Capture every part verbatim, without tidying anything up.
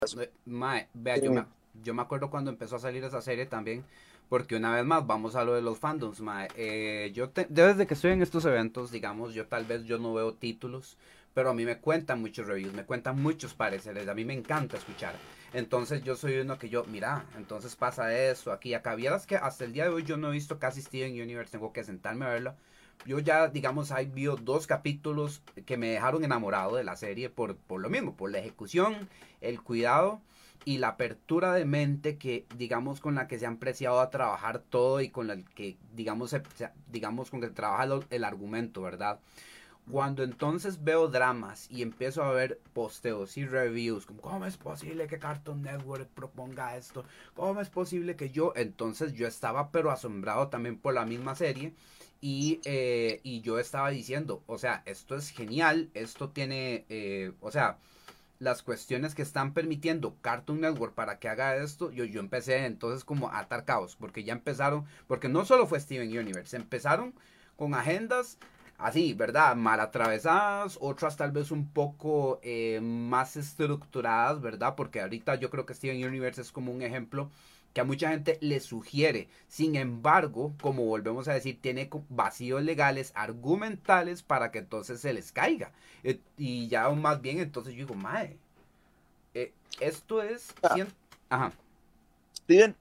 No, mae, vea, yo me, Eh, yo me acuerdo cuando empezó a salir esa serie también, porque una vez más, vamos a lo de los fandoms, mae. Eh, yo te- desde que estoy en estos eventos, digamos, yo tal vez yo no veo títulos, pero a mí me cuentan muchos reviews, me cuentan muchos pareceres, a mí me encanta escuchar. Entonces yo soy uno que yo, mira, entonces pasa eso, aquí, acá. Vieras que hasta el día de hoy yo no he visto casi Steven Universe, tengo que sentarme a verlo. Yo ya, digamos, hay vio dos capítulos que me dejaron enamorado de la serie por, por lo mismo, por la ejecución, el cuidado y la apertura de mente que, digamos, con la que se han preciado a trabajar todo y con la que, digamos, se, se- digamos con que trabaja el, el argumento, ¿verdad? Cuando entonces veo dramas y empiezo a ver posteos y reviews, como ¿cómo es posible que Cartoon Network proponga esto? ¿Cómo es posible que yo? Entonces yo estaba pero asombrado también por la misma serie y, eh, y yo estaba diciendo, o sea, esto es genial, esto tiene, eh, o sea, las cuestiones que están permitiendo Cartoon Network para que haga esto, yo, yo empecé entonces como a atar caos, porque ya empezaron, porque no solo fue Steven Universe, empezaron con agendas así, ¿verdad? Mal atravesadas, otras tal vez un poco eh, más estructuradas, ¿verdad? Porque ahorita yo creo que Steven Universe es como un ejemplo que a mucha gente le sugiere. Sin embargo, como volvemos a decir, tiene vacíos legales, argumentales para que entonces se les caiga. Eh, y ya aún más bien, entonces yo digo, mae, eh, esto es... ah, cien... Ajá. Steven,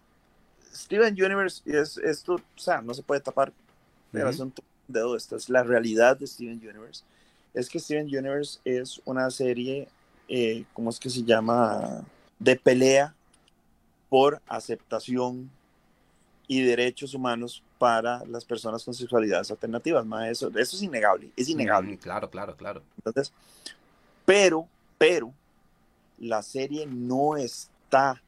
Steven Universe es esto, o sea, no se puede tapar el Ujú. asunto de dedo. Esta es la realidad de Steven Universe. Es que Steven Universe es una serie, eh, ¿cómo es que se llama? De pelea por aceptación y derechos humanos para las personas con sexualidades alternativas. Ma, eso, eso es innegable, es Mm, innegable. claro, claro, claro. Entonces, pero, pero, la serie no está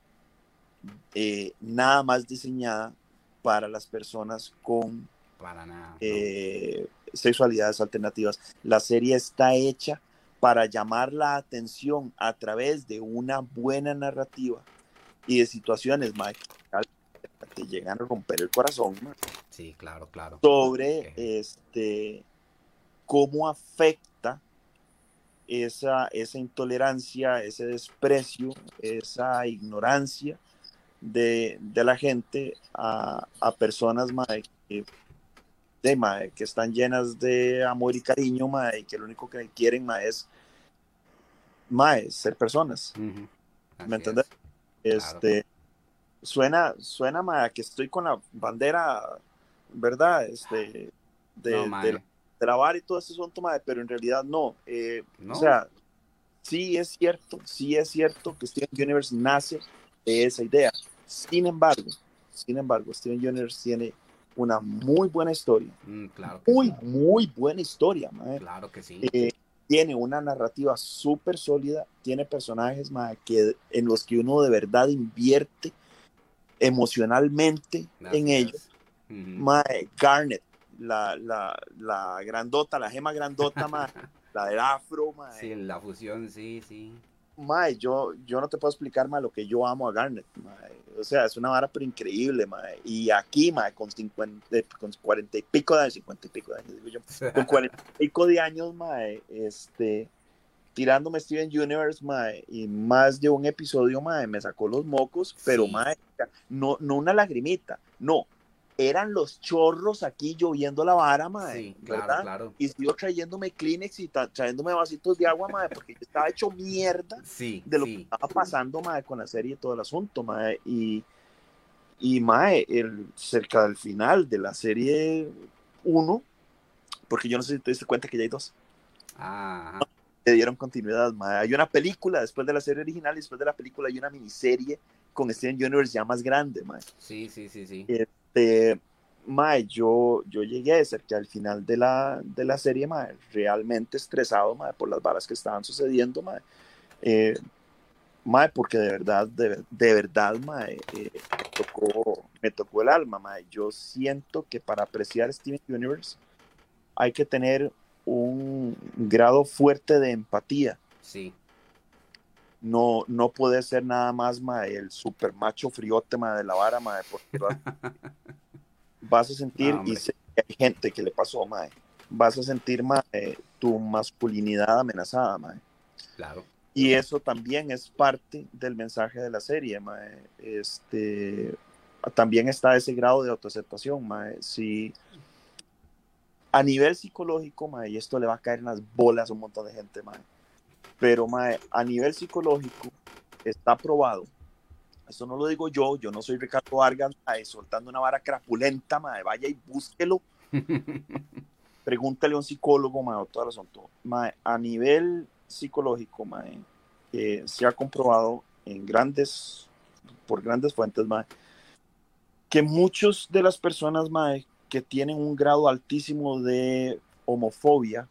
eh, nada más diseñada para las personas con Para nada, no. eh, sexualidades alternativas. La serie está hecha para llamar la atención a través de una buena narrativa y de situaciones, ma, que te llegan a romper el corazón, ma, Sí, claro, claro. sobre Qué heavy. este, cómo afecta esa, esa intolerancia, ese desprecio, esa ignorancia de, de la gente a, a personas, ma, que, de, ma, que están llenas de amor y cariño, ma, y que lo único que quieren, ma, es, ma, es ser personas. Ujú. ¿Me Así entendés? es. Claro. Este, suena, suena, ma, que estoy con la bandera, ¿verdad? Este, No, de, de, la, mae. de la vara y todo ese asunto, ma, pero en realidad no. Eh, o No. sea, sí es cierto, sí es cierto que Steven Universe nace de esa idea. Sin embargo, sin embargo, Steven Universe tiene una muy buena historia, Mm, claro que muy, sí. muy buena historia, mae. Claro que sí. Eh, tiene una narrativa súper sólida, tiene personajes, mae, que, en los que uno de verdad invierte emocionalmente en Así ellos. es. Ujú. Mae, Garnet, la, la, la grandota, la gema grandota, mae, la del afro, mae. Sí, la fusión, sí, sí. Mae, yo, yo no te puedo explicar más lo que yo amo a Garnet, mae. O sea, es una vara pero increíble, mae. Y aquí, mae, con cincuenta, con cuarenta y pico de años, cincuenta y pico de años, digo yo, con cuarenta y pico de años, mae, este, tirándome Steven Universe, mae, y más de un episodio, mae, me sacó los mocos, pero, Sí, mae, no, no una lagrimita, no, eran los chorros aquí lloviendo la vara, mae, sí, claro, ¿verdad? claro. Y yo trayéndome Kleenex y trayéndome vasitos de agua, mae, porque yo estaba hecho mierda Sí, de lo que sí. estaba pasando, mae, con la serie y todo el asunto, mae, y, y mae, el, cerca del final de la serie uno, porque yo no sé si te diste cuenta que ya hay dos, Ajá. le dieron continuidad, mae. Hay una película después de la serie original y después de la película hay una miniserie con Steven Universe ya más grande, mae. Sí, sí, sí, sí. Este, mae, yo, yo llegué cerca al final de la, de la serie, mae, realmente estresado, mae, por las varas que estaban sucediendo, mae. Eh, mae, porque de verdad, de, de verdad, mae, eh, me tocó, me tocó el alma, mae. Yo siento que para apreciar Steven Universe hay que tener un grado fuerte de empatía. Sí. No, no puede ser nada más, mae, el super macho friote, mae, de la vara, mae, porque vas, vas a No, sentir, y hombre. sé que hay gente que le pasó, mae, vas a sentir, mae, tu masculinidad amenazada, mae. Claro. Y eso también es parte del mensaje de la serie, mae. Este, también está ese grado de autoaceptación, mae. Si a nivel psicológico, mae, y esto le va a caer en las bolas a un montón de gente, mae, pero mae, a nivel psicológico está probado. Eso no lo digo yo, yo no soy Ricardo Vargas, mae, soltando una vara crapulenta, mae, vaya y búsquelo. Pregúntale a un psicólogo, mae, o todo el asunto. Mae, a nivel psicológico, mae, eh, se ha comprobado en grandes, por grandes fuentes, mae, que muchas de las personas, mae, que tienen un grado altísimo de homofobia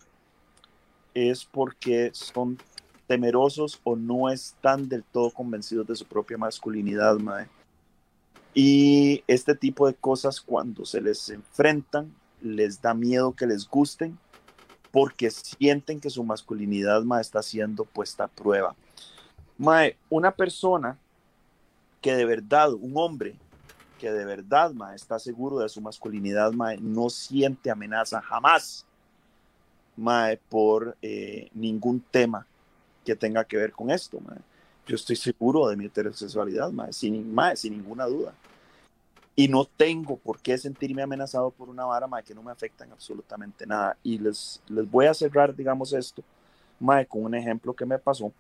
es porque son temerosos o no están del todo convencidos de su propia masculinidad, mae. Y este tipo de cosas, cuando se les enfrentan, les da miedo que les gusten porque sienten que su masculinidad, mae, está siendo puesta a prueba. Mae, una persona que de verdad, un hombre que de verdad, mae, está seguro de su masculinidad, mae, no siente amenaza jamás, mae, por eh, ningún tema que tenga que ver con esto, mae. Yo estoy seguro de mi heterosexualidad, mae, sin, mae, sin ninguna duda. Y no tengo por qué sentirme amenazado por una vara, mae, que no me afecta en absolutamente nada. Y les, les voy a cerrar, digamos, esto, mae, con un ejemplo que me pasó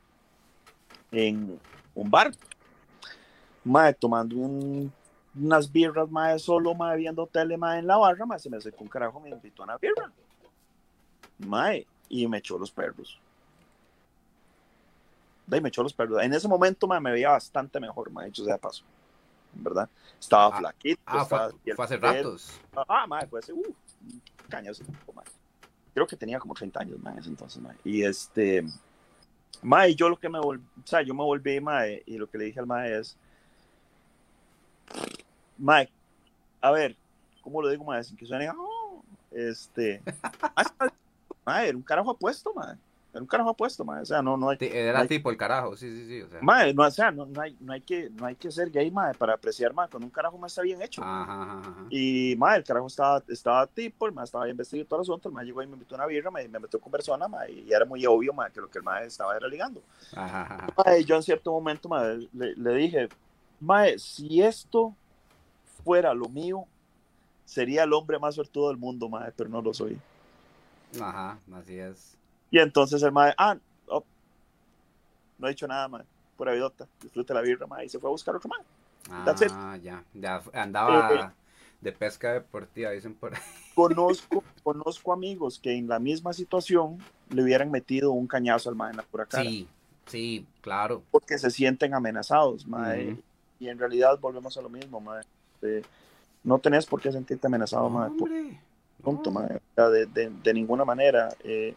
en un bar, mae, tomando un, unas birras, mae, solo, mae, viendo tele, mae, en la barra, mae, se me acercó un carajo, me invitó a una birra, mae, y me echó los perros. De ahí me echó los perros. En ese momento, mae, me veía bastante mejor, mae, dicho sea paso, ¿verdad? Estaba Ah, flaquito, ah estaba... fue, fue hace ratos. Ah, mae, fue hace, uh, cañas, mae. Creo que tenía como treinta años, mae, ese entonces, mae. Y este... Mae, yo lo que me volví, o sea, yo me volví, mae, y lo que le dije al mae es, mae, a ver, ¿cómo lo digo, mae? Sin que suene, oh, este, mae, era un carajo apuesto, mae, era un carajo apuesto, mae, o sea, no, no hay, no Era hay, tipo el carajo, sí, sí, sí, o sea. mae, no, o sea, no, no hay, no hay que, no hay que ser gay, mae, para apreciar, mae, con un carajo más está bien hecho, mae. Ajá, ajá, ajá. Y, mae, el carajo estaba, estaba tipo, el mae estaba bien vestido y todo el asunto, el mae llegó y me invitó a una birra, me, me metió con persona, mae, y era muy obvio, mae, que lo que el mae estaba era ligando. Ajá, ajá. Mae, yo en cierto momento, mae, le, le dije, mae, si esto fuera lo mío, sería el hombre más suertudo del mundo, mae, pero no lo soy. Ajá, así es. Y entonces el mae, ah, oh, no he dicho nada, mae, pura vidota, disfrute la birra, mae, y se fue a buscar otro mae. Ah, ya, ya andaba eh, de pesca deportiva, dicen por ahí. Conozco, conozco amigos que en la misma situación le hubieran metido un cañazo al mae en la pura cara. Sí, sí, claro. Porque se sienten amenazados, mae, uh-huh. Y en realidad volvemos a lo mismo, mae. Eh, no tenés por qué sentirte amenazado, no, mae. Por, punto, no. mae. De, de, de ninguna manera. Eh,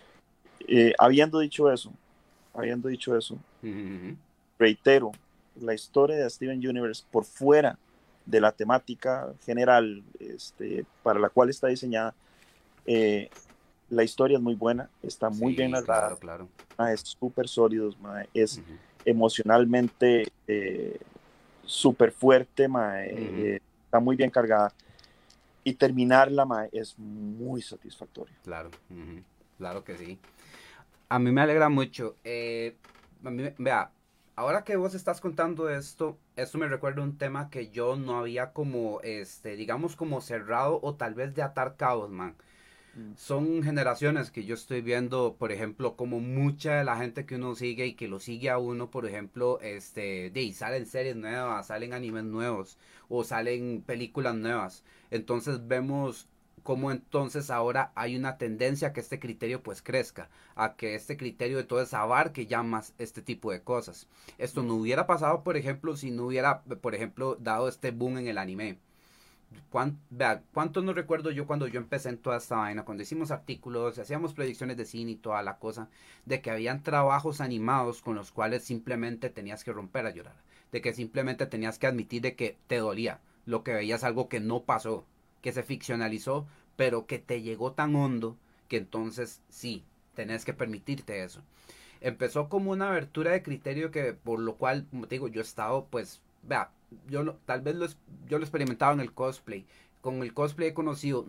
eh, habiendo dicho eso, habiendo dicho eso, uh-huh. reitero, la historia de Steven Universe, por fuera de la temática general este, para la cual está diseñada, eh, la historia es muy buena, está muy sí, bien narrada, claro, claro. Mae, es súper sólido, mae, es uh-huh. emocionalmente eh, súper fuerte, mae, uh-huh. eh, está muy bien cargada, y terminarla, mae, es muy satisfactorio. Claro, uh-huh. Claro que sí. A mí me alegra mucho. Eh, a mí, vea, ahora que vos estás contando esto, esto me recuerda un tema que yo no había como, este, digamos como cerrado o tal vez de atar cabos, man. Mm. Son generaciones que yo estoy viendo, por ejemplo, como mucha de la gente que uno sigue y que lo sigue a uno, por ejemplo, este, de, salen series nuevas, salen animes nuevos o salen películas nuevas. Entonces vemos como entonces ahora hay una tendencia a que este criterio pues crezca, a que este criterio de todo abarque ya más este tipo de cosas. Esto no hubiera pasado, por ejemplo, si no hubiera, por ejemplo, dado este boom en el anime. ¿Cuánto, vea, ¿Cuánto no recuerdo yo cuando yo empecé en toda esta vaina? Cuando hicimos artículos, hacíamos predicciones de cine y toda la cosa, de que habían trabajos animados con los cuales simplemente tenías que romper a llorar, de que simplemente tenías que admitir de que te dolía, lo que veías algo que no pasó, que se ficcionalizó, pero que te llegó tan hondo que entonces sí, tenés que permitirte eso. Empezó como una abertura de criterio que por lo cual, como te digo, yo he estado pues, vea, yo lo, tal vez lo, yo lo experimentaba en el cosplay. Con el cosplay he conocido,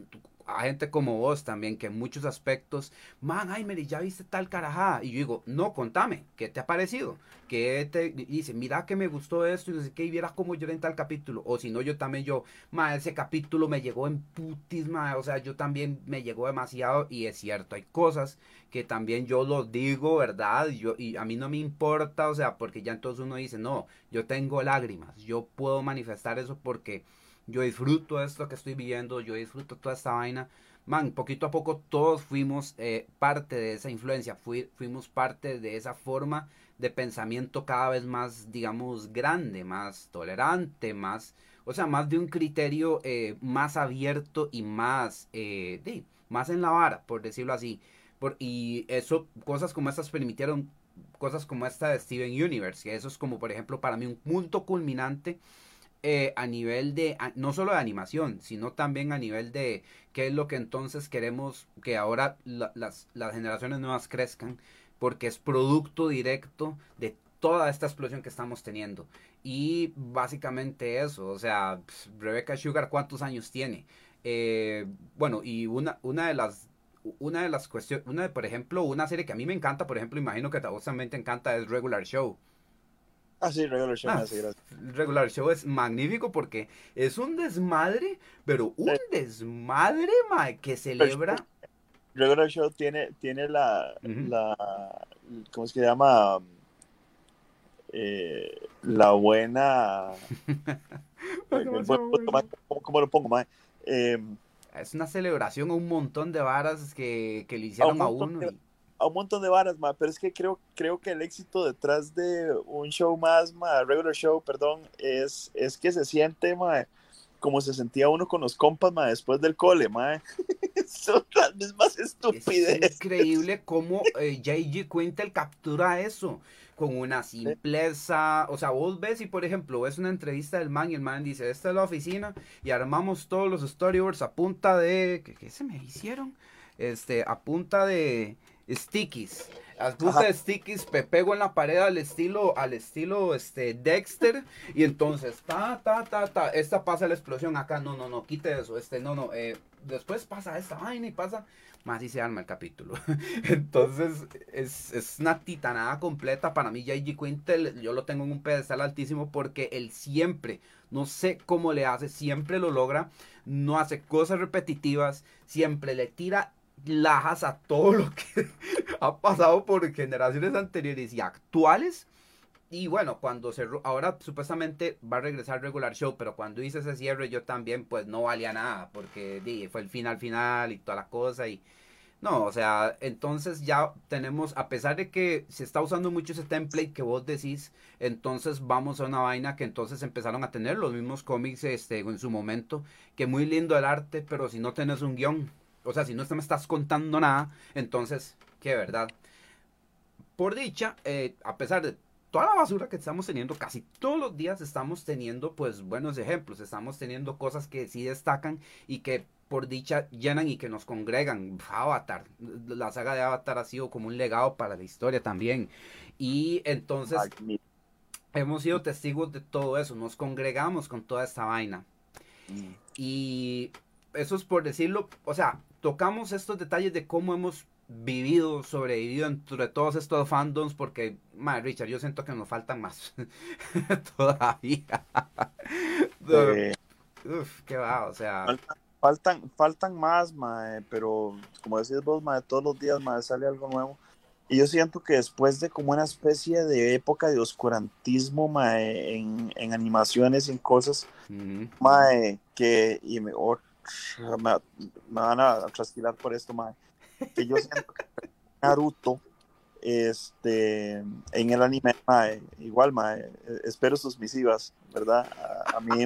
a gente como vos también, que en muchos aspectos, man, ay, Mary, ya viste tal carajada. Y yo digo, no, contame, ¿qué te ha parecido? Que te dice, mira que me gustó esto y no sé qué, y vieras cómo lloré en tal capítulo. O si no, yo también, yo, ma, ese capítulo me llegó en putis, ma, o sea, yo también me llegó demasiado. Y es cierto, hay cosas que también yo lo digo, ¿verdad? Yo, y a mí no me importa, o sea, porque ya entonces uno dice, no, yo tengo lágrimas, yo puedo manifestar eso porque yo disfruto esto que estoy viviendo, yo disfruto toda esta vaina. Man, poquito a poco todos fuimos eh, parte de esa influencia, fui, fuimos parte de esa forma de pensamiento cada vez más, digamos, grande, más tolerante, más, o sea, más de un criterio eh, más abierto y más, eh, de, más en la vara, por decirlo así. Por, y eso, cosas como estas permitieron, cosas como esta de Steven Universe, que eso es como, por ejemplo, para mí un punto culminante eh, a nivel de, a, no solo de animación, sino también a nivel de qué es lo que entonces queremos que ahora la, las, las generaciones nuevas crezcan, porque es producto directo de toda esta explosión que estamos teniendo. Y básicamente eso, o sea, pues, Rebecca Sugar, ¿cuántos años tiene? Eh, bueno, y una, una de las una de las cuestiones, una de, por ejemplo, una serie que a mí me encanta, por ejemplo, imagino que a vos también te encanta, es Regular Show. Ah, sí, Regular Show me Ah, hace gracia. Regular Show es magnífico porque es un desmadre, pero un Sí, desmadre, mae, que Regular Show, celebra. Regular Show tiene, tiene la, Ujú. la, ¿cómo es que se llama? Eh, la buena, Es el, el buen demasiado punto, mae, bueno. ¿cómo, cómo lo pongo, mae? Eh, Es una celebración a un montón de varas que, que le a un hicieron a montón uno de, y a un montón de varas, mae, pero es que creo, creo que el éxito detrás de un show más, mae, Regular Show, perdón, es, es que se siente, mae, como se sentía uno con los compas, mae, después del cole, mae. Son las mismas es estupideces. increíble cómo eh, J G. Quintel captura eso con una simpleza. O sea, vos ves y, por ejemplo, ves una entrevista del man y el man dice, esta es la oficina y armamos todos los storyboards a punta de... ¿Qué, qué se me hicieron? Este, a punta de stickies. A punta Ajá. de stickies, pe pego en la pared al estilo, al estilo, este, Dexter. Y entonces, ta, ta, ta, ta, esta pasa la explosión acá, no, no, no, quite eso, este, no, no, eh, después pasa esta vaina y pasa, más y se arma el capítulo. Entonces, es, es una titanada completa. Para mí, J G. Quintel, yo lo tengo en un pedestal altísimo porque él siempre, no sé cómo le hace, siempre lo logra, no hace cosas repetitivas, siempre le tira lajas a todo lo que ha pasado por generaciones anteriores y actuales. Y bueno, cuando cerró, ahora supuestamente va a regresar Regular Show, pero cuando hice ese cierre yo también pues no valía nada, porque di, fue el final final y toda la cosa y no, o sea, entonces ya tenemos, a pesar de que se está usando mucho ese template que vos decís, entonces vamos a una vaina que entonces empezaron a tener los mismos cómics este, en su momento, que muy lindo el arte, pero si no tenés un guión, o sea, si no me estás contando nada, entonces, qué verdad. Por dicha, eh, a pesar de toda la basura que estamos teniendo, casi todos los días estamos teniendo pues buenos ejemplos, estamos teniendo cosas que sí destacan y que por dicha llenan y que nos congregan. Avatar, la saga de Avatar ha sido como un legado para la historia también. Y entonces Magnífico. hemos sido testigos de todo eso, nos congregamos con toda esta vaina. Y eso es por decirlo, o sea, tocamos estos detalles de cómo hemos vivido, sobrevivido entre todos estos fandoms, porque, madre Richard, yo siento que nos faltan más todavía. Eh, Uf, qué va, o sea. faltan, faltan, faltan más, mae, pero como decís vos, mae, todos los días, mae, sale algo nuevo. Y yo siento que después de como una especie de época de oscurantismo, mae, en, en animaciones y en cosas, Uh-huh. mae, que, y me, oh, me, me van a trasquilar por esto, mae, que yo siento que Naruto, este, en el anime, mae, igual, mae, espero sus misivas, ¿verdad? A, a mí,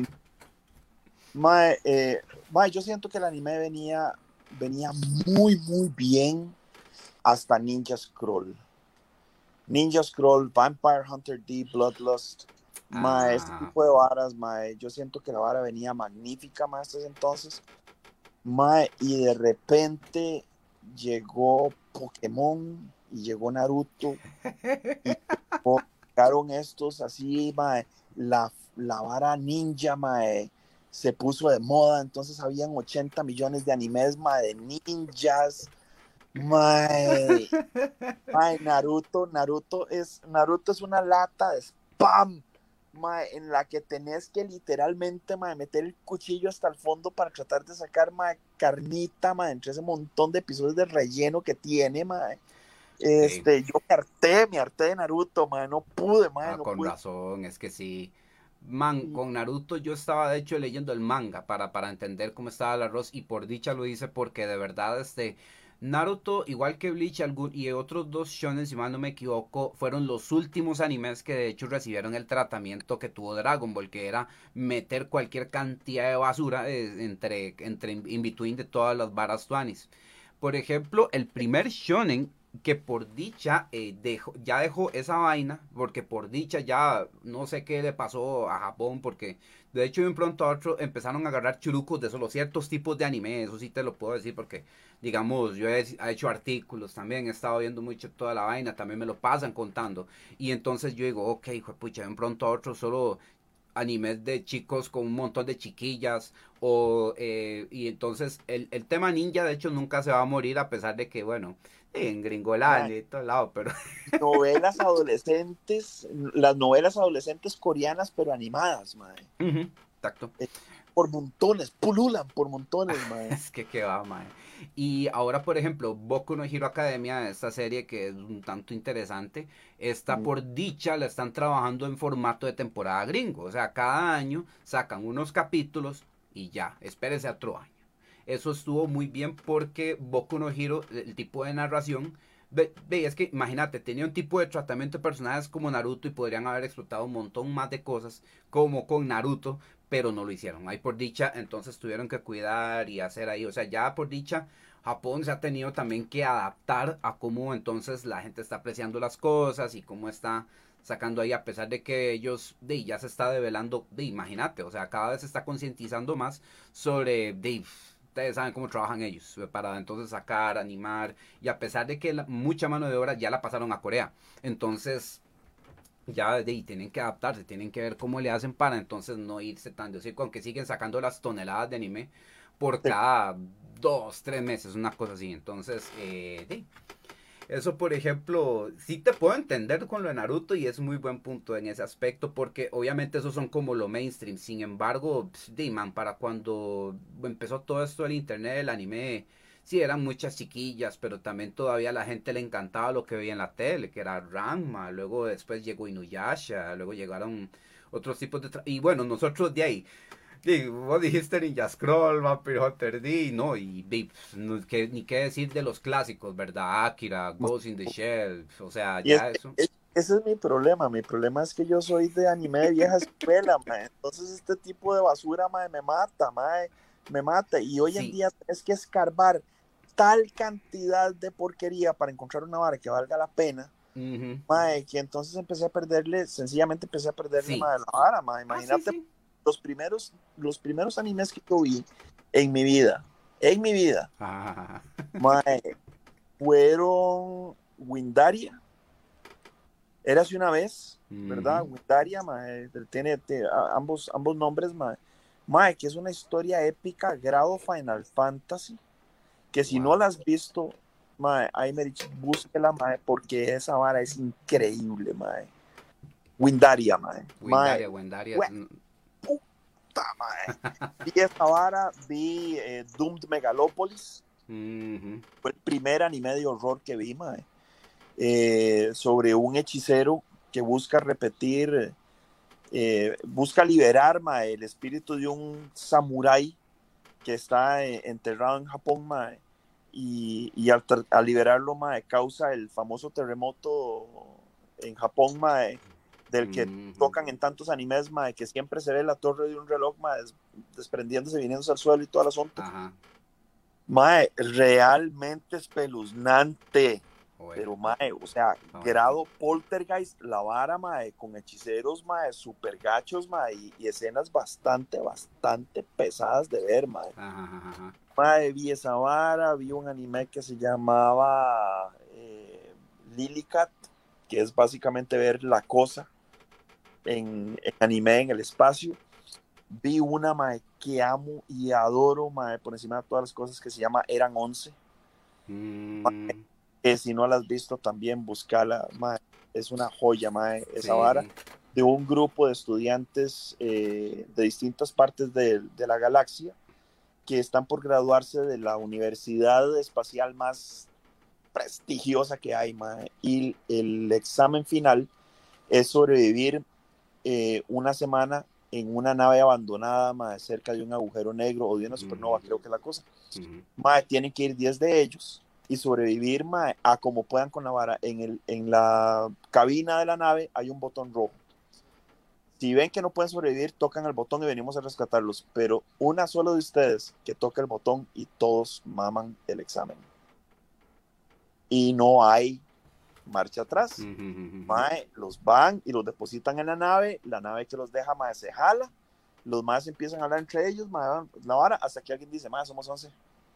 mae, eh, mae, yo siento que el anime venía, venía muy, muy bien hasta Ninja Scroll. Ninja Scroll, Vampire Hunter D, Bloodlust, mae, este Ah. tipo de varas, mae, yo siento que la vara venía magnífica, mae, hasta ese entonces, mae, y de repente llegó Pokémon y llegó Naruto y llegaron estos así, mae, la, la vara ninja, mae, se puso de moda, entonces habían ochenta millones de animes, mae, de ninjas, mae, mae, Naruto, Naruto es, Naruto es una lata de spam, mae, en la que tenés que literalmente, mae, meter el cuchillo hasta el fondo para tratar de sacar, mae, carnita, mae, entre ese montón de episodios de relleno que tiene, mae. Sí. Este, yo me harté, me harté de Naruto, mae, no pude, mae, Ah, no con pude. razón, es que sí. Man, con Naruto yo estaba de hecho leyendo el manga para, para entender cómo estaba el arroz y por dicha lo hice porque de verdad este Naruto, igual que Bleach algún, y otros dos shonen, si mal no me equivoco, fueron los últimos animes que de hecho recibieron el tratamiento que tuvo Dragon Ball, que era meter cualquier cantidad de basura eh, entre, entre in between de todas las varas tuanis. Por ejemplo, el primer shonen que por dicha eh, dejó, ya dejó esa vaina, porque por dicha ya no sé qué le pasó a Japón, porque de hecho de un pronto a otro empezaron a agarrar churucos de solo ciertos tipos de anime, eso sí te lo puedo decir, porque digamos, yo he, he hecho artículos también, he estado viendo mucho toda la vaina, también me lo pasan contando, y entonces yo digo, ok, hijo de pucha, de un pronto a otro solo animes de chicos con un montón de chiquillas o eh, y entonces el, el tema ninja de hecho nunca se va a morir a pesar de que bueno en Mae, Gringolandia y todo lado pero novelas adolescentes, las novelas adolescentes coreanas, pero animadas, mae. uh -huh, tacto. Eh, por montones, pululan por montones, mae. Es que qué va, mae. Y ahora, por ejemplo, Boku no Hero Academia, esta serie que es un tanto interesante, está Mm. por dicha, la están trabajando en formato de temporada gringo. O sea, cada año sacan unos capítulos y ya, espérese otro año. Eso estuvo muy bien porque Boku no Hero, el tipo de narración, ve, ve, es que imagínate, tenía un tipo de tratamiento de personajes como Naruto y podrían haber explotado un montón más de cosas como con Naruto, pero no lo hicieron. Ahí por dicha, entonces tuvieron que cuidar y hacer ahí, o sea, ya por dicha, Japón se ha tenido también que adaptar a cómo entonces la gente está apreciando las cosas y cómo está sacando ahí, a pesar de que ellos de, ya se está develando, de, imagínate, o sea, cada vez se está concientizando más sobre, de, ustedes saben cómo trabajan ellos, para entonces sacar, animar, y a pesar de que la, mucha mano de obra ya la pasaron a Corea, entonces ya de, tienen que adaptarse, tienen que ver cómo le hacen para entonces no irse tan de circo, aunque siguen sacando las toneladas de anime por Sí. cada dos, tres meses, una cosa así. Entonces, eh, de, eso por ejemplo, sí te puedo entender con lo de Naruto y es muy buen punto en ese aspecto porque obviamente esos son como lo mainstream. Sin embargo, de, man, para cuando empezó todo esto del internet, el anime sí, eran muchas chiquillas, pero también todavía a la gente le encantaba lo que veía en la tele, que era Ranma, luego después llegó Inuyasha, luego llegaron otros tipos de... Y bueno, nosotros de ahí, de, vos dijiste Ninja Scroll, Vampire Hunter D, no, y de, no, que, ni qué decir de los clásicos, ¿verdad? Akira, Ghost in the Shell, o sea, Y es, ya eso. es- ese es mi problema. Mi problema es que yo soy de anime de vieja escuela, mae. Entonces este tipo de basura, mae, me mata, mae, me mata. Y hoy en Sí, día tienes que escarbar tal cantidad de porquería para encontrar una vara que valga la pena, uh-huh, mae, que entonces empecé a perderle, sencillamente empecé a perderle, sí, mae, la vara, mae. ah, sí, Imagínate sí. los primeros, los primeros animes que yo vi en mi vida, en mi vida, Ah, mae, fueron Windaria. Érase una vez, ¿verdad? uh-huh, Windaria, mae, tiene, tiene a- ambos, ambos nombres, mae. Mae, que es una historia épica, grado Final Fantasy, que si no wow. la has visto, mae, Aymerich, búsquela, mae, porque esa vara es increíble, mae. Windaria, mae. Mae, Wendaria, Wendaria. hue puta, mae. Vi esa vara, vi eh, Doomed Megalopolis, Uh-huh, fue el primer anime de horror que vi, mae. Eh, sobre un hechicero que busca repetir, eh, busca liberar, mae, el espíritu de un samurái que está eh, enterrado en Japón, mae, y, y al, al, liberarlo, mae, causa el famoso terremoto en Japón, mae, del que uh-huh. tocan en tantos animes, mae, que siempre se ve la torre de un reloj, mae, des, desprendiéndose, viniéndose al suelo y todo el asunto. Ajá. Mae, realmente espeluznante. Joder, Pero, mae, o sea, joder, sí. grado poltergeist, la vara, mae, con hechiceros, mae, super gachos, mae, y, y escenas bastante, bastante pesadas de ver, mae. Ajá, ajá, ajá. Mae, vi esa vara, vi un anime que se llamaba eh, Lilycat, que es básicamente ver la cosa en, en anime en el espacio. Vi una, mae, que amo y adoro, mae, por encima de todas las cosas, que se llama Eran once. Mm. Mae, que si no la has visto también, buscala, mae, es una joya, mae, esa Sí, vara, sí. de un grupo de estudiantes eh, de distintas partes de, de la galaxia que están por graduarse de la universidad espacial más prestigiosa que hay, mae, y el examen final es sobrevivir eh, una semana en una nave abandonada, mae, cerca de un agujero negro o de una supernova, Mm. creo que es la cosa. Mm. Mae, tienen que ir diez de ellos y sobrevivir, mae, a como puedan con la vara. En, el, en la cabina de la nave hay un botón rojo. Si ven que no pueden sobrevivir, tocan el botón y venimos a rescatarlos. Pero una sola de ustedes que toca el botón y todos maman el examen. Y no hay marcha atrás. Mm. Mae, los van y los depositan en la nave. La nave que los deja, mae, se jala. Los más empiezan a hablar entre ellos, mae, la vara, hasta que alguien dice, mae, somos once.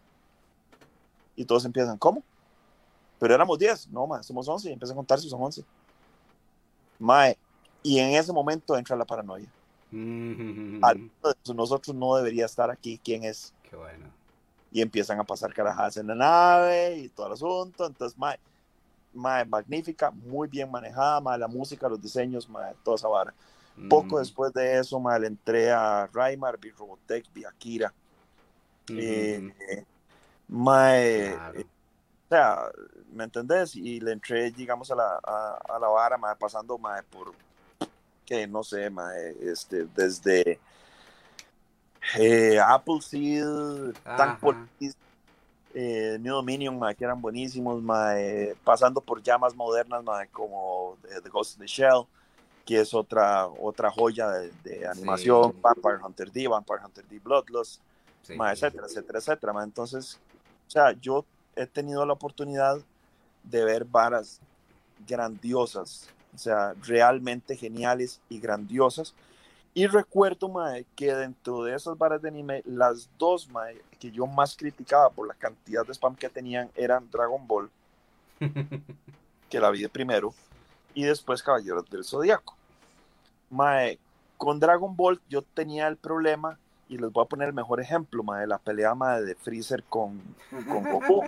Y todos empiezan, ¿cómo? Pero éramos diez. No, mae, somos once. Y empiezan a contar si son once. Mae, y en ese momento entra la paranoia. Mm. Nosotros no debería estar aquí, ¿quién es? Qué bueno. Y empiezan a pasar carajadas en la nave y todo el asunto. Entonces, mae, mae, magnífica, muy bien manejada, mae, la música, los diseños, mae, toda esa vara. Mm. Poco después de eso, mae, le entré a Raimar, vi Robotech, vi Akira. Mm. Eh, mae, Claro. eh, o sea, ¿me entendés? Y le entré, digamos, a la, a, a la vara, mae, pasando, mae, por, que no sé, mae, este, desde eh, Appleseed, Tank Police, eh, New Dominion, mae, que eran buenísimos, mae, pasando por ya más modernas, mae, como The Ghost in the Shell, que es otra, otra joya de, de animación, sí. Vampire Hunter D, Vampire Hunter D Bloodlust, sí. Mae, etcétera, etcétera, etcétera, mae. Entonces, o sea, yo he tenido la oportunidad de ver varas grandiosas, o sea, realmente geniales y grandiosas. Y recuerdo, mae, que dentro de esas varas de anime, las dos, mae, que yo más criticaba por la cantidad de spam que tenían eran Dragon Ball, que la vi de primero, y después Caballeros del Zodíaco. Mae, con Dragon Ball yo tenía el problema, y les voy a poner el mejor ejemplo, mae, la pelea, mae, de Freezer con, con Goku.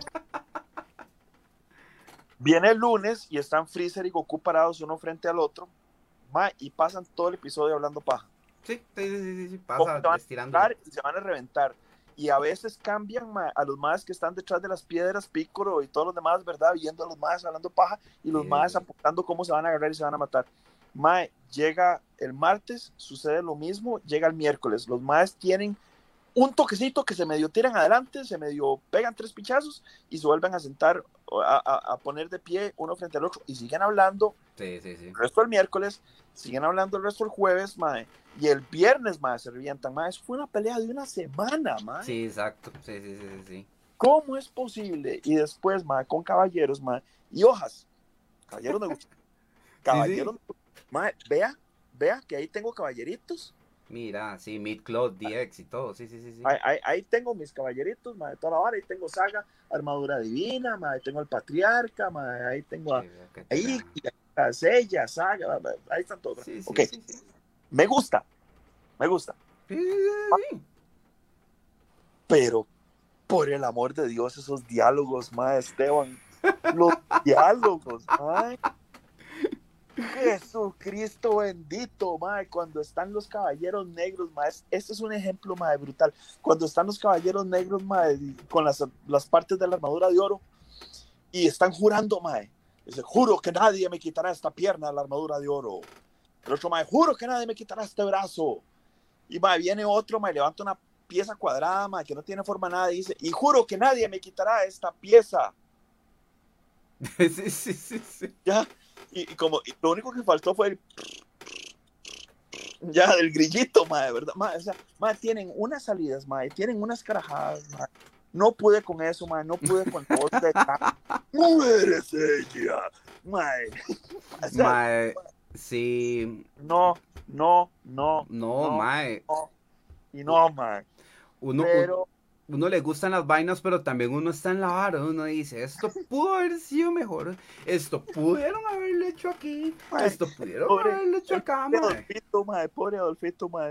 Viene el lunes y están Freezer y Goku parados uno frente al otro, mae, y pasan todo el episodio hablando paja. Sí, sí, sí, sí, pasa estirando. Y se van a reventar. Y a veces cambian, ma, a los más que están detrás de las piedras, Piccolo y todos los demás, ¿verdad? Viendo a los más hablando paja y los sí, más sí. apuntando cómo se van a agarrar y se van a matar. Ma, llega el martes, sucede lo mismo, llega el miércoles. Los más tienen un toquecito que se medio tiran adelante, se medio pegan tres pichazos y se vuelven a sentar, a, a, a poner de pie uno frente al otro y siguen hablando. Sí, sí, sí. El resto del miércoles, siguen hablando el resto del jueves, mae, y el viernes, mae, se revientan, mae. Eso fue una pelea de una semana, mae. Sí, exacto, sí, sí, sí, sí. ¿Cómo es posible? Y después, mae, con caballeros, mae, y hojas. Caballeros me gustan. Caballeros, sí, sí. Mae, vea, vea que ahí tengo caballeritos. Mira, sí, Mid-Cloud, D X y todo, sí, sí, sí. sí. Ahí, ahí, ahí tengo mis caballeritos, mae, toda la vara, ahí tengo Saga, Armadura Divina, mae, tengo al Patriarca, mae, ahí tengo a... Sí, ahí, a Sella, Saga, ahí están todos. Sí, sí, okay. Sí, sí. Me gusta, me gusta. Sí, sí, sí. Pero, por el amor de Dios, esos diálogos, mae, Esteban, los diálogos, mae. Jesucristo bendito, mae, cuando están los caballeros negros, mae, este es un ejemplo, mae, brutal. Cuando están los caballeros negros, mae, con las, las partes de la armadura de oro y están jurando, mae, dice, juro que nadie me quitará esta pierna de la armadura de oro. El otro, mae, juro que nadie me quitará este brazo. Y, mae, viene otro, mae, levanta una pieza cuadrada, mae, que no tiene forma nada y dice, y juro que nadie me quitará esta pieza. Sí, sí, sí, sí. Ya. Y, y como y lo único que faltó fue el ya del grillito, mae, ¿verdad? Mae, o sea, mae, tienen unas salidas, mae, tienen unas carajadas, mae. No pude con eso, mae, no pude con todo de no eres ella, mae. O sea, mae, sí. No, no, no. No, no mae. No, y no, mae. Uno, pero uno le gustan las vainas, pero también uno está en la vara, uno dice, esto pudo haber sido mejor, esto pudieron haberlo hecho aquí, mae, esto pudieron pobre, haberlo hecho acá, mae. Adolfito, mae, pobre Adolfito, mae,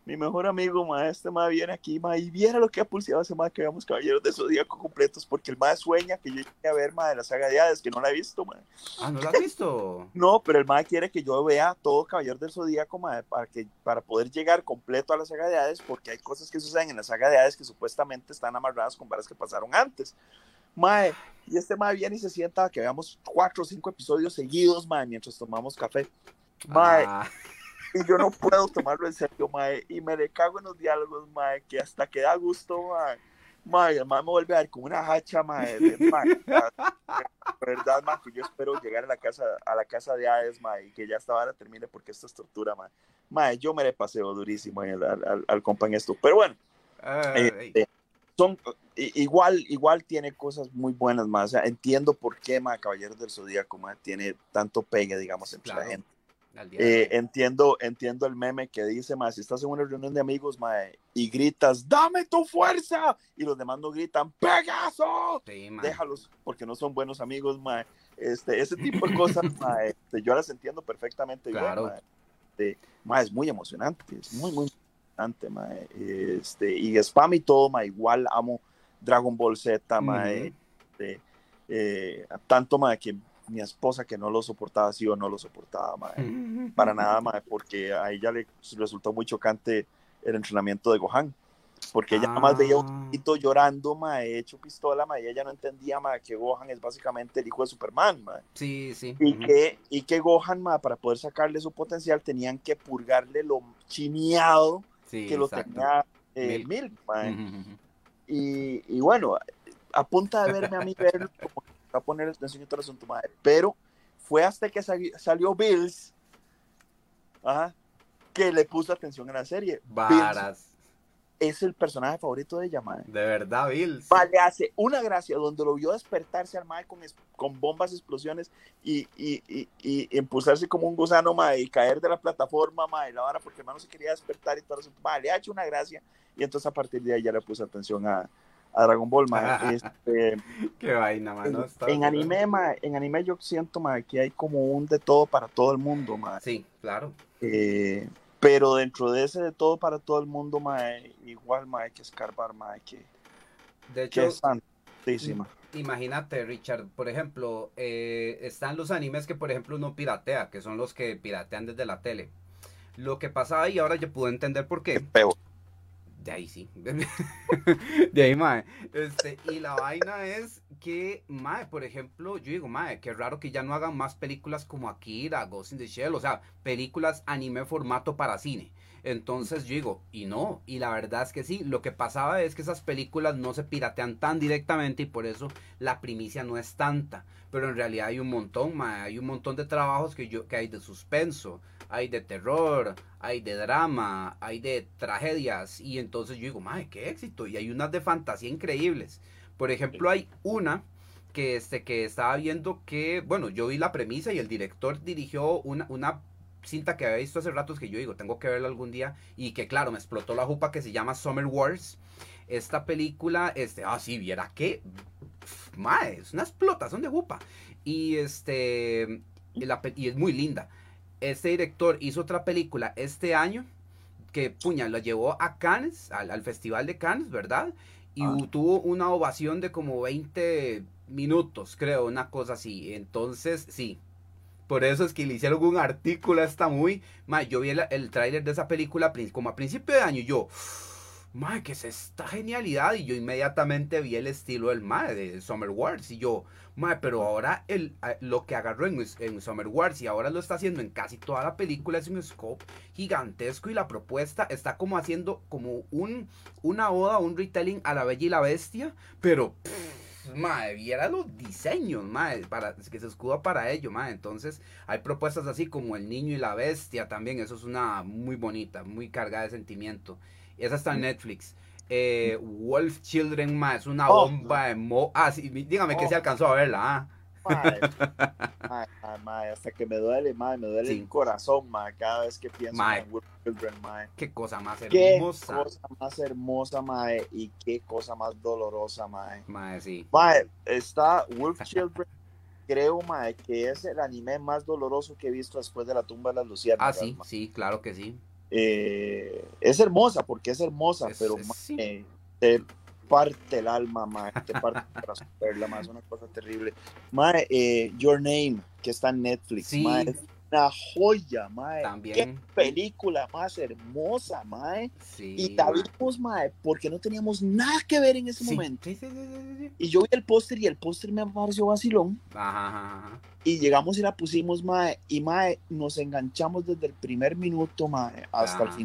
mi mejor amigo, ma, este ma viene aquí, ma, y viera lo que ha pulseado ese ma que veamos Caballeros de Zodíaco completos, porque el ma sueña que yo llegue a ver, ma, de la saga de Hades, que no la he visto, ma. Ah, ¿no lo has visto? No, pero el ma quiere que yo vea todo Caballeros del Zodíaco, ma, para, que, para poder llegar completo a la saga de Hades, porque hay cosas que suceden en la saga de Hades que supuestamente están amarradas con varas que pasaron antes. Mae, y este mae viene y se sienta a que veamos cuatro o cinco episodios seguidos, mae, mientras tomamos café. Mae, Ah, y yo no puedo tomarlo en serio, mae, y me le cago en los diálogos, mae, que hasta que da gusto, mae. Mae, el mae me vuelve a dar con una hacha, mae, de, mae, la verdad, mae, que yo espero llegar a la casa, a la casa de Hades, mae, y que ya esta vara termine porque esto es tortura, mae. Mae, yo me le paseo durísimo al, al, al compa en esto, pero bueno, ay, este, son igual, igual tiene cosas muy buenas más. O sea, entiendo por qué ma, Caballeros del Zodíaco ma, tiene tanto pegue, digamos, entre claro, la gente. al día de Eh, hoy. entiendo, entiendo el meme que dice, ma, si estás en una reunión de amigos ma, y gritas, ¡dame tu fuerza! Y los demás no gritan, ¡Pegaso! Sí, man. Déjalos, porque no son buenos amigos, ma. Este, ese tipo de cosas, ma, este, yo las entiendo perfectamente claro. bien, ma. Este, ma, es muy emocionante, es muy, muy emocionante, ma. Este, y spam y todo, ma, igual amo Dragon Ball Z, ma, Ujú. este, eh, tanto, ma, que mi esposa que no lo soportaba, sí o no lo soportaba, ma, para nada, ma, porque a ella le resultó muy chocante el entrenamiento de Gohan, porque ella nada más veía un Ah, poquito llorando, ma, hecho pistola, ma, y ella no entendía, ma, que Gohan es básicamente el hijo de Superman, ma. sí, sí. Y, Ujú. que, y que Gohan, ma, para poder sacarle su potencial, tenían que purgarle lo chineado Sí, que lo exacto. tenía eh, Milk. Milk, ma. Ujú, ujú. Y, y bueno, a punta de verme a mí verlo, como que va a poner atención y todo el asunto, madre. Pero fue hasta que sali- salió Bills, ajá, que le puso atención a la serie. Bills Varas. es el personaje favorito de ella, madre. De verdad, Bills. Ma, le hace una gracia donde lo vio despertarse al mae con, es- con bombas, explosiones y, y, y, y impulsarse como un gusano, mae, y caer de la plataforma, mae, y la vara porque el hermano se quería despertar y todo eso. Mae, le ha hecho una gracia y entonces a partir de ahí ya le puse atención a, a Dragon Ball, mae. Este, Qué vaina, man. No en, está en vacilando. anime, mae, en anime yo siento, mae, que hay como un de todo para todo el mundo, mae. Sí, claro. Eh, pero dentro de ese de todo para todo el mundo, mae, igual, mae, hay que escarbar, mae, que, De que hecho, es santísima. imagínate, Richard, por ejemplo, eh, están los animes que, por ejemplo, uno piratea, que son los que piratean desde la tele. Lo que pasaba y ahora yo pude entender por Qué qué. peor. De ahí sí. De ahí, mae. Este, y la vaina es que, mae, por ejemplo, yo digo, mae, qué raro que ya no hagan más películas como Akira, Ghost in the Shell, o sea, películas anime formato para cine. Entonces yo digo, y no, y la verdad es que sí, lo que pasaba es que esas películas no se piratean tan directamente y por eso la primicia no es tanta. Pero en realidad hay un montón, mae, hay un montón de trabajos que, yo, que hay de suspenso, hay de terror, hay de drama, hay de tragedias y entonces yo digo, madre, qué éxito y hay unas de fantasía increíbles. Por ejemplo, hay una que este que estaba viendo que, bueno, yo vi la premisa y el director dirigió una, una cinta que había visto hace ratos que yo digo, tengo que verla algún día y que claro, me explotó la jupa que se llama Summer Wars. Esta película, este, ah, sí, viera que, madre, es una explotación de jupa. Y este, y, la, y es muy linda. Este director hizo otra película este año que, puña, la llevó a Cannes, al, al Festival de Cannes, ¿verdad? Y Ah, uh, tuvo una ovación de como veinte minutos, creo, una cosa así. Entonces, sí. Por eso es que le hicieron un artículo, está muy... Ma, yo vi el, el tráiler de esa película como a principio de año y yo... Mae, ¿qué es esta genialidad? Y yo inmediatamente vi el estilo del Mae de Summer Wars. Y yo, Mae, pero ahora el, lo que agarró en, en Summer Wars y ahora lo está haciendo en casi toda la película es un scope gigantesco. Y la propuesta está como haciendo como un, una oda, un retelling a la Bella y la Bestia. Pero, pff, Mae, viera los diseños, Mae, para, que se escuda para ello, Mae. Entonces, hay propuestas así como El Niño y la Bestia también. Eso es una muy bonita, muy cargada de sentimiento. Esa está en Netflix. Eh, Wolf Children, ma, es una oh, no. bomba de mo... Ah, sí, dígame que se Oh, alcanzó a verla, ah. mae, mae, mae, mae, hasta que me duele, mae, me duele el Sí, corazón, mae, cada vez que pienso ma, mae, en Wolf Children, mae. qué cosa más Qué hermosa. cosa más hermosa, mae, y qué cosa más dolorosa, mae. Ma, sí. Mae, está Wolf Children, creo, mae, que es el anime más doloroso que he visto después de La tumba de las Ah, luciérnagas, sí, mae. sí, claro que sí. eh, es hermosa, porque es hermosa, Es, pero es- ma, sí. eh, te parte el alma, ma, te parte el corazón verla, ma, es una cosa terrible. Ma, eh, Your Name, que está en Netflix, ma, Sí, es una joya, ma, qué también. película más hermosa, ma, y Sí, la ma. vimos, ma, porque no teníamos nada que ver en ese Sí, momento. sí, sí, sí, sí, sí. Y yo vi el póster y el póster me pareció vacilón. Ajá, ajá, ajá. Y llegamos y la pusimos, mae, y mae, nos enganchamos desde el primer minuto, mae, hasta el Ajá. final.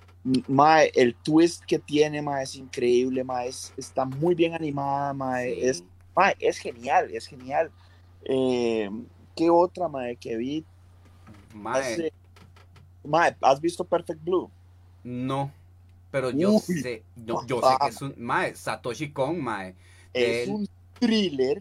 Mae, el twist que tiene, mae, es increíble, mae, es, está muy bien animada, mae, es, Sí. mae, es genial, es genial. Eh, ¿Qué otra, mae, que vi Mae, hace? Mae, ¿has visto Perfect Blue? no. Pero yo Uy, sé, no, yo sé que papá, es un, mae, Satoshi Kon, mae. De es él, un thriller,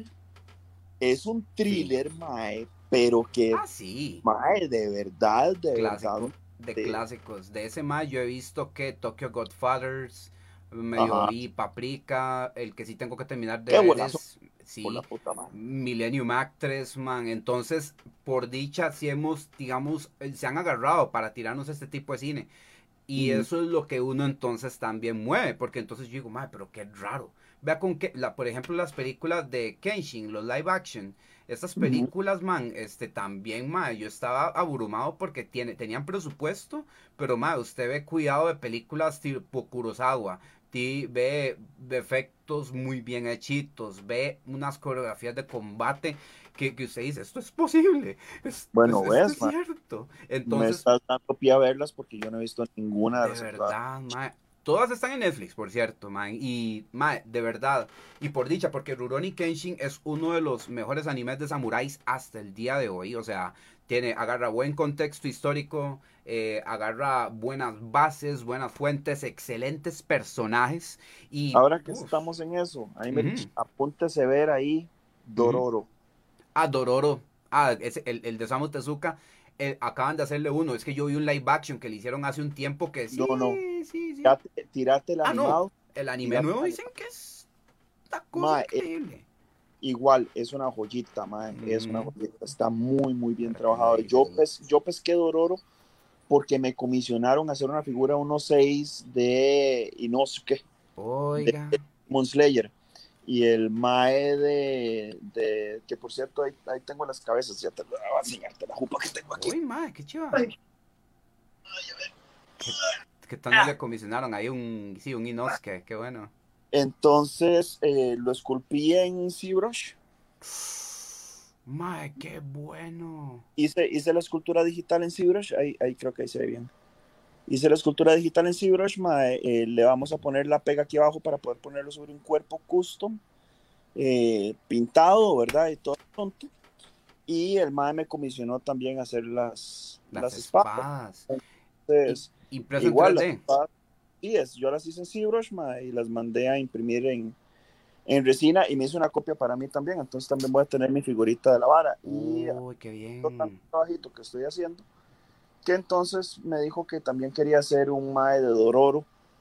es un sí. thriller, mae, pero que, Ah, sí. mae, de verdad, de verdad, Clásico de de- clásicos. De ese más yo he visto que Tokyo Godfathers, medio ajá, vi Paprika, el que sí tengo que terminar de qué ver buenazo, es, por la sí, puta madre. Millennium Actress, man. Entonces, por dicha, sí hemos, digamos, eh, se han agarrado para tirarnos este tipo de cine. Y Ujú, eso es lo que uno entonces también mueve, porque entonces yo digo, madre, pero qué raro. Vea con que, la, por ejemplo, las películas de Kenshin, los live action, estas ujú. películas, man, este también, madre, yo estaba abrumado porque tiene, tenían presupuesto, pero, madre, usted ve cuidado de películas tipo Kurosawa, ti- ve, ve efectos muy bien hechitos, ve unas coreografías de combate que, que usted dice, esto es posible, esto es, Bueno, esto es ves, man, cierto. me Entonces, estás dando pie a verlas porque yo no he visto ninguna de de las actuadas. verdad, mae. Todas están en Netflix, por cierto, man. Y, mae, de verdad. Y por dicha, porque Rurouni Kenshin es uno de los mejores animes de samuráis hasta el día de hoy. O sea, tiene, agarra buen contexto histórico, eh, agarra buenas bases, buenas fuentes, excelentes personajes. Y, Ahora que uff, estamos en eso, ahí me uh apúntese a ver ahí -huh. Dororo. Ah, Dororo. Ah, ese, el, el de Osamu Tezuka. Eh, acaban de hacerle uno. Es que yo vi un live action que le hicieron hace un tiempo que No, no, sí, sí, sí. tirate, tirate el Ah, no. animado, El anime tirate nuevo el dicen animado. que es una cosa Ma, eh, increíble. igual, es una joyita, ma, es una Ujú. joyita, está muy, muy bien Para que me trabajado. dice, Yo, sí. pes, yo pesqué Dororo porque me comisionaron hacer una figura uno seis de Inosuke, de Oiga. Demon Slayer. Y el Mae de, de que por cierto, ahí, ahí tengo las cabezas, ya te lo voy a enseñarte la jupa que tengo aquí. Uy, madre, qué chiva. Ay, ¿Qué, qué tal no le comisionaron ahí un, sí, un Inosuke? Qué bueno. entonces eh, lo esculpí en ZBrush. Madre, qué bueno. Hice, hice la escultura digital en ZBrush, ahí, ahí creo que ahí se ve bien. Hice la escultura digital en ZBrush, mae, eh, le vamos a poner la pega aquí abajo para poder ponerlo sobre un cuerpo custom, eh, pintado, ¿verdad? Y todo tonto. Y el mae me comisionó también hacer las, Las las espadas. espadas. Y, Entonces, impreso en igual, las tres D. espadas, sí, es, yo las hice en ZBrush, mae, y las mandé a imprimir en, en resina y me hice una copia para mí también. Entonces también voy a tener mi figurita de la vara. Y Uy, qué otro bien. trabajito que estoy haciendo, que entonces me dijo que también quería hacer un mae de Dororo.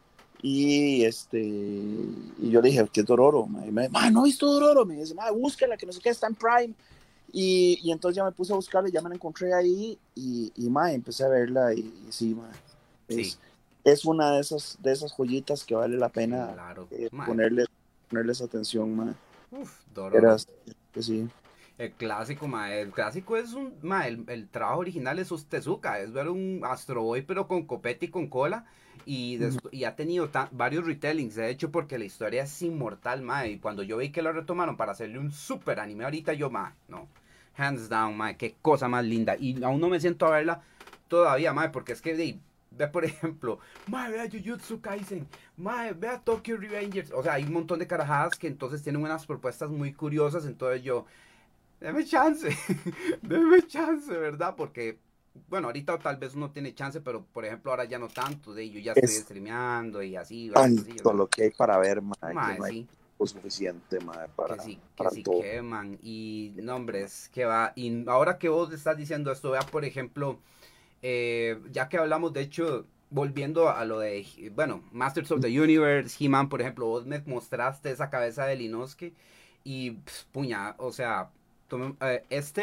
Y este y yo le dije, ¿qué es Dororo? Y me dice, no he visto Dororo. Me dice, búscala, que no sé qué, está en Prime. Y, y entonces ya me puse a buscarla y ya me la encontré ahí. Y, y ma, empecé a verla. Y, y sí, ma, Sí, es, es una de esas, de esas joyitas que vale la pena claro. eh, Madre, ponerle, ponerles atención, ma. uf, Dororo. Era, que sí. El clásico, ma, el clásico es un, ma, el, el trabajo original es Tezuka, es ver un Astro Boy pero con copete y con cola y, Ujú. despu- y ha tenido ta- varios retellings, de hecho porque la historia es inmortal, ma, y cuando yo vi que lo retomaron para hacerle un super anime ahorita yo, ma, no, hands down, ma, qué cosa más linda y aún no me siento a verla todavía, ma, porque es que, de, ve por ejemplo, ma, vea Jujutsu Kaisen, ma, vea Tokyo Revengers, o sea, hay un montón de carajadas que entonces tienen unas propuestas muy curiosas, entonces yo deme chance, deme chance, ¿verdad? Porque, bueno, ahorita tal vez uno tiene chance, pero por ejemplo ahora ya no tanto, de yo ya estoy Es streameando y así, varas así, tanto ¿verdad? lo que hay para ver, ma, que Mae, no hay sí, lo suficiente, ma, para, que sí, que para sí todo. queman y nombres, que va. Y ahora que vos estás diciendo esto, vea, por ejemplo, eh, ya que hablamos, de hecho, volviendo a lo de, bueno, Masters of the Universe, He-Man, por ejemplo, vos me mostraste esa cabeza de Inosuke y, pf, puña, o sea, tome- eh, este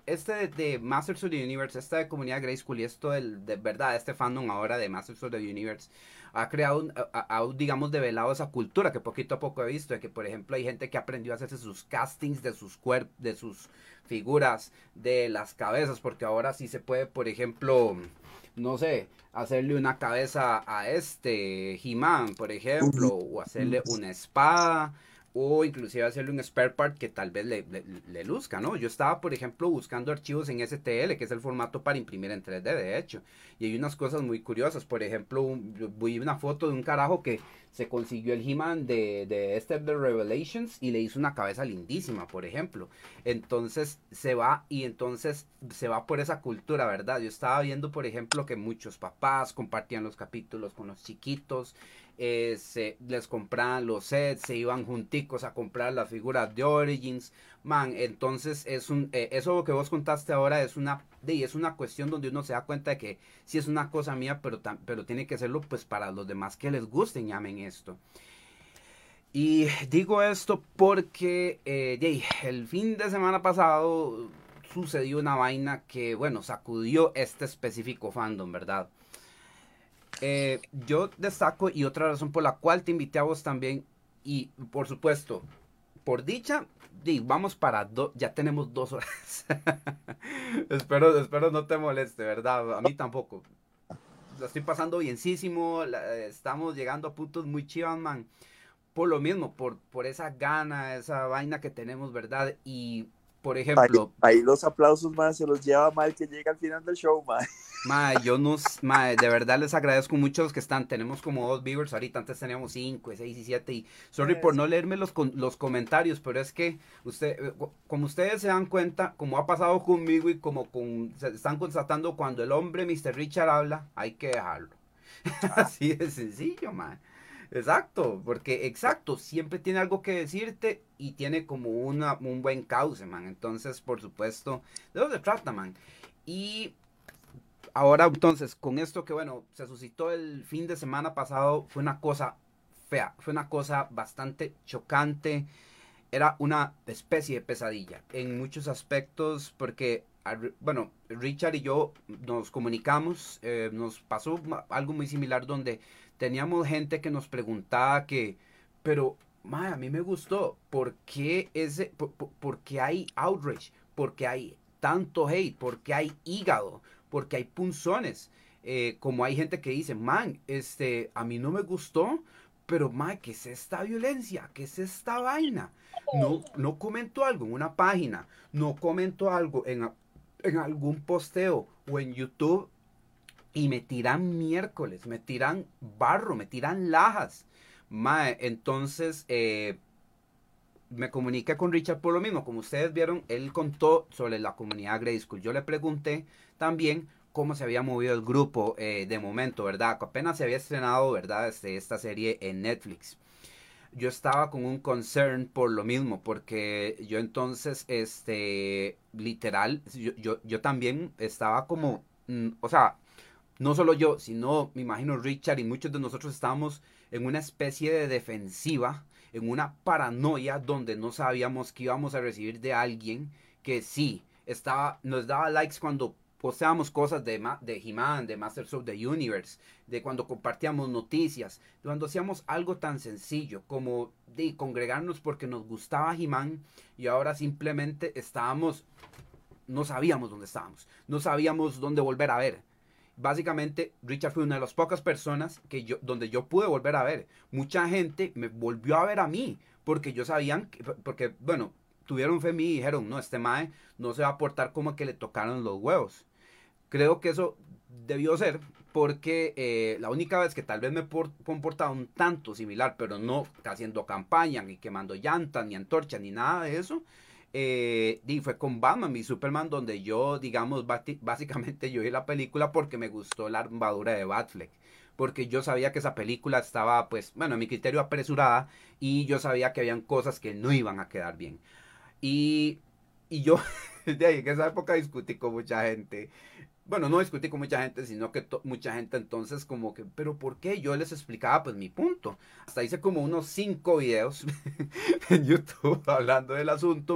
este de, de Masters of the Universe, esta de comunidad Grayskull y esto del, de verdad, este fandom ahora de Masters of the Universe, ha creado, un- ha, ha- ha, digamos, develado esa cultura que poquito a poco he visto, de que, por ejemplo, hay gente que aprendió a hacerse sus castings de sus cuerpos, de sus figuras, de las cabezas, porque ahora sí se puede, por ejemplo, no sé, hacerle una cabeza a este He-Man, por ejemplo, o hacerle una espada, o inclusive hacerle un spare part que tal vez le, le, le luzca, ¿no? Yo estaba, por ejemplo, buscando archivos en S T L, que es el formato para imprimir en tres D, de hecho, y hay unas cosas muy curiosas, por ejemplo, un, vi una foto de un carajo que se consiguió el He-Man de, de este de Revelations y le hizo una cabeza lindísima, por ejemplo. Entonces se va y entonces se va por esa cultura, ¿verdad? Yo estaba viendo, por ejemplo, que muchos papás compartían los capítulos con los chiquitos, eh, se les compraban los sets, se iban junticos a comprar las figuras de Origins, man, entonces es un, eh, eso que vos contaste ahora es una, de, es una cuestión donde uno se da cuenta de que sí es una cosa mía, pero, tam, pero tiene que serlo pues para los demás que les gusten, llamen esto. Y digo esto porque eh, yay, el fin de semana pasado sucedió una vaina que, bueno, sacudió este específico fandom, ¿verdad? Eh, yo destaco y otra razón por la cual te invité a vos también y por supuesto, por dicha, di, vamos para dos, ya tenemos dos horas. espero, espero no te moleste, ¿verdad? A mí tampoco. Lo estoy pasando bienísimo, la, estamos llegando a puntos muy chivas, man. Por lo mismo, por, por esa gana, esa vaina que tenemos, ¿verdad? Y, por Ahí, ejemplo, ahí los aplausos, más se los lleva mal que llega al final del show, man. ma, yo no, ma, de verdad les agradezco mucho a los que están. Tenemos como dos viewers ahorita, antes teníamos cinco, seis y siete. Y sorry por no leerme los, con, los comentarios, pero es que usted, eh, como ustedes se dan cuenta, como ha pasado conmigo y como con, se están constatando cuando el hombre mister Richard habla, hay que dejarlo. Así de sencillo, man. Exacto, porque exacto, siempre tiene algo que decirte y tiene como una, un buen cauce, man. Entonces, por supuesto, de eso se trata, man. Y ahora, entonces, con esto que, bueno, se suscitó el fin de semana pasado, fue una cosa fea, fue una cosa bastante chocante, era una especie de pesadilla en muchos aspectos porque, bueno, Richard y yo nos comunicamos, eh, nos pasó algo muy similar donde teníamos gente que nos preguntaba que, pero, ma, a mí me gustó, ¿por qué, ese, por, por, por qué hay outrage? ¿Por qué hay tanto hate? ¿Por qué hay hígado? ¿Por qué hay punzones? Eh, como hay gente que dice, man, este, a mí no me gustó, pero, ma, ¿qué es esta violencia? ¿Qué es esta vaina? No, no comento algo en una página, no comento algo en, en algún posteo o en YouTube y me tiran miércoles, me tiran barro, me tiran lajas. Mae, entonces eh, me comuniqué con Richard por lo mismo. Como ustedes vieron, él contó sobre la comunidad Grayskull. Yo le pregunté también cómo se había movido el grupo eh, de momento, ¿verdad? Apenas se había estrenado, ¿verdad? Este, esta serie en Netflix. Yo estaba con un concern por lo mismo, porque yo entonces, este, literal, yo, yo, yo también estaba como, mm, o sea, no solo yo, sino me imagino Richard y muchos de nosotros estábamos en una especie de defensiva, en una paranoia donde no sabíamos que íbamos a recibir de alguien que sí, estaba, nos daba likes cuando posteábamos cosas de, de He-Man, de Masters of the Universe, de cuando compartíamos noticias, cuando hacíamos algo tan sencillo como de congregarnos porque nos gustaba He-Man y ahora simplemente estábamos, no sabíamos dónde estábamos, no sabíamos dónde volver a ver. Básicamente, Richard fue una de las pocas personas que yo, donde yo pude volver a ver. Mucha gente me volvió a ver a mí, porque yo sabían, que, porque, bueno, tuvieron fe en mí y dijeron, no, este mae no se va a portar como que le tocaron los huevos. Creo que eso debió ser porque eh, la única vez que tal vez me he comportado un tanto similar, pero no haciendo campaña, ni quemando llantas, ni antorchas, ni nada de eso, eh, y fue con Batman y Superman, donde yo, digamos, básicamente yo vi la película porque me gustó la armadura de Batfleck. Porque yo sabía que esa película estaba, pues, bueno, a mi criterio apresurada y yo sabía que habían cosas que no iban a quedar bien. Y, y yo, de ahí, en esa época discutí con mucha gente. Bueno, no discutí con mucha gente, sino que mucha gente entonces como que, pero ¿por qué? Yo les explicaba pues mi punto. Hasta hice como unos cinco videos en YouTube hablando del asunto.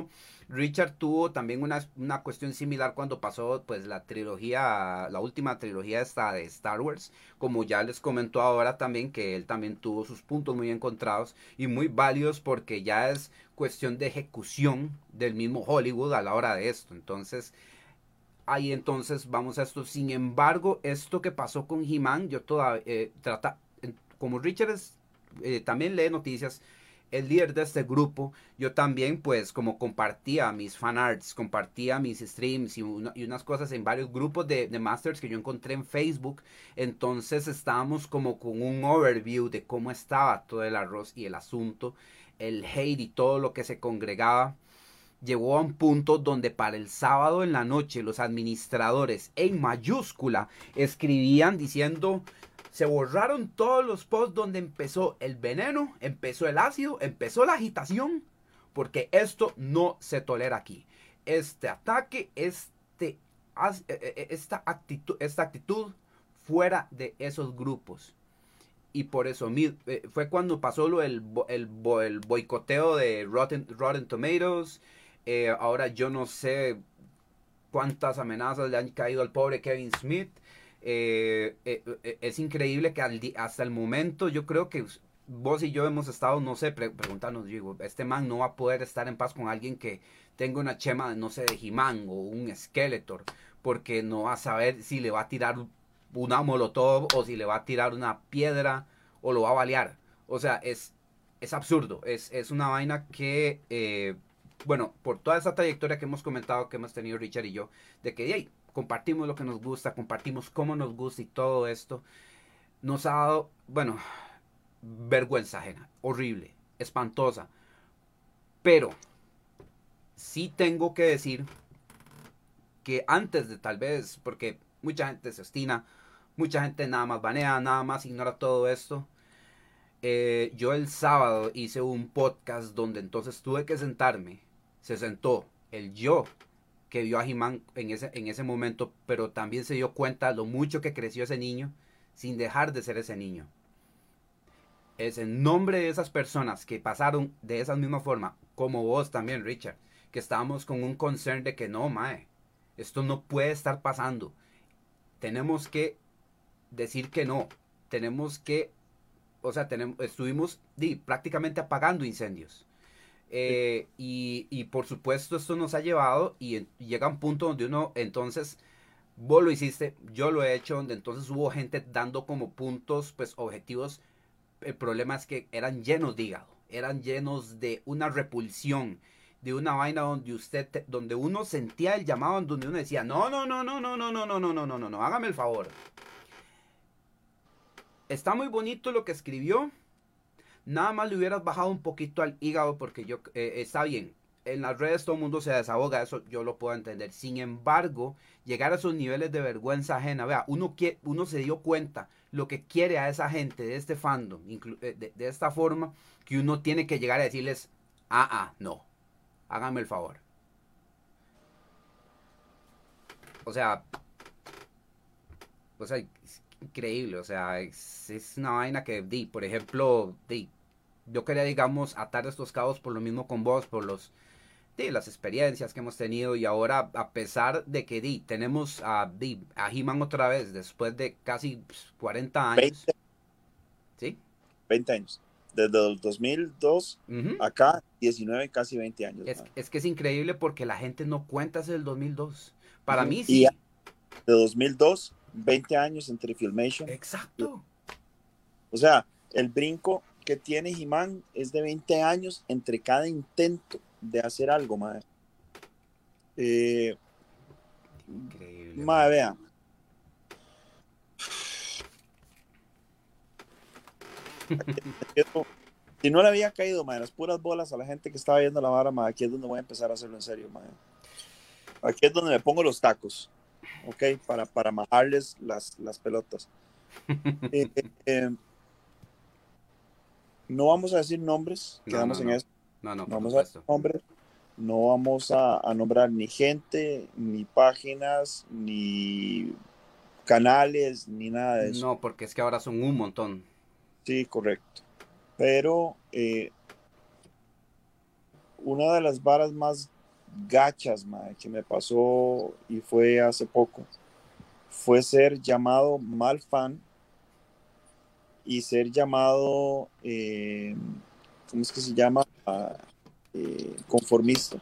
Richard tuvo también una, una cuestión similar cuando pasó pues la trilogía, la última trilogía esta de Star Wars, como ya les comentó ahora también que él también tuvo sus puntos muy encontrados y muy válidos porque ya es cuestión de ejecución del mismo Hollywood a la hora de esto. Entonces, ahí entonces vamos a esto. Sin embargo, esto que pasó con He-Man, yo todavía eh, trata, como Richard es, eh, también lee noticias, el líder de este grupo, yo también pues como compartía mis fanarts, compartía mis streams y, una, y unas cosas en varios grupos de, de masters que yo encontré en Facebook, entonces estábamos como con un overview de cómo estaba todo el arroz y el asunto, el hate y todo lo que se congregaba. Llegó a un punto donde para el sábado en la noche los administradores en mayúscula escribían diciendo: se borraron todos los posts donde empezó el veneno, empezó el ácido, empezó la agitación, porque esto no se tolera aquí. Este ataque, este, esta, actitud, esta actitud fuera de esos grupos. Y por eso fue cuando pasó lo, el, el, el boicoteo de Rotten, Rotten Tomatoes. Eh, ahora yo no sé cuántas amenazas le han caído al pobre Kevin Smith. Eh, eh, eh, es increíble que al, hasta el momento yo creo que vos y yo hemos estado, no sé, pre preguntarnos, digo, este man no va a poder estar en paz con alguien que tenga una chema, no sé, de He-Man o un Skeletor, porque no va a saber si le va a tirar una molotov o si le va a tirar una piedra o lo va a balear. O sea, es, es absurdo, es, es una vaina que... Eh, bueno, por toda esa trayectoria que hemos comentado, que hemos tenido Richard y yo, de que hey, compartimos lo que nos gusta, compartimos cómo nos gusta y todo esto, nos ha dado, bueno, vergüenza ajena, horrible, espantosa. Pero sí tengo que decir que antes de tal vez, porque mucha gente se ostina, mucha gente nada más banea, nada más ignora todo esto. Eh, yo el sábado hice un podcast donde entonces tuve que sentarme. Se sentó el yo que vio a He-Man en ese, en ese momento, pero también se dio cuenta lo mucho que creció ese niño sin dejar de ser ese niño. Es en nombre de esas personas que pasaron de esa misma forma, como vos también, Richard, que estábamos con un concern de que no, mae, esto no puede estar pasando. Tenemos que decir que no. Tenemos que, o sea, tenemos, estuvimos di, prácticamente apagando incendios. Eh, y, y por supuesto esto nos ha llevado y, y llega un punto donde uno entonces, vos lo hiciste, yo lo he hecho, donde entonces hubo gente dando como puntos, pues objetivos. El problema es que eran llenos de hígado, eran llenos de una repulsión, de una vaina donde usted, te, donde uno sentía el llamado, donde uno decía, no, no, no, no, no, no, no, no, no, no, no, no, no, hágame el favor. Está muy bonito lo que escribió. Nada más le hubieras bajado un poquito al hígado porque yo eh, está bien. En las redes todo el mundo se desahoga, eso yo lo puedo entender. Sin embargo, llegar a esos niveles de vergüenza ajena, vea, uno, quiere, uno se dio cuenta lo que quiere a esa gente de este fandom, de, de, de esta forma, que uno tiene que llegar a decirles, ah, ah, no, háganme el favor. O sea, o sea, es increíble, o sea, es, es una vaina que, di, por ejemplo, di, yo quería, digamos, atar estos cabos por lo mismo con vos, por los, di, las experiencias que hemos tenido y ahora, a pesar de que, di, tenemos a, di, a He-Man otra vez, después de casi cuarenta años, veinte, ¿sí? veinte años. Desde el dos mil dos uh-huh. acá, diecinueve, casi veinte años. Es, es que es increíble porque la gente no cuenta desde el dos mil dos. Para uh-huh. mí sí. Y de dos mil dos, veinte años entre Filmation. Exacto. O sea, el brinco que tiene He-Man es de veinte años entre cada intento de hacer algo, madre. Eh, Increíble. Madre, vea. Si no le había caído, madre, las puras bolas a la gente que estaba viendo la vara, madre, aquí es donde voy a empezar a hacerlo en serio, madre. Aquí es donde me pongo los tacos, ¿ok? Para, para majarles las, las pelotas. eh, eh, no vamos a decir nombres, no, quedamos no, en no. eso. No, no, no vamos a decir nombres, no vamos a, a nombrar ni gente, ni páginas, ni canales, ni nada de eso. No, porque es que ahora son un montón. Sí, correcto. Pero eh, una de las varas más gachas, mae, que me pasó y fue hace poco, fue ser llamado mal fan y ser llamado, eh, ¿cómo es que se llama? Ah, eh, conformista.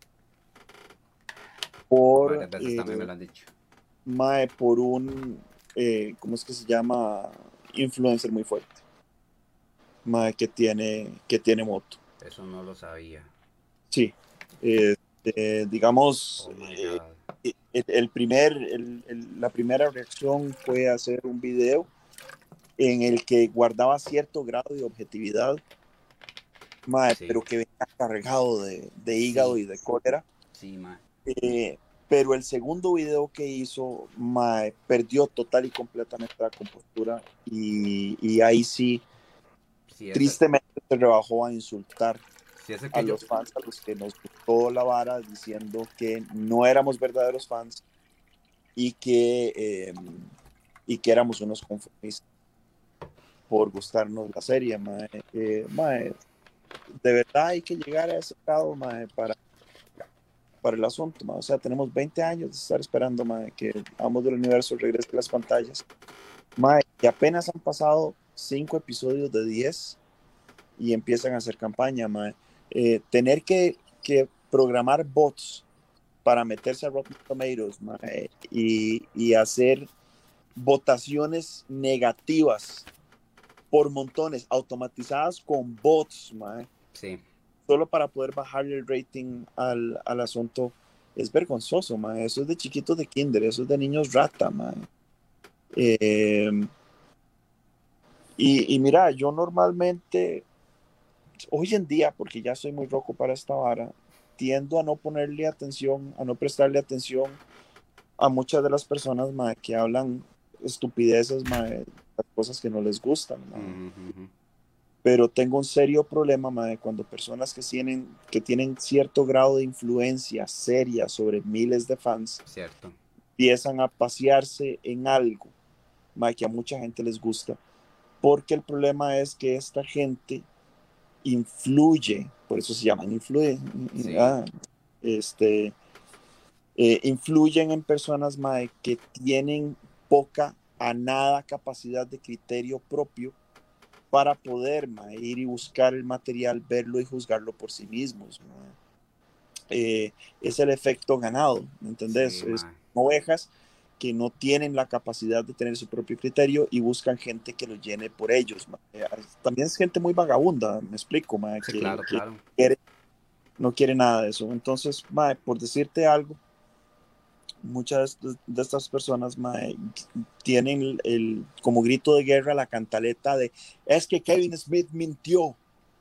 Por, Varias veces también me eh, lo han dicho. mae, por un, eh, ¿cómo es que se llama? Influencer muy fuerte. Mae, que tiene, que tiene moto. Eso no lo sabía. Sí. Eh, eh, digamos, Oh my eh, god. el, el primer, el, el, la primera reacción fue hacer un video en el que guardaba cierto grado de objetividad, mae, Sí. pero que venía cargado de, de hígado Sí. y de cólera. Sí, mae. Eh, pero el segundo video que hizo, mae, perdió total y completamente la compostura y, y ahí sí, Sí, ese, tristemente se rebajó a insultar sí, ese a que yo... los fans a los que nos gustó la vara diciendo que no éramos verdaderos fans y que, eh, y que éramos unos conformistas por gustarnos la serie, mae. Eh, mae, de verdad hay que llegar a ese grado, mae, para, para el asunto, mae. O sea, tenemos veinte años de estar esperando, mae, que Amos del Universo regrese a las pantallas, mae, y apenas han pasado cinco episodios de diez y empiezan a hacer campaña, mae. Eh, tener que, que programar bots para meterse a Rotten Tomatoes, mae, y, y hacer votaciones negativas por montones, automatizadas con bots, mae, Sí. solo para poder bajarle el rating al, al asunto, es vergonzoso, mae. Eso es de chiquitos de kinder, eso es de niños rata, mae. Eh, y, y mira, yo normalmente, hoy en día, porque ya soy muy roco para esta vara, tiendo a no ponerle atención, a no prestarle atención a muchas de las personas, mae, que hablan estupideces, mae, las cosas que no les gustan, mae. Uh -huh. Pero tengo un serio problema, mae, cuando personas que tienen, que tienen cierto grado de influencia seria sobre miles de fans Cierto. empiezan a pasearse en algo, mae, que a mucha gente les gusta, porque el problema es que esta gente influye, por eso se llaman influye, Sí. ah, este, eh, influyen en personas, mae, que tienen poca a nada capacidad de criterio propio para poder, mae, ir y buscar el material, verlo y juzgarlo por sí mismos. Eh, es el efecto ganado, ¿me entendés? Sí, Es mae. ovejas que no tienen la capacidad de tener su propio criterio y buscan gente que lo llene por ellos. Mae. También es gente muy vagabunda, me explico, mae, Sí, que, claro, que claro. quiere, no quiere nada de eso. Entonces, mae, por decirte algo, muchas de estas personas, mae, tienen el, el, como grito de guerra la cantaleta de es que Kevin Smith mintió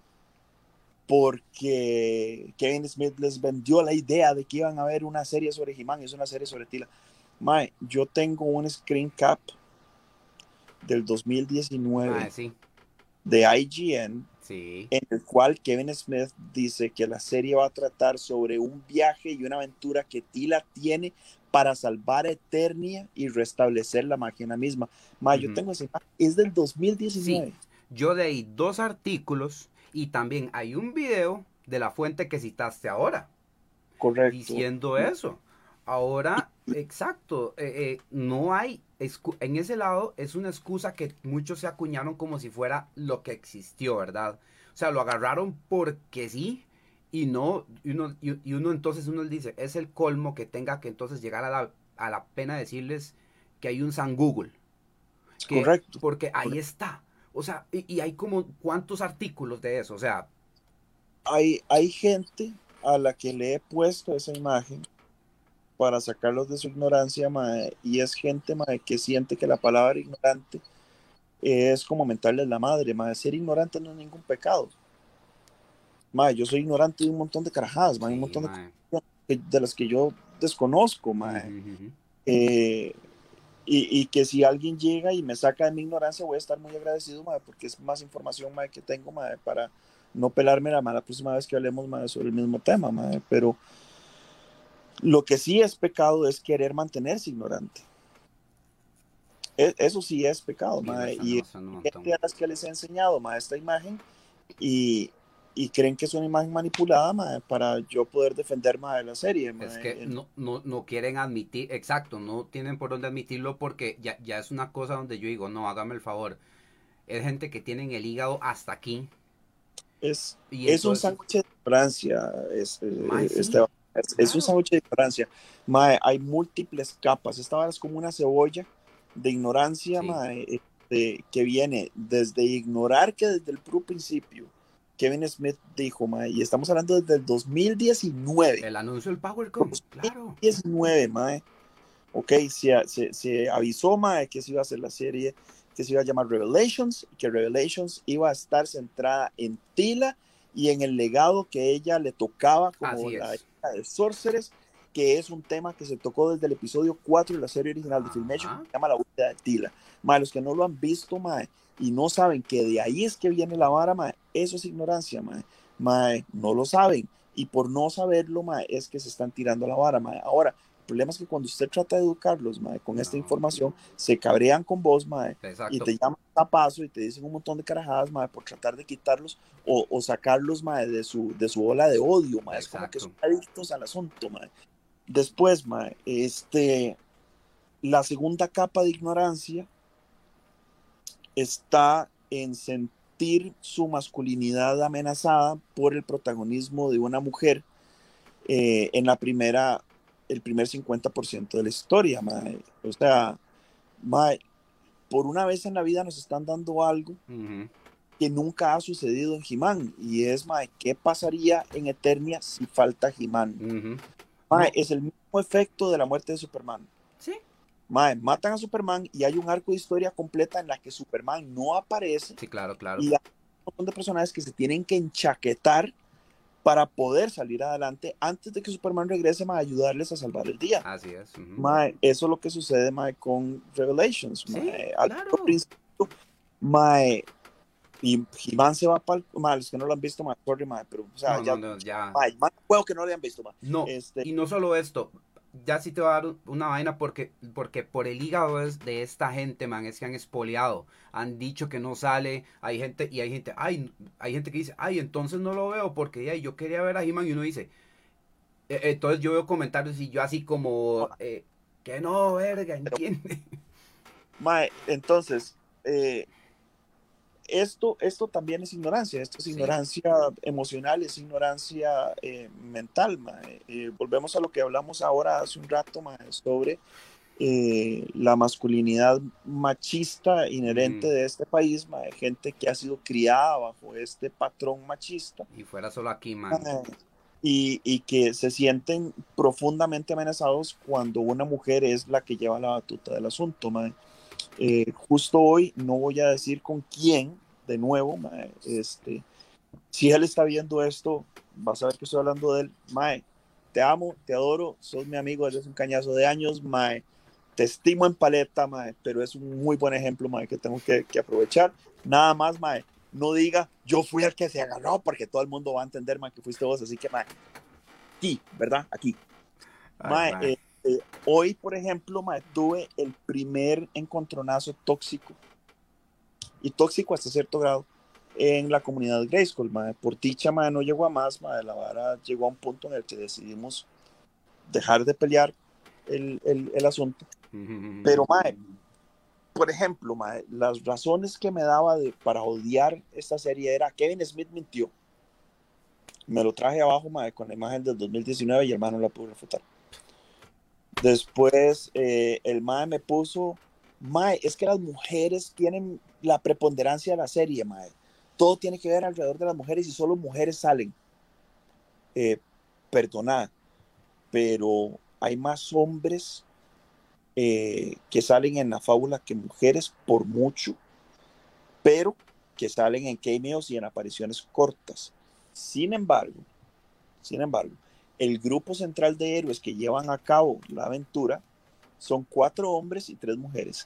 porque Kevin Smith les vendió la idea de que iban a ver una serie sobre He-Man y es una serie sobre Tila. Mae, yo tengo un screen cap del dos mil diecinueve Mae, sí. de I G N Sí. en el cual Kevin Smith dice que la serie va a tratar sobre un viaje y una aventura que Tila tiene para salvar a Eternia y restablecer la máquina misma. Ma, yo Uh-huh. tengo esa imagen, es del dos mil Sí. diecinueve. Yo leí dos artículos y también hay un video de la fuente que citaste ahora Correcto. diciendo eso. Ahora, exacto, eh, eh, no hay, en ese lado es una excusa que muchos se acuñaron como si fuera lo que existió, ¿verdad? O sea, lo agarraron porque sí y no, y uno, y, y uno entonces uno dice, es el colmo que tenga que entonces llegar a la, a la pena decirles que hay un San Google, que, Correcto. porque ahí está. O sea, y, y hay como cuántos artículos de eso, o sea. Hay, hay gente a la que le he puesto esa imagen para sacarlos de su ignorancia, mae, y es gente, mae, que siente que la palabra ignorante es como mentarles la madre, mae. Ser ignorante no es ningún pecado. Mae, yo soy ignorante de un montón de carajadas, mae, un Sí, montón de mae. cosas de las que yo desconozco, Uh mae. -huh, uh -huh. Eh, y, y, que si alguien llega y me saca de mi ignorancia, voy a estar muy agradecido, mae, porque es más información, mae, que tengo, mae, para no pelarme la, mae, la próxima vez que hablemos, mae, sobre el mismo tema, mae. Pero lo que sí es pecado es querer mantenerse ignorante. Eso sí es pecado, Sí, mae. eso Y no, son un gente montón. a las que les he enseñado, mae, esta imagen y, y creen que es una imagen manipulada, mae, para yo poder defender más la serie. Mae. Es que En- no, no, no quieren admitir, exacto, no tienen por dónde admitirlo porque ya, ya es una cosa donde yo digo, no, hágame el favor. Es gente que tienen el hígado hasta aquí. es, Y es un entonces, sándwich de ignorancia, es, mae, eh, sí, este, es, es un claro. sándwich de ignorancia. Mae, hay múltiples capas. Esta vara es como una cebolla de ignorancia, Sí, mae, este, que viene desde ignorar que desde el puro principio Kevin Smith dijo, mae, y estamos hablando desde el dos mil diecinueve. el anuncio del PowerCon, claro. dos mil diecinueve, mae. Ok, se, se, se avisó, mae, que se iba a hacer la serie, que se iba a llamar Revelations, y que Revelations iba a estar centrada en Tila y en el legado que ella le tocaba como Así la es. hija de Sorceress, que es un tema que se tocó desde el episodio cuatro de la serie original de Filmation, que Ajá. se llama La búsqueda de Tila. Mae, los que no lo han visto, mae, y no saben que de ahí es que viene la vara, mae, eso es ignorancia, mae. Mae, no lo saben, y por no saberlo, mae, es que se están tirando la vara, mae. Ahora, el problema es que cuando usted trata de educarlos, mae, con esta No, información, se cabrean con vos, mae, y exacto. te llaman a paso y te dicen un montón de carajadas, mae, por tratar de quitarlos o, o sacarlos, mae, de su, de su ola de odio, mae. Es como que son Exacto. adictos al asunto, mae. Después, mae, este, la segunda capa de ignorancia está en sentir su masculinidad amenazada por el protagonismo de una mujer eh, en la primera, el primer cincuenta por ciento de la historia, mae. O sea, mae, por una vez en la vida nos están dando algo Ujú. que nunca ha sucedido en He-Man, y es, mae, ¿qué pasaría en Eternia si falta He-Man? Ujú. Mae, No, es el mismo efecto de la muerte de Superman. sí, Mae, matan a Superman y hay un arco de historia completa en la que Superman no aparece sí, claro, claro. y hay un montón de personajes que se tienen que enchaquetar para poder salir adelante antes de que Superman regrese, mae, a ayudarles a salvar el día. Así es. Ujú. Mae, eso es lo que sucede, mae, con Revelations, Sí, mae. Al claro. principio, mae, y He-Man se va para el, los que no lo han visto, mae, sorry, mae, pero, o sea, No, ya, no, no, ya. mae, mae, juego que no lo hayan visto, mae. No, Este, y no solo esto, ya sí te va a dar una vaina porque, porque por el hígado es de esta gente, man, es que han espoleado, han dicho que no sale, hay gente, y hay gente, ay, hay gente que dice, ay, entonces no lo veo porque ya, yo quería ver a He-Man y uno dice, eh, entonces yo veo comentarios y yo así como, eh, que no, verga, pero, entiende. mae, entonces, eh, esto, esto también es ignorancia, esto es Sí. ignorancia emocional, es ignorancia eh, mental, mae. Eh, volvemos a lo que hablamos ahora hace un rato, mae, sobre eh, la masculinidad machista inherente Ujú. de este país, mae, gente que ha sido criada bajo este patrón machista, Y fuera solo aquí, man. mae, y, y que se sienten profundamente amenazados cuando una mujer es la que lleva la batuta del asunto, mae. Eh, justo hoy, no voy a decir con quién, de nuevo, mae, este, si él está viendo esto, vas a ver que estoy hablando de él, mae, te amo, te adoro, sos mi amigo desde hace un cañazo de años, mae, te estimo en paleta, mae, pero es un muy buen ejemplo, mae, que tengo que, que aprovechar. Nada más, mae, no diga, yo fui el que se agarró, porque todo el mundo va a entender, mae, que fuiste vos, así que, mae, aquí, ¿verdad? Aquí. Ay, Mae, man. eh, eh, hoy, por ejemplo, mae, tuve el primer encontronazo tóxico, y tóxico hasta cierto grado, en la comunidad Grayskull, mae. Por dicha, mae, no llegó a más, mae. La vara llegó a un punto en el que decidimos dejar de pelear el, el, el asunto. Pero, mae, por ejemplo, mae, las razones que me daba de, para odiar esta serie era Kevin Smith mintió. Me lo traje abajo, mae, con la imagen del dos mil diecinueve y el mae no la pudo refutar. Después, eh, el mae me puso, mae, es que las mujeres tienen la preponderancia de la serie, mae. Todo tiene que ver alrededor de las mujeres y solo mujeres salen. Eh, perdona, pero hay más hombres eh, que salen en la fábula que mujeres por mucho, pero que salen en cameos y en apariciones cortas. Sin embargo, sin embargo, el grupo central de héroes que llevan a cabo la aventura son cuatro hombres y tres mujeres.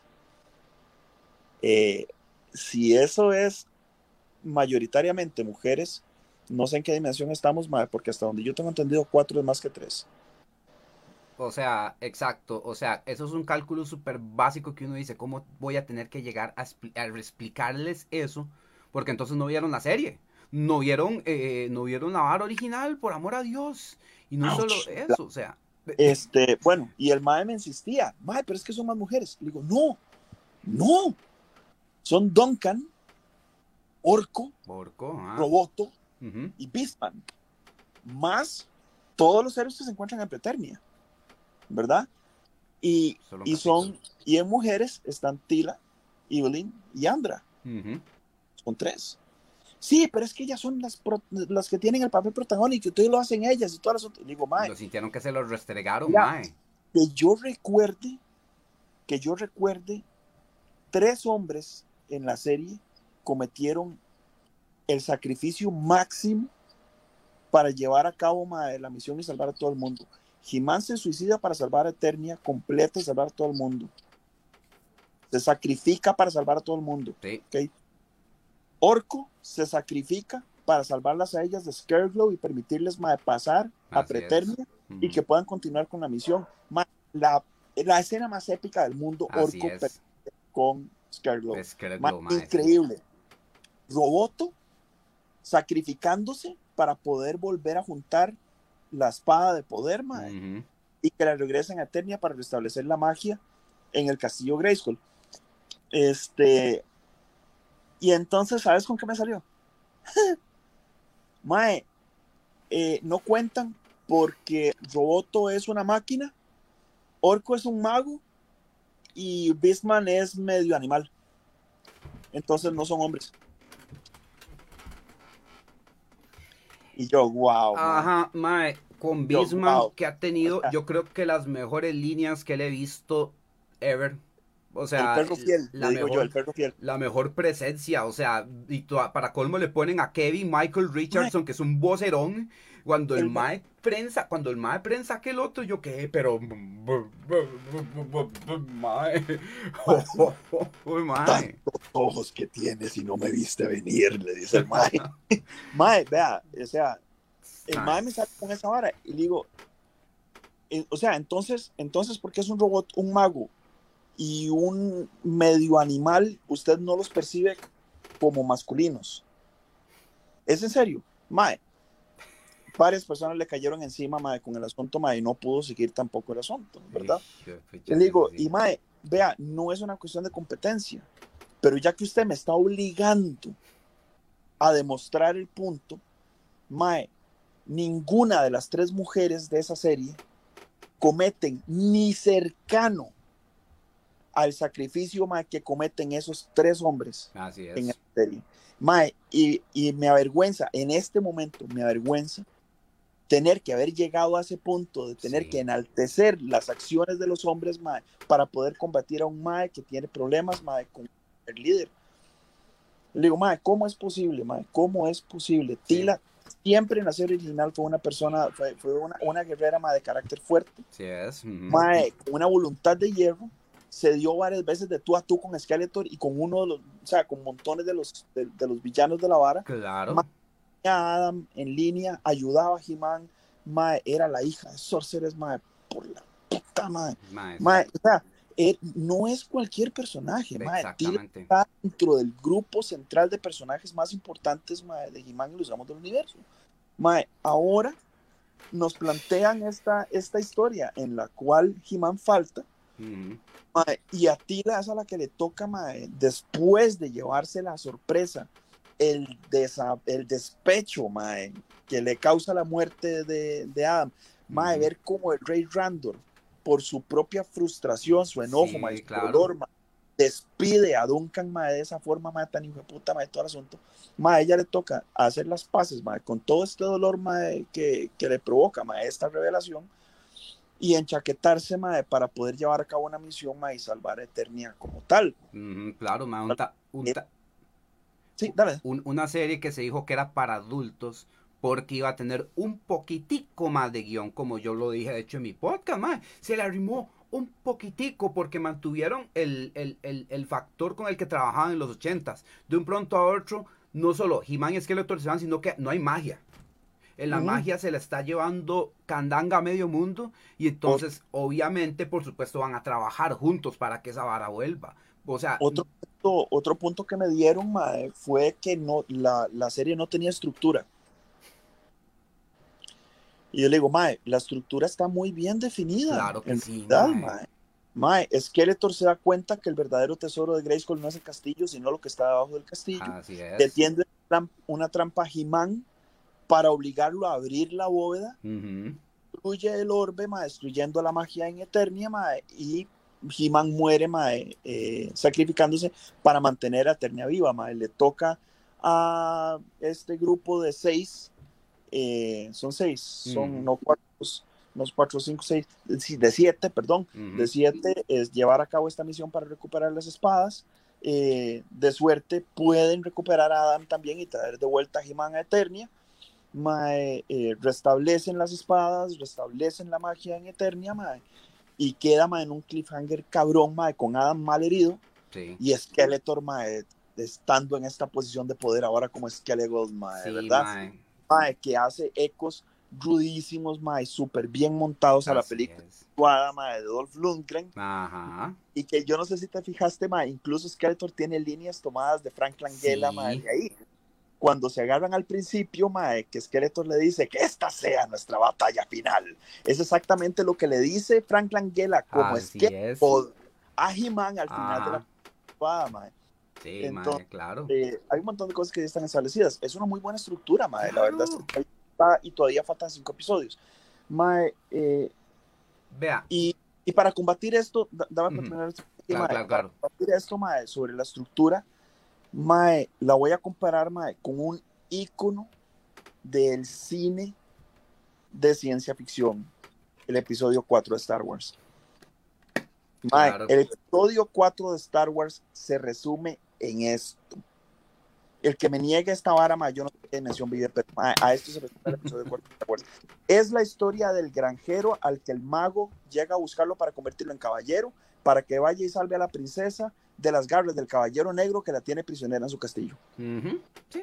Eh, si eso es mayoritariamente mujeres, no sé en qué dimensión estamos, mae, porque hasta donde yo tengo entendido, cuatro es más que tres. O sea, exacto. O sea, eso es un cálculo súper básico que uno dice, ¿cómo voy a tener que llegar a, expli- a explicarles eso? Porque entonces no vieron la serie. no vieron, eh, no vieron la vara original, por amor a Dios. Y no solo Ouch. eso, o sea. Este, bueno, y el mae me insistía, mae, pero es que son más mujeres. Le digo, no, no, son Duncan, Orco, Orco, ah. Roboto uh-huh. y Beastman, más todos los héroes que se encuentran en Preternia, ¿verdad? Y, y son, y en mujeres están Tila, Evelyn y Andra. Uh-huh. Son tres. Sí, pero es que ellas son las, pro, las que tienen el papel protagónico y todo lo hacen ellas y todas las otras. Digo, mae. Lo sintieron que se los restregaron, ya, mae. Que yo recuerde, que yo recuerde, tres hombres en la serie cometieron el sacrificio máximo para llevar a cabo, mae, la misión y salvar a todo el mundo. He-Man se suicida para salvar a Eternia completa y salvar a todo el mundo. Se sacrifica para salvar a todo el mundo. Sí. ¿Okay? Orco se sacrifica para salvarlas a ellas de Scareglow y permitirles, mae, pasar a Así Preternia uh-huh. y que puedan continuar con la misión. Mae, la, la escena más épica del mundo, Así Orco es. con Scareglow. Scareglow mae, increíble. Roboto sacrificándose para poder volver a juntar la espada de poder, mae, uh-huh. y que la regresen a Eternia para restablecer la magia en el castillo Grayskull. Este, y entonces, ¿sabes con qué me salió? Mae, eh, no cuentan porque Roboto es una máquina, Orco es un mago y Beastman es medio animal. Entonces no son hombres. Y yo, wow. Ajá, mae, mae con Beastman, yo, wow. que ha tenido, yo creo que las mejores líneas que le he visto ever. O sea, el perro fiel, la le digo mejor, yo, el perro fiel. La mejor presencia, o sea, y to, para colmo le ponen a Kevin Michael Richardson, mae, que es un vocerón. Cuando el, el mae prensa, cuando el mae prensa aquel otro, yo qué, pero mae, oh, oh, oh, oh, mae. Tantos ojos que tienes y no me viste venir, le dice el mae. Mae, vea, o sea, el mae me sale con esa vara y digo, eh, o sea, entonces, entonces, ¿por qué es un robot, un mago y un medio animal, usted no los percibe como masculinos? ¿Es en serio? Mae, varias personas le cayeron encima, mae, con el asunto, mae, y no pudo seguir tampoco el asunto, ¿verdad? Le digo, y mae, vea, no es una cuestión de competencia, pero ya que usted me está obligando a demostrar el punto, mae, ninguna de las tres mujeres de esa serie cometen ni cercano al sacrificio, mae, que cometen esos tres hombres. Así es. En esa serie. Mae, y, y me avergüenza, en este momento me avergüenza tener que haber llegado a ese punto de tener sí. que enaltecer las acciones de los hombres, mae, para poder combatir a un mae que tiene problemas, mae, con el líder. Le digo, mae, ¿cómo es posible, mae? ¿Cómo es posible? Sí. Tila siempre en la serie original fue una persona, fue, fue una, una guerrera, mae, de carácter fuerte. Sí es. Uh-huh. Mae, con una voluntad de hierro. Se dio varias veces de tú a tú con Skeletor y con uno de los, o sea, con montones de los, de, de los villanos de la vara. Claro. Mae, Adam en línea, ayudaba a He-Man, mae, era la hija de Sorceress, mae, por la puta madre. Mae, mae, o sea, eh, no es cualquier personaje, mae, está dentro del grupo central de personajes más importantes, mae, de He-Man y los Amos del Universo. Mae, ahora nos plantean esta, esta historia en la cual He-Man falta. Uh-huh. Mae, y a Tila es a la que le toca, mae, después de llevarse la sorpresa, el, desa, el despecho, mae, que le causa la muerte de, de Adam, mae, uh-huh. ver cómo el Rey Randor, por su propia frustración, su enojo, sí, mae, claro. su dolor, mae, despide a Duncan, mae, de esa forma, mae, tan hijo de puta, mae, todo el asunto, mae, a ella le toca hacer las paces, mae, con todo este dolor, mae, que, que le provoca, mae, esta revelación, y enchaquetarse, mae, para poder llevar a cabo una misión, mae, y salvar a Eternia como tal. Mm, claro, mae, un ta, un ta, sí, dale. Un, una serie que se dijo que era para adultos porque iba a tener un poquitico más de guión, como yo lo dije de hecho en mi podcast, mae, se le arrimó un poquitico porque mantuvieron el, el, el, el factor con el que trabajaban en los ochentas. De un pronto a otro, no solo He-Man y Skeletor se van, sino que no hay magia. En la uh-huh. magia se la está llevando candanga a medio mundo y entonces oh. obviamente por supuesto van a trabajar juntos para que esa vara vuelva. O sea, otro punto, otro punto que me dieron, mae, fue que no, la, la serie no tenía estructura. Y yo le digo, mae, la estructura está muy bien definida. Claro que En sí, realidad, mae. mae. Mae, Skeletor se da cuenta que el verdadero tesoro de Grayskull no es el castillo, sino lo que está debajo del castillo. Así es. Le tiende una trampa a He-Man para obligarlo a abrir la bóveda. Uh-huh. Destruye el orbe, mae, destruyendo la magia en Eternia, mae, y He-Man muere, mae, eh, sacrificándose para mantener a Eternia viva, mae. Le toca a este grupo de seis, eh, son seis, son Uh-huh. no cuatro, no cuatro, cinco, seis, de siete, perdón, uh-huh. de siete es llevar a cabo esta misión para recuperar las espadas. Eh, de suerte pueden recuperar a Adam también y traer de vuelta a He-Man a Eternia. Mae, eh, restablecen las espadas, restablecen la magia en Eternia, mae, y queda, mae, en un cliffhanger cabrón, mae, con Adam mal herido, sí. y Skeletor, mae, estando en esta posición de poder ahora como Skeletor, mae, sí, ¿verdad? Mae. Mae, que hace ecos rudísimos, mae, súper bien montados a la película mae, de Dolph Lundgren. Ajá. Y que yo no sé si te fijaste, mae, incluso Skeletor tiene líneas tomadas de Frank Langella, sí. mae, de ahí. Cuando se agarran al principio, mae, que Skeletor le dice que esta sea nuestra batalla final. Es exactamente lo que le dice Frank Langella como Skeletor a He-Man al final Ajá. de la temporada, mae. Sí, entonces, mae, claro. Eh, hay un montón de cosas que ya están establecidas. Es una muy buena estructura, mae. Claro. La verdad es que está, y todavía faltan cinco episodios. Mae, eh, Vea. Y, y para combatir esto, da, dame uh-huh. para terminar esto, claro, mae, claro, para claro. combatir esto, mae, sobre la estructura, mae, la voy a comparar, mae, con un ícono del cine de ciencia ficción, el episodio cuatro de Star Wars. Mae, claro. El episodio cuatro de Star Wars se resume en esto. El que me niegue esta vara, mae, yo no sé qué dimensión vive, pero mae, a esto se resume el episodio cuatro de Star Wars. Es la historia del granjero al que el mago llega a buscarlo para convertirlo en caballero, para que vaya y salve a la princesa de las garras del caballero negro que la tiene prisionera en su castillo. Uh-huh. Sí.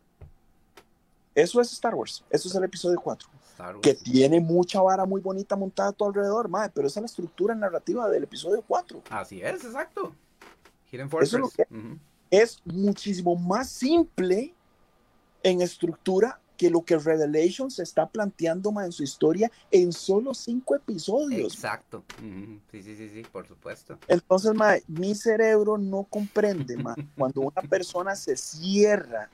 Eso es Star Wars. Eso es el episodio cuatro. Que tiene mucha vara muy bonita montada a tu alrededor, mae, pero esa es la estructura narrativa del episodio cuatro. Así es, exacto. Hidden Fortress. Eso es, lo que uh-huh. es muchísimo más simple en estructura que lo que Revelations está planteando, ma, en su historia en solo cinco episodios. Exacto. Uh-huh. Sí, sí, sí, sí, por supuesto. Entonces, ma, mi cerebro no comprende, ma, cuando una persona se cierra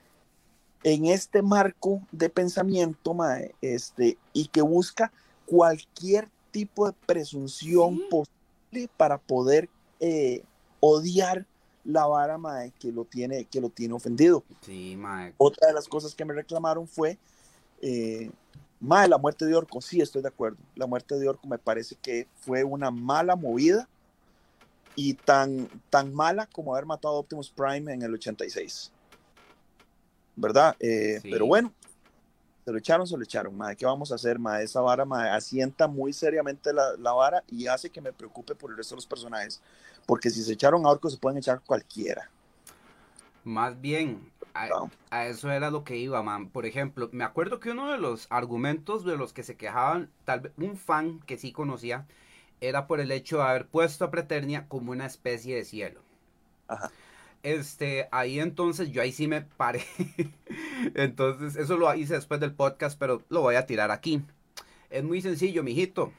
en este marco de pensamiento, ma, este, y que busca cualquier tipo de presunción ¿Sí? posible para poder eh, odiar la vara, mae, que lo tiene, que lo tiene ofendido. Sí, mae. Otra de las cosas que me reclamaron fue, eh, mae, la muerte de Orco. Sí, estoy de acuerdo. La muerte de Orco me parece que fue una mala movida y tan, tan mala como haber matado a Optimus Prime en el ochenta y seis. ¿Verdad? Eh, sí. Pero bueno, se lo echaron, se lo echaron, mae. ¿Qué vamos a hacer, mae? Esa vara, mae, asienta muy seriamente la, la vara y hace que me preocupe por el resto de los personajes. Porque si se echaron a Orco, se pueden echar cualquiera. Más bien, a, no. a eso era lo que iba, man. Por ejemplo, me acuerdo que uno de los argumentos de los que se quejaban, tal vez un fan que sí conocía, era por el hecho de haber puesto a Preternia como una especie de cielo. Ajá. Este, ahí entonces yo ahí sí me paré. Entonces, eso lo hice después del podcast, pero lo voy a tirar aquí. Es muy sencillo, mijito.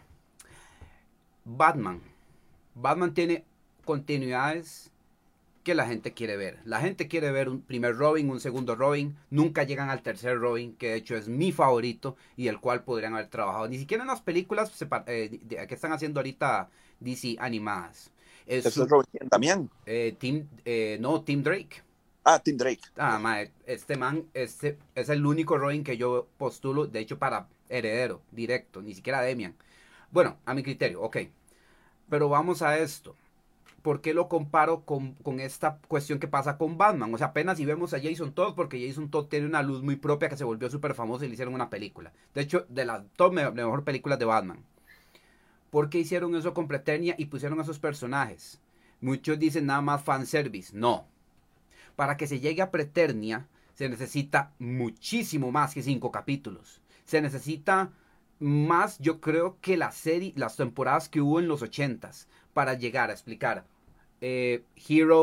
Batman. Batman tiene continuidades que la gente quiere ver. La gente quiere ver un primer Robin, un segundo Robin. Nunca llegan al tercer Robin, que de hecho es mi favorito y el cual podrían haber trabajado. Ni siquiera en las películas eh, que están haciendo ahorita D C animadas. Es ¿Tercer Robin también? Eh, Tim, eh, no, Tim Drake. Ah, Tim Drake. Ah, mae, este man este es el único Robin que yo postulo, de hecho, para heredero, directo, ni siquiera Demian. Bueno, a mi criterio, ok. Pero vamos a esto. ¿Por qué lo comparo con, con esta cuestión que pasa con Batman? O sea, apenas si vemos a Jason Todd, porque Jason Todd tiene una luz muy propia que se volvió súper famosa y le hicieron una película. De hecho, de las top me, mejor películas de Batman. ¿Por qué hicieron eso con Preternia y pusieron a esos personajes? Muchos dicen nada más fanservice. No. Para que se llegue a Preternia se necesita muchísimo más que cinco capítulos. Se necesita más, yo creo, que la serie, las temporadas que hubo en los ochentas para llegar a explicar eh, Hero,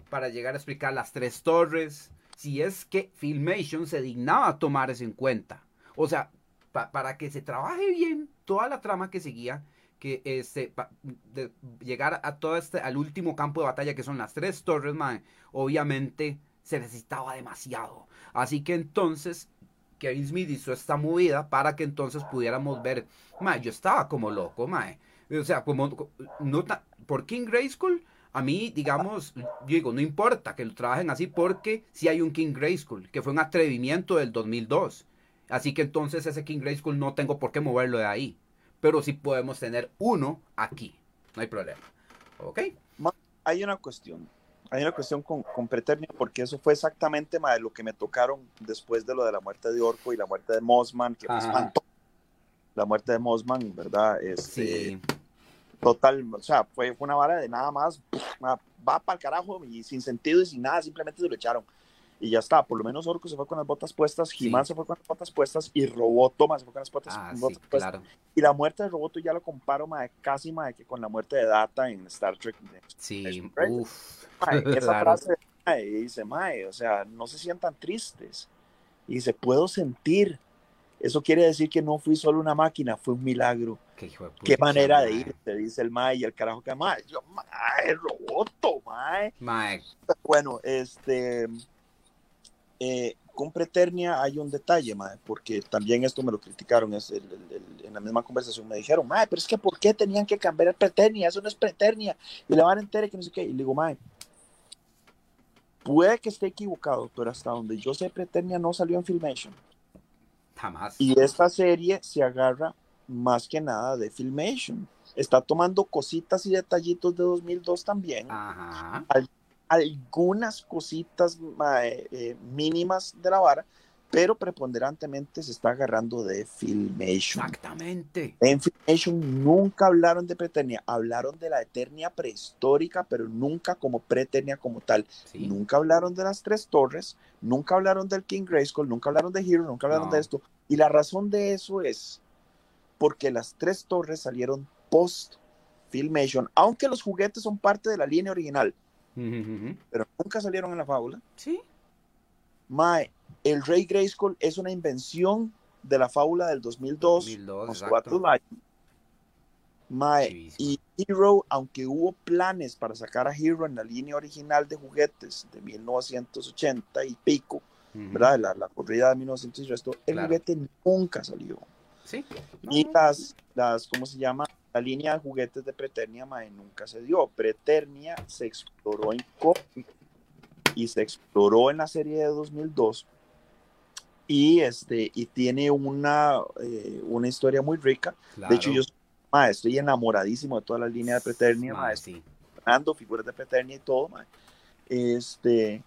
para llegar a explicar las tres torres, si es que Filmation se dignaba a tomar eso en cuenta. O sea, pa para que se trabaje bien toda la trama que seguía, que este, de llegar a todo este, al último campo de batalla que son las tres torres, man, obviamente se necesitaba demasiado. Así que entonces Kevin Smith hizo esta movida para que entonces pudiéramos ver, man, yo estaba como loco, man. O sea, como, no por King Grayskull, a mí, digamos, yo digo, no importa que lo trabajen así porque si sí hay un King Grayskull, que fue un atrevimiento del dos mil dos. Así que entonces ese King Grayskull no tengo por qué moverlo de ahí. Pero sí podemos tener uno aquí. No hay problema. ¿Ok? Hay una cuestión. Hay una cuestión con, con Preternia, porque eso fue exactamente más lo que me tocaron después de lo de la muerte de Orko y la muerte de Mossman, que me espantó. La muerte de Mossman, ¿verdad? Este, sí. Total, o sea, fue, fue una vara de nada más, va para el carajo y sin sentido y sin nada, simplemente se lo echaron. Y ya está, por lo menos Orko se fue con las botas puestas, He-Man sí. se fue con las botas puestas y Roboto más se fue con las botas, ah, botas sí, puestas. Claro. Y la muerte de Roboto ya lo comparo más casi más que con la muerte de Data en Star Trek. Sí, uff. Esa claro. frase mae, dice, mae, o sea, no se sientan tristes. Y dice, puedo sentir. Eso quiere decir que no fui solo una máquina, fue un milagro. Qué, hijo de pucha, Qué manera mae. de ir, te dice el mae y el carajo que mae. Yo, mae, Roboto, mae. Mae. Bueno, este... Eh, con Preternia hay un detalle, mae, porque también esto me lo criticaron, es el, el, el, en la misma conversación me dijeron, mae, pero es que ¿por qué tenían que cambiar Preternia? Eso no es Preternia, y la van a enterar que no sé qué, y le digo, mae, puede que esté equivocado, pero hasta donde yo sé Preternia no salió en Filmation. Jamás. Y esta serie se agarra más que nada de Filmation, está tomando cositas y detallitos de dos mil dos también. Ajá. Al algunas cositas eh, eh, mínimas de la vara, pero preponderantemente se está agarrando de Filmation. Exactamente. En Filmation nunca hablaron de Preternia, hablaron de la Eternia prehistórica, pero nunca como Preternia como tal. ¿Sí? Nunca hablaron de las tres torres, nunca hablaron del King Grayskull, nunca hablaron de Hero, nunca hablaron no. de esto. Y la razón de eso es porque las tres torres salieron post Filmation, aunque los juguetes son parte de la línea original. Uh-huh. Pero nunca salieron en la fábula. Sí. Mae, el Rey Grayskull es una invención de la fábula del dos mil dos, dos mil dos con cuatro Mae, sí, y Hero, aunque hubo planes para sacar a Hero en la línea original de juguetes de mil novecientos ochenta y pico, uh-huh. ¿verdad? La, la corrida de mil novecientos y resto, el claro. juguete nunca salió. Sí. Y las, las, ¿cómo se llama? La línea de juguetes de Preternia, mae, nunca se dio. Preternia se exploró en cómic y se exploró en la serie de dos mil dos y, este, y tiene una, eh, una historia muy rica. Claro. De hecho, yo mae, estoy enamoradísimo de toda la línea de Preternia, mae, sí. Estoy figuras de Preternia y todo. Mae. Este,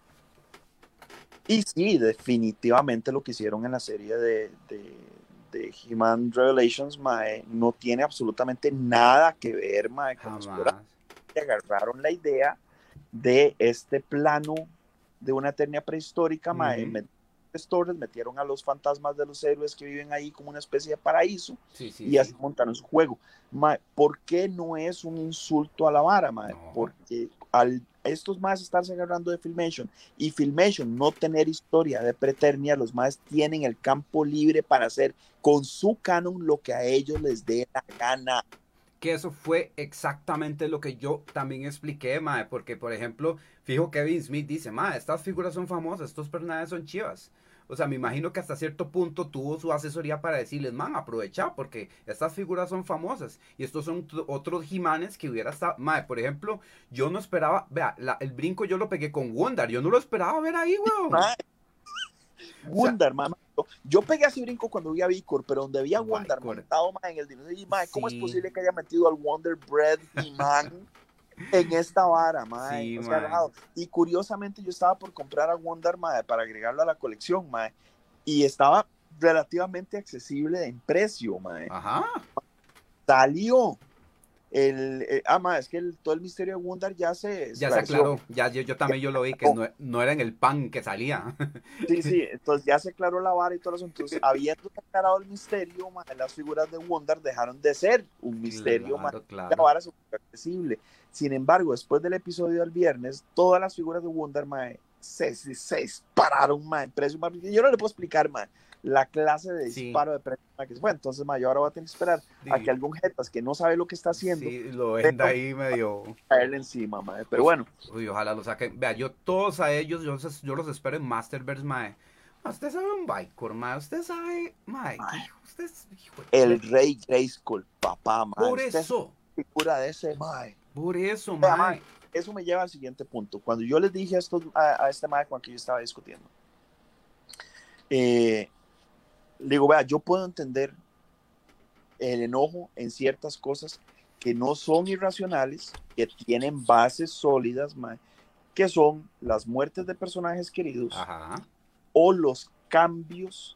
y sí, definitivamente lo que hicieron en la serie de... de de He-Man Revelations, mae, no tiene absolutamente nada que ver, mae, con los que agarraron la idea de este plano de una Eternia prehistórica, mae, uh-huh. Torres, metieron a los fantasmas de los héroes que viven ahí como una especie de paraíso, sí, sí, y así sí. montaron su juego. Mae, ¿por qué no es un insulto a la vara, mae? No. Porque al estos más estarse agarrando de Filmation y Filmation no tener historia de Preternia, los más tienen el campo libre para hacer con su canon lo que a ellos les dé la gana. Que eso fue exactamente lo que yo también expliqué, mae, porque por ejemplo, fijo Kevin Smith dice, mae, estas figuras son famosas, estos personajes son chivas. O sea, me imagino que hasta cierto punto tuvo su asesoría para decirles, man, aprovecha, porque estas figuras son famosas. Y estos son otros He-Manes que hubiera estado... Mae, por ejemplo, yo no esperaba... Vea, la, el brinco yo lo pegué con Wonder. Yo no lo esperaba ver ahí, weón. Wonder, o sea, mamá. Yo pegué así brinco cuando vi a Vicor, pero donde vi a Wonder montado, man, en el dinosaurio. Y, man, ¿cómo sí. es posible que haya metido al Wonder Bread He-Man en esta vara, man? Sí, o sea, man. Y curiosamente yo estaba por comprar a Wonder, man, para agregarlo a la colección, man, y estaba relativamente accesible en precio, man. Ajá. Salió El, eh, ah, ma, es que el, todo el misterio de Wonder ya se Ya se esclareció. aclaró, ya yo, yo también yo lo vi, que no, no era en el pan que salía. Sí, sí, entonces ya se aclaró la vara y todo eso. Entonces, habiendo aclarado el misterio, ma, las figuras de Wonder dejaron de ser un misterio, ma, Claro, la claro. vara es accesible. Sin embargo, después del episodio del viernes, todas las figuras de Wonder, ma, se, se, se dispararon, ma, en precio. Ma, yo no le puedo explicar, ma, la clase de Sí, disparo de precio ma, que fue. Entonces, ma, yo ahora voy a tener que esperar a que sí, algún jetas que no sabe lo que está haciendo, sí, lo venda pero ahí medio. caerle encima, ma. Pero Us- bueno, Uy, ojalá lo saquen. Vea, yo todos a ellos, yo, los- yo los espero en Masterverse, mae. Ma, usted sabe un Vicor, mae. Usted sabe, mae. ma, Hijo, usted es, hijo de el puta. rey Grayskull, papá, ma, Por usted es eso, figura de ese, ma. por eso, Vea, mae, mae. eso me lleva al siguiente punto. Cuando yo les dije esto a, a este mae con el que yo estaba discutiendo, eh, le digo, vea, yo puedo entender el enojo en ciertas cosas que no son irracionales, que tienen bases sólidas, mae, que son las muertes de personajes queridos Ajá. o los cambios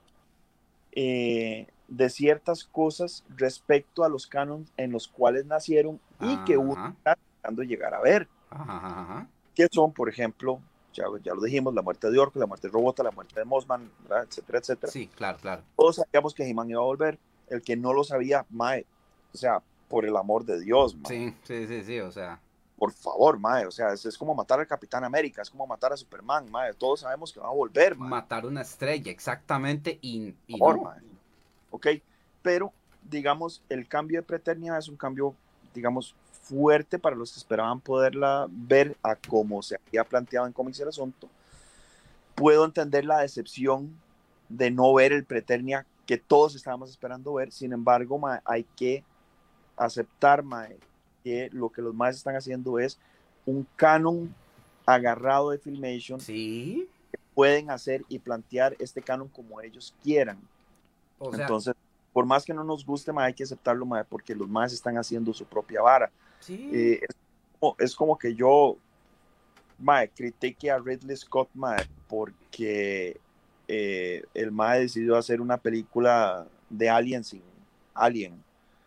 eh, de ciertas cosas respecto a los canons en los cuales nacieron y que uno Ajá. está tratando de llegar a ver. Ajá. Ajá. Que son, por ejemplo, ya, ya lo dijimos, la muerte de Orko, la muerte de Robota, la muerte de Mossman, ¿verdad? Etcétera, etcétera. Sí, claro, claro. Todos sabíamos que He-Man iba a volver. El que no lo sabía, mae, o sea, por el amor de Dios, mae. Sí, sí, sí, sí, o sea. Por favor, mae, o sea, es, es como matar al Capitán América, es como matar a Superman, mae. Todos sabemos que va a volver, mae. Matar una estrella, exactamente, y, y Por favor, no. mae. Ok, pero, digamos, el cambio de Preternia es un cambio, digamos, fuerte para los que esperaban poderla ver a cómo se había planteado en cómics el asunto. Puedo entender la decepción de no ver el Preternia que todos estábamos esperando ver. Sin embargo, ma, hay que aceptar ma, que lo que los más están haciendo es un canon agarrado de Filmation. Sí. Que pueden hacer y plantear este canon como ellos quieran. O sea. Entonces, por más que no nos guste, ma, hay que aceptarlo ma, porque los más están haciendo su propia vara. Sí. Eh, es, como, es como que yo ma, critique a Ridley Scott ma, porque eh, el mae decidió hacer una película de Alien sin Alien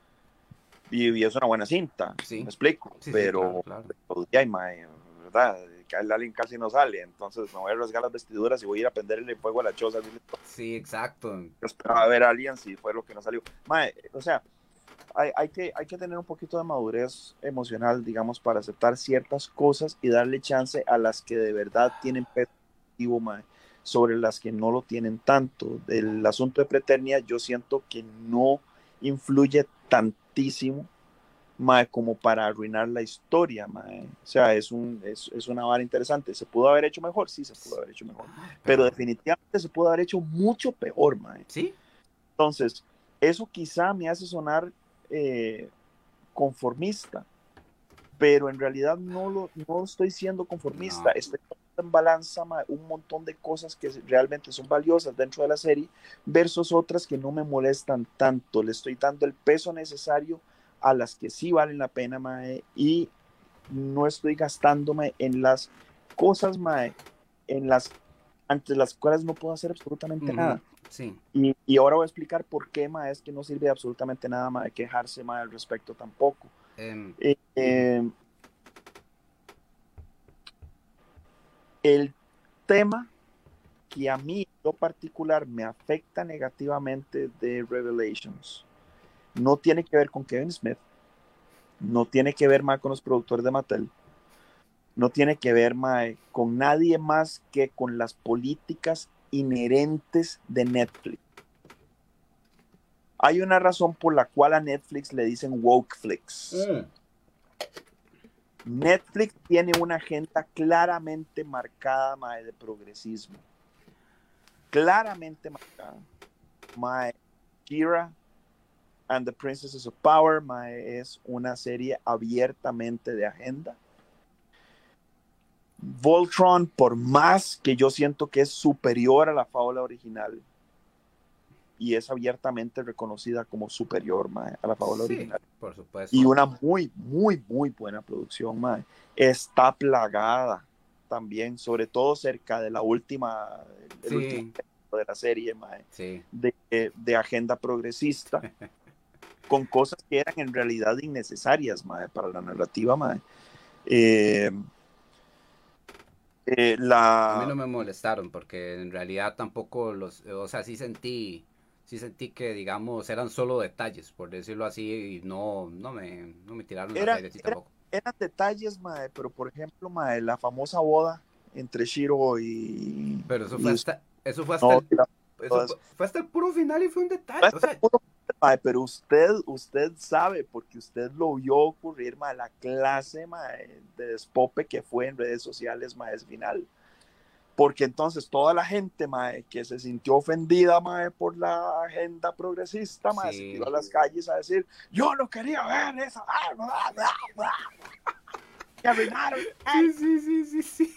y, y es una buena cinta, Sí. me explico, Sí, pero, sí, claro, claro. pero ya, mae, ¿verdad? El Alien casi no sale, entonces me voy a rasgar las vestiduras y voy a ir a prenderle fuego a la choza. Sí, exacto. Yo esperaba ver Alien si fue lo que no salió. Mae, o sea, hay, hay, que, hay que tener un poquito de madurez emocional, digamos, para aceptar ciertas cosas y darle chance a las que de verdad tienen peso mae, sobre las que no lo tienen tanto. El asunto de Preternia yo siento que no influye tantísimo mae, como para arruinar la historia. Mae. O sea, es, un, es, es una vara interesante. ¿Se pudo haber hecho mejor? Sí, se pudo haber hecho mejor. Pero, Pero definitivamente se pudo haber hecho mucho peor. Mae. ¿Sí? Entonces, eso quizá me hace sonar eh, conformista, pero en realidad no lo no estoy siendo conformista, no. Estoy en balanza ma, un montón de cosas que realmente son valiosas dentro de la serie versus otras que no me molestan tanto. Le estoy dando el peso necesario a las que sí valen la pena ma, y no estoy gastándome en las cosas ma, en las ante las cuales no puedo hacer absolutamente uh-huh. nada. Sí. Y, y ahora voy a explicar por qué ma, es que no sirve absolutamente nada ma, de quejarse ma, al respecto tampoco. Um, eh, eh, el tema que a mí en lo particular me afecta negativamente de Revelations no tiene que ver con Kevin Smith, no tiene que ver más con los productores de Mattel, no tiene que ver más con nadie más que con las políticas inherentes de Netflix. Hay una razón por la cual a Netflix le dicen Wokeflix. Mm. Netflix tiene una agenda claramente marcada mae, de progresismo. Claramente marcada. Mae, She-Ra and the Princesses of Power mae, es una serie abiertamente de agenda. Voltron, por más que yo siento que es superior a la fábula original, y es abiertamente reconocida como superior mae, a la fábula sí, original. Por supuesto. Y una muy, muy, muy buena producción, mae. Está plagada también, sobre todo cerca de la última, el sí. último de la serie, mae, sí. de, de agenda progresista. con cosas que eran en realidad innecesarias, mae, para la narrativa, mae. Eh, eh, A mí la... no me molestaron porque en realidad tampoco los, o sea, sí sentí, sí sentí que digamos eran solo detalles, por decirlo así, y no, no me, no me tiraron la Eran, serie así eran, tampoco. eran detalles, mae, pero por ejemplo, mae, la famosa boda entre Shiro y, Pero eso fue y su hasta, eso fue hasta el, novia, eso todo fue, eso. fue hasta el puro final y fue un detalle, No o está sea, puro, mae, pero usted, usted sabe, porque usted lo vio ocurrir, mae, la clase, mae, de despope que fue en redes sociales, mae, es final. Porque entonces toda la gente, mae, que se sintió ofendida, mae, por la agenda progresista, mae, se tiró sí, a las calles a decir, yo no quería ver esa, que arruinaron, sí, sí, sí, sí, sí.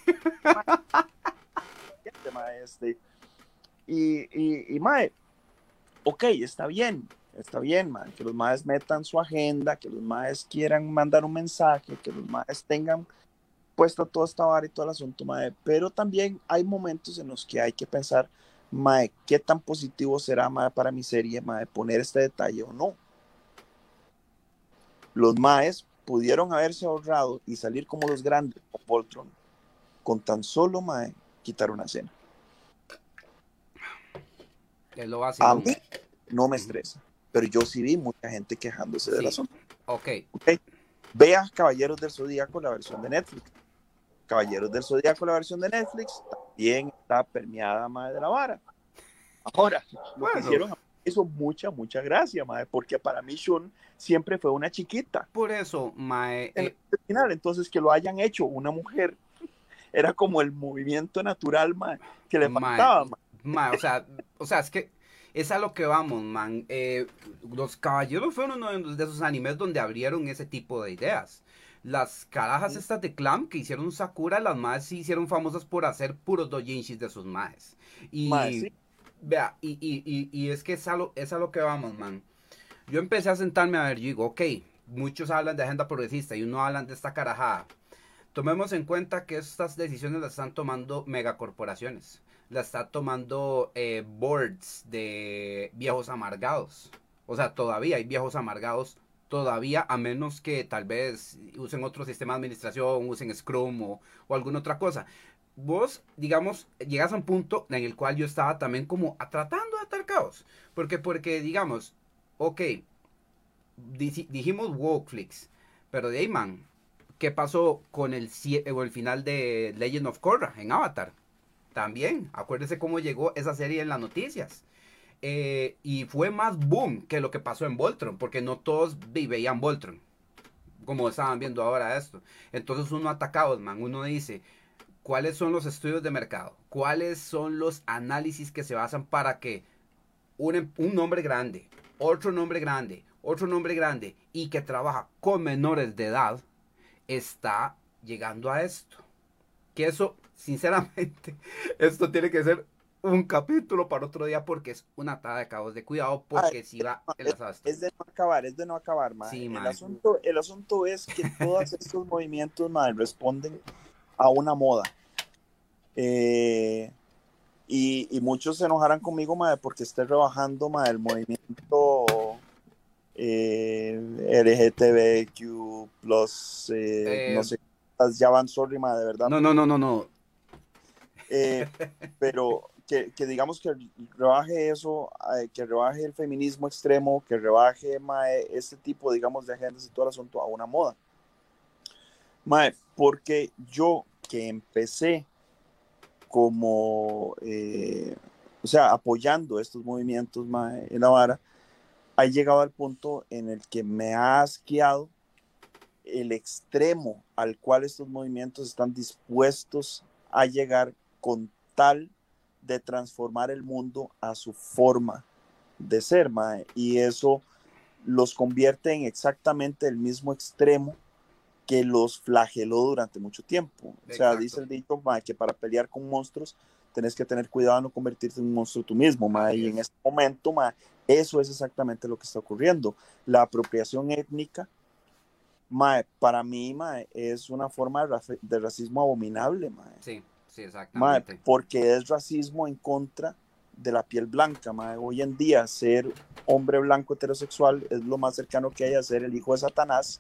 mae, este, y, y, y, mae, ok, está bien, está bien, mae, que los maes metan su agenda, que los maes quieran mandar un mensaje, que los maes tengan puesta toda esta vara y todo el asunto, mae, pero también hay momentos en los que hay que pensar, mae, qué tan positivo será, mae, para mi serie, mae, poner este detalle o no. Los maes pudieron haberse ahorrado y salir como los grandes con Voltron, con tan solo, mae, quitar una escena. Es lo A vacilón. mí no me Ujú. estresa, pero yo sí vi mucha gente quejándose del Sí, asunto. ok, ¿Okay? Vea Caballeros del Zodíaco, la versión de Netflix. Caballeros del Zodíaco, la versión de Netflix, también está permeada, mae, de la vara. Ahora, lo que bueno, hicieron hizo mucha, mucha gracia, mae, porque para mí Shun siempre fue una chiquita por eso, mae, en eh, la final, entonces que lo hayan hecho una mujer era como el movimiento natural, mae, que le mae, faltaba, mae. mae, o sea, o sea, es que es a lo que vamos, man. Eh, los Caballeros fueron uno de esos animes donde abrieron ese tipo de ideas. Las carajas estas de Clam que hicieron Sakura, las más sí hicieron famosas por hacer puros dojinshis de sus maes. Mae, Y sí, vea, y, y, y, y es que es a, lo, es a lo que vamos, man. Yo empecé a sentarme a ver, yo digo, ok, muchos hablan de agenda progresista y uno hablan de esta carajada. Tomemos en cuenta que estas decisiones las están tomando megacorporaciones. Las está tomando eh, boards de viejos amargados. O sea, todavía hay viejos amargados. Todavía, a menos que tal vez usen otro sistema de administración, usen Scrum o, o alguna otra cosa. Vos, digamos, llegas a un punto en el cual yo estaba también como tratando de atar caos. Porque, porque, digamos, ok, dijimos Wokeflix, pero de ahí, man, ¿qué pasó con el, o el final de Legend of Korra en Avatar? También, acuérdese cómo llegó esa serie en las noticias. Eh, y fue más boom que lo que pasó en Voltron, porque no todos veían Voltron, como estaban viendo ahora esto. Entonces uno atacados, man, uno dice, ¿cuáles son los estudios de mercado? ¿Cuáles son los análisis que se basan para que un, un nombre grande, otro nombre grande, otro nombre grande y que trabaja con menores de edad está llegando a esto? Que eso, sinceramente, esto tiene que ser un capítulo para otro día porque es una atada de cabos de cuidado ah, porque si va es, enlazado esto. es, de no acabar, es de no acabar, mae. Sí, El mae. asunto, el asunto es que todos estos movimientos, mae, responden a una moda. Eh, y, y muchos se enojarán conmigo, mae, porque esté rebajando, mae, el movimiento eh, L G T B Q plus, eh, no Eh, sé, ya van, sorry, mae, de verdad. no, no, no, no, no. Eh, pero que, que, digamos que rebaje eso, eh, que rebaje el feminismo extremo, que rebaje, mae, este tipo, digamos, de agendas y todo el asunto a una moda. Mae, porque yo que empecé como, eh, o sea, apoyando estos movimientos, mae, en la vara, ha llegado al punto en el que me ha asqueado el extremo al cual estos movimientos están dispuestos a llegar con tal de transformar el mundo a su forma de ser, mae, y eso los convierte en exactamente el mismo extremo que los flageló durante mucho tiempo. O sea, dice Exacto. el dicho, mae, que para pelear con monstruos tenés que tener cuidado de no convertirte en un monstruo tú mismo, mae, Así y en es. este momento, mae, eso es exactamente lo que está ocurriendo. La apropiación étnica, mae, para mí, mae, es una forma de, raci de racismo abominable, mae. Sí, sí, Mae, exactamente. porque es racismo en contra de la piel blanca, mae. Hoy en día ser hombre blanco heterosexual es lo más cercano que hay a ser el hijo de Satanás,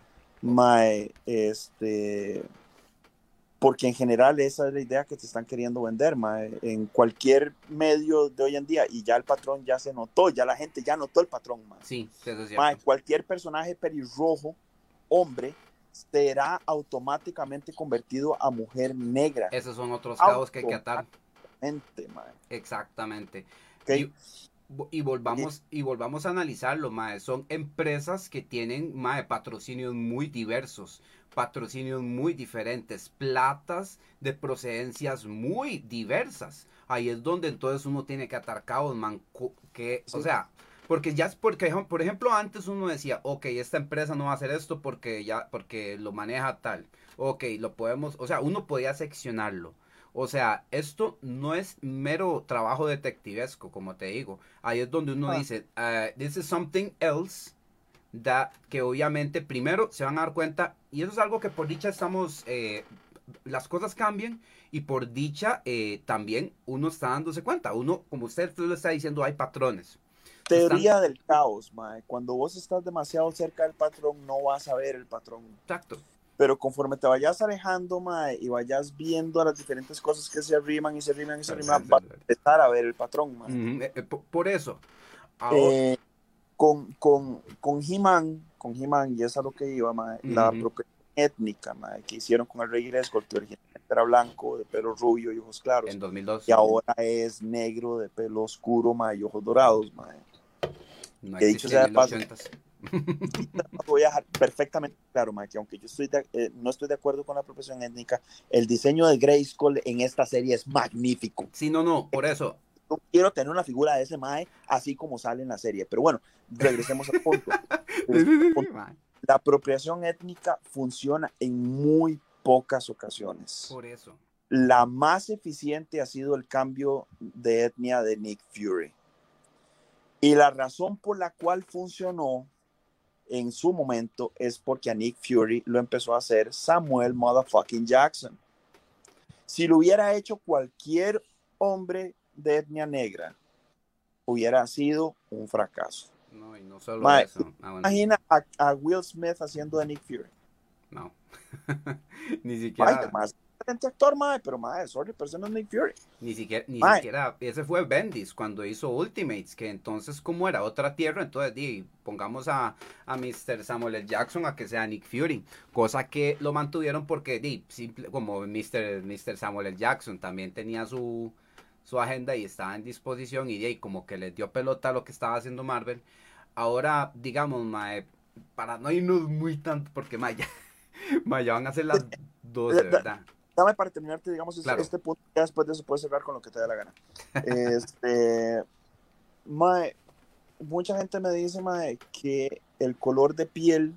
mae, este, porque en general esa es la idea que te están queriendo vender, mae, en cualquier medio de hoy en día, y ya el patrón ya se notó, ya la gente ya notó el patrón, mae. Sí, eso es cierto. Mae, cualquier personaje pelirrojo, hombre, será automáticamente convertido a mujer negra. Esos son otros cabos que hay que atar. Mae. Exactamente. Okay. Y, y volvamos y volvamos a analizarlo, mae. Son empresas que tienen, mae, patrocinios muy diversos, patrocinios muy diferentes, platas de procedencias muy diversas. Ahí es donde entonces uno tiene que atar cabos, man, que, sí. O sea, porque ya es porque, por ejemplo, antes uno decía, ok, esta empresa no va a hacer esto porque ya, porque lo maneja tal. Ok, lo podemos, o sea, uno podía seccionarlo. O sea, esto no es mero trabajo detectivesco, como te digo. Ahí es donde uno ah. dice, uh, this is something else, that, que obviamente primero se van a dar cuenta, y eso es algo que por dicha estamos, eh, las cosas cambian, y por dicha eh, también uno está dándose cuenta. Uno, como usted lo está diciendo, hay patrones. Teoría están... del caos, mae. Cuando vos estás demasiado cerca del patrón, no vas a ver el patrón. Exacto. Pero conforme te vayas alejando, mae, y vayas viendo las diferentes cosas que se arriman y se arriman y se arriman, vas a empezar a ver el patrón, mae. Mm, eh, por, por eso. Ahora... Eh, con, con, con He-Man, con He-Man, y es a lo que iba, mae, uh-huh. La apropiación étnica, mae, que hicieron con el Rey Grayskull, que originalmente era blanco, de pelo rubio y ojos claros. En dos mil dos. Y ahora es negro, de pelo oscuro, mae, y ojos dorados, mae. No que dicho sea de paso, voy a dejar perfectamente claro, mae, que aunque yo estoy de, eh, no estoy de acuerdo con la apropiación étnica, el diseño de Grayskull en esta serie es magnífico. Sí, no, no, por eso. Yo quiero tener una figura de ese mae así como sale en la serie. Pero bueno, regresemos al punto. La apropiación étnica funciona en muy pocas ocasiones. Por eso. La más eficiente ha sido el cambio de etnia de Nick Fury. Y la razón por la cual funcionó en su momento es porque a Nick Fury lo empezó a hacer Samuel motherfucking Jackson. Si lo hubiera hecho cualquier hombre de etnia negra, hubiera sido un fracaso. No, y no solo mae, eso. Ah, bueno. Imagina a, a Will Smith haciendo de Nick Fury. No. Ni siquiera. Mae, más excelente actor, mae, pero mae, sorry, pero ese no es Nick Fury. Ni siquiera, ni mae. siquiera, ese fue Bendis cuando hizo Ultimates, que entonces como era otra tierra, entonces di, pongamos a, a mister Samuel L. Jackson a que sea Nick Fury, cosa que lo mantuvieron porque di, simple, como mister mister Samuel L. Jackson también tenía su, su agenda y estaba en disposición y di, como que les dio pelota a lo que estaba haciendo Marvel. Ahora, digamos, mae, para no irnos muy tanto, porque mae, ya, mae, ya van a ser las doce, ¿verdad? Dame para terminarte, digamos, claro. este punto, ya después de eso puedes cerrar con lo que te dé la gana. este, mae, mucha gente me dice, mae, que el color de piel,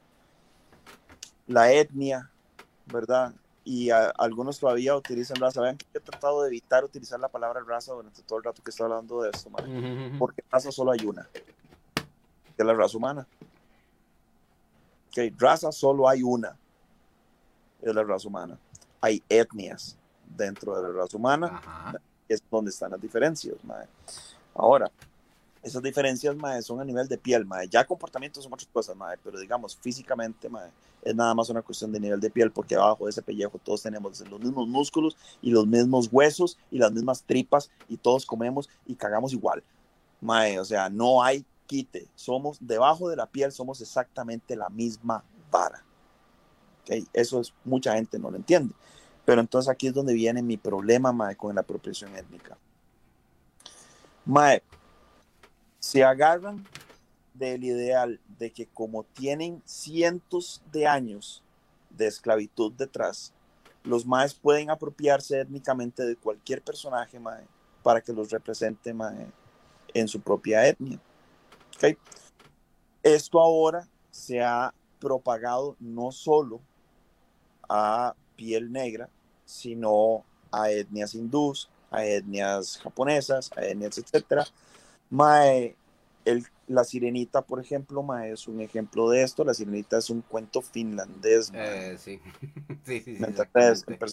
la etnia, ¿verdad? Y a, algunos todavía utilizan raza. Vean que yo he tratado de evitar utilizar la palabra raza durante todo el rato que estoy hablando de esto, mae, uh-huh. Porque raza solo hay una, que es la raza humana. Ok, raza solo hay una, es la raza humana. Hay etnias dentro de la raza humana, uh-huh. Es donde están las diferencias, mae. Ahora, esas diferencias, mae, son a nivel de piel, mae. Ya comportamientos son muchas cosas, mae, pero digamos, físicamente, mae, es nada más una cuestión de nivel de piel, porque abajo de ese pellejo todos tenemos los mismos músculos y los mismos huesos y las mismas tripas y todos comemos y cagamos igual, mae. O sea, no hay quite. Somos, debajo de la piel somos exactamente la misma vara. Okay, eso es, mucha gente no lo entiende. Pero entonces aquí es donde viene mi problema, mae, con la apropiación étnica. Mae, se agarran del ideal de que como tienen cientos de años de esclavitud detrás, los maes pueden apropiarse étnicamente de cualquier personaje, mae, para que los represente, mae, en su propia etnia. Okay. Esto ahora se ha propagado no solo a piel negra, sino a etnias hindús, a etnias japonesas, a etnias, etcétera. Mae, el, la Sirenita, por ejemplo, mae, es un ejemplo de esto. La Sirenita es un cuento finlandés, mae. Eh, sí. sí, sí, sí. Entonces, el,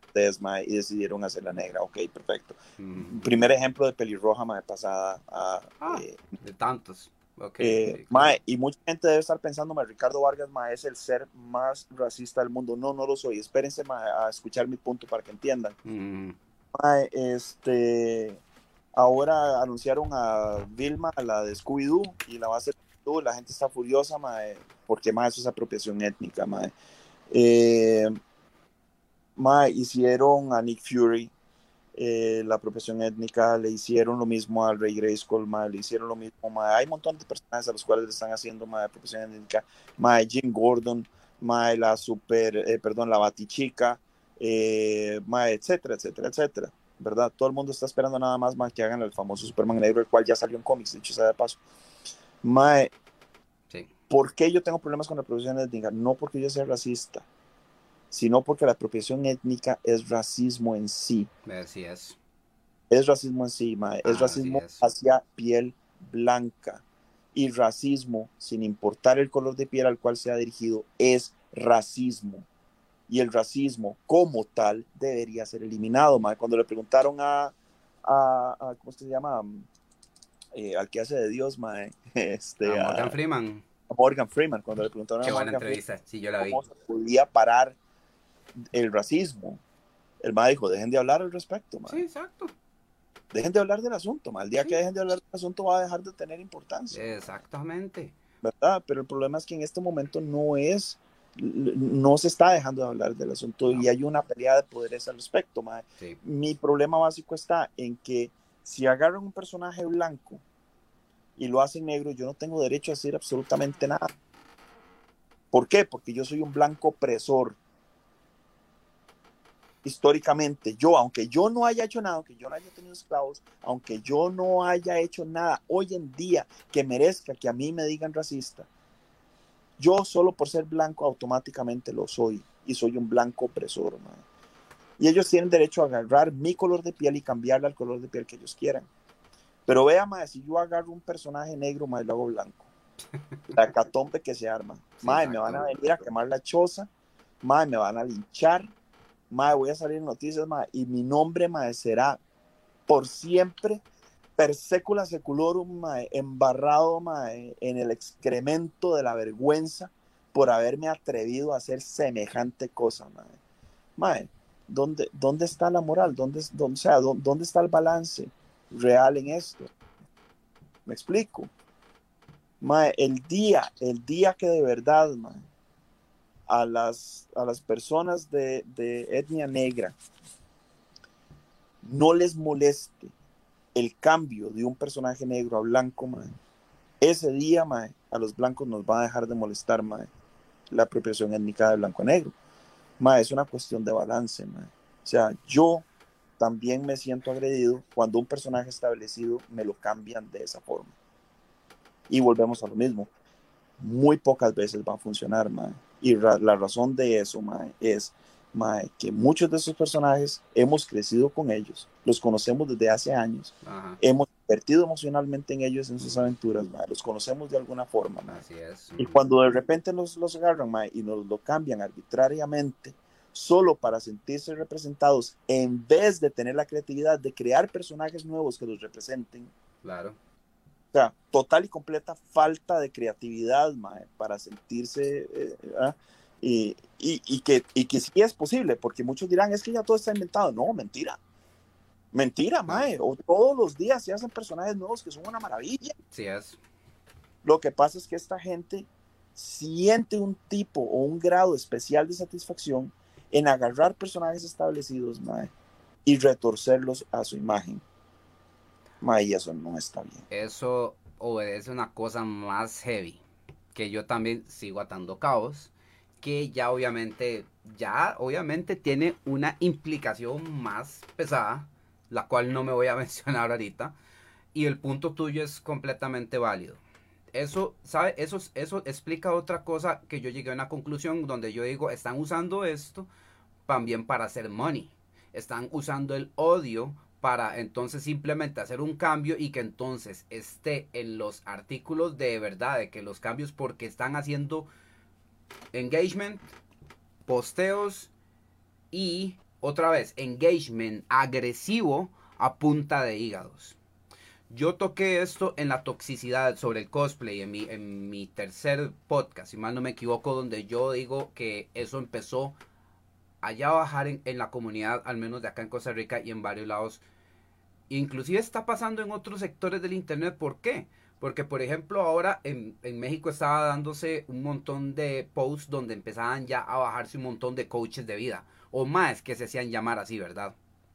tez, mae, y decidieron hacerla negra. Ok, perfecto. Mm. Primer ejemplo de pelirroja, mae, pasada a... Ah, eh, de tantos. Ok, eh, sí, claro. mae, y mucha gente debe estar pensando, mae, Ricardo Vargas, mae, es el ser más racista del mundo. No, no lo soy. Espérense, mae, a escuchar mi punto para que entiendan. Mm. Mae, este... Ahora anunciaron a Vilma, la de Scooby-Doo, y la va a hacer Scooby-Doo. La gente está furiosa, mae, porque mae, eso es apropiación étnica, mae. Eh, mae, hicieron a Nick Fury eh, la apropiación étnica, le hicieron lo mismo al Rey Grayskull, mae, le hicieron lo mismo, mae. Hay un montón de personajes a los cuales le están haciendo mae, apropiación étnica, mae, Jim Gordon, mae, la super, eh, perdón, la Batichica, eh, mae, etcétera, etcétera, etcétera. ¿Verdad? Todo el mundo está esperando nada más, mae, que hagan el famoso Superman negro, el cual ya salió en cómics, dicho sea de paso. Mae, Sí. ¿por qué yo tengo problemas con la apropiación étnica? No porque yo sea racista, sino porque la apropiación étnica es racismo en sí. Así es. Es racismo en sí, mae. Es Ah, así racismo es. hacia piel blanca. Y racismo, sin importar el color de piel al cual sea dirigido, es racismo. Y el racismo, como tal, debería ser eliminado, mae. Cuando le preguntaron a, a, a ¿cómo se llama? Eh, al que hace de Dios, mae. Este, A Morgan a, Freeman. a Morgan Freeman. Cuando le preguntaron Qué a buena Morgan Freeman entrevista. Sí, yo la vi. cómo se podía parar el racismo, el mae dijo, dejen de hablar al respecto, mae. Sí, exacto. Dejen de hablar del asunto, mae. El día Sí. que dejen de hablar del asunto va a dejar de tener importancia. Exactamente. ¿Verdad? Pero el problema es que en este momento no es, no se está dejando de hablar del asunto No. y hay una pelea de poderes al respecto, mae. Sí. Mi problema básico está en que si agarran un personaje blanco y lo hacen negro, yo no tengo derecho a decir absolutamente nada. ¿Por qué? Porque yo soy un blanco opresor. Históricamente, yo, aunque yo no haya hecho nada, aunque yo no haya tenido esclavos, aunque yo no haya hecho nada hoy en día que merezca que a mí me digan racista, yo solo por ser blanco automáticamente lo soy y soy un blanco opresor, man. Y ellos tienen derecho a agarrar mi color de piel y cambiarle al color de piel que ellos quieran. Pero vea, man, si yo agarro un personaje negro, man, lo hago blanco. La catombe que se arma. Sí, man, me van a venir a quemar la choza, man, me van a linchar. Mae, voy a salir en noticias, mae, y mi nombre, mae, será por siempre, per secula seculorum, mae, embarrado, mae, en el excremento de la vergüenza por haberme atrevido a hacer semejante cosa, mae. Mae, ¿dónde, dónde está la moral? ¿Dónde, dónde, o sea, ¿dónde, ¿dónde está el balance real en esto? ¿Me explico? Mae, el día, el día que de verdad, mae, A las, a las personas de, de etnia negra no les moleste el cambio de un personaje negro a blanco, mae, ese día, mae, a los blancos nos va a dejar de molestar, mae, la apropiación étnica de blanco a negro. Mae, es una cuestión de balance, mae. O sea, yo también me siento agredido cuando un personaje establecido me lo cambian de esa forma. Y volvemos a lo mismo. Muy pocas veces va a funcionar, mae. Y ra la razón de eso, mae, es, mae, que muchos de esos personajes hemos crecido con ellos, los conocemos desde hace años, Ajá. hemos invertido emocionalmente en ellos, en sus aventuras, mae, los conocemos de alguna forma, mae. Así es. Y cuando de repente los, los agarran, mae, y nos lo cambian arbitrariamente, solo para sentirse representados, en vez de tener la creatividad de crear personajes nuevos que los representen. Claro. O sea, total y completa falta de creatividad, mae, para sentirse, eh, ¿eh? y, y, y, que, y que sí es posible, porque muchos dirán, es que ya todo está inventado. No, mentira. Mentira, no. Mae. O todos los días se hacen personajes nuevos que son una maravilla. Sí es. Lo que pasa es que esta gente siente un tipo o un grado especial de satisfacción en agarrar personajes establecidos, mae, y retorcerlos a su imagen. Mae, y eso no está bien. Eso obedece a una cosa más heavy, que yo también sigo atando cabos, que ya obviamente, ya obviamente tiene una implicación más pesada, la cual no me voy a mencionar ahorita, y el punto tuyo es completamente válido. Eso, ¿sabe? Eso, eso explica otra cosa que yo llegué a una conclusión donde yo digo, están usando esto también para hacer money. Están usando el odio para entonces simplemente hacer un cambio y que entonces esté en los artículos de verdad, de que los cambios porque están haciendo engagement, posteos y otra vez, engagement agresivo a punta de hígados. Yo toqué esto en la toxicidad sobre el cosplay, en mi, en mi tercer podcast, si mal no me equivoco, donde yo digo que eso empezó allá a bajar en, en la comunidad, al menos de acá en Costa Rica y en varios lados. Inclusive está pasando en otros sectores del internet. ¿Por qué? Porque, por ejemplo, ahora en, en México estaba dándose un montón de posts donde empezaban ya a bajarse un montón de coaches de vida, o más que se hacían llamar así, ¿verdad?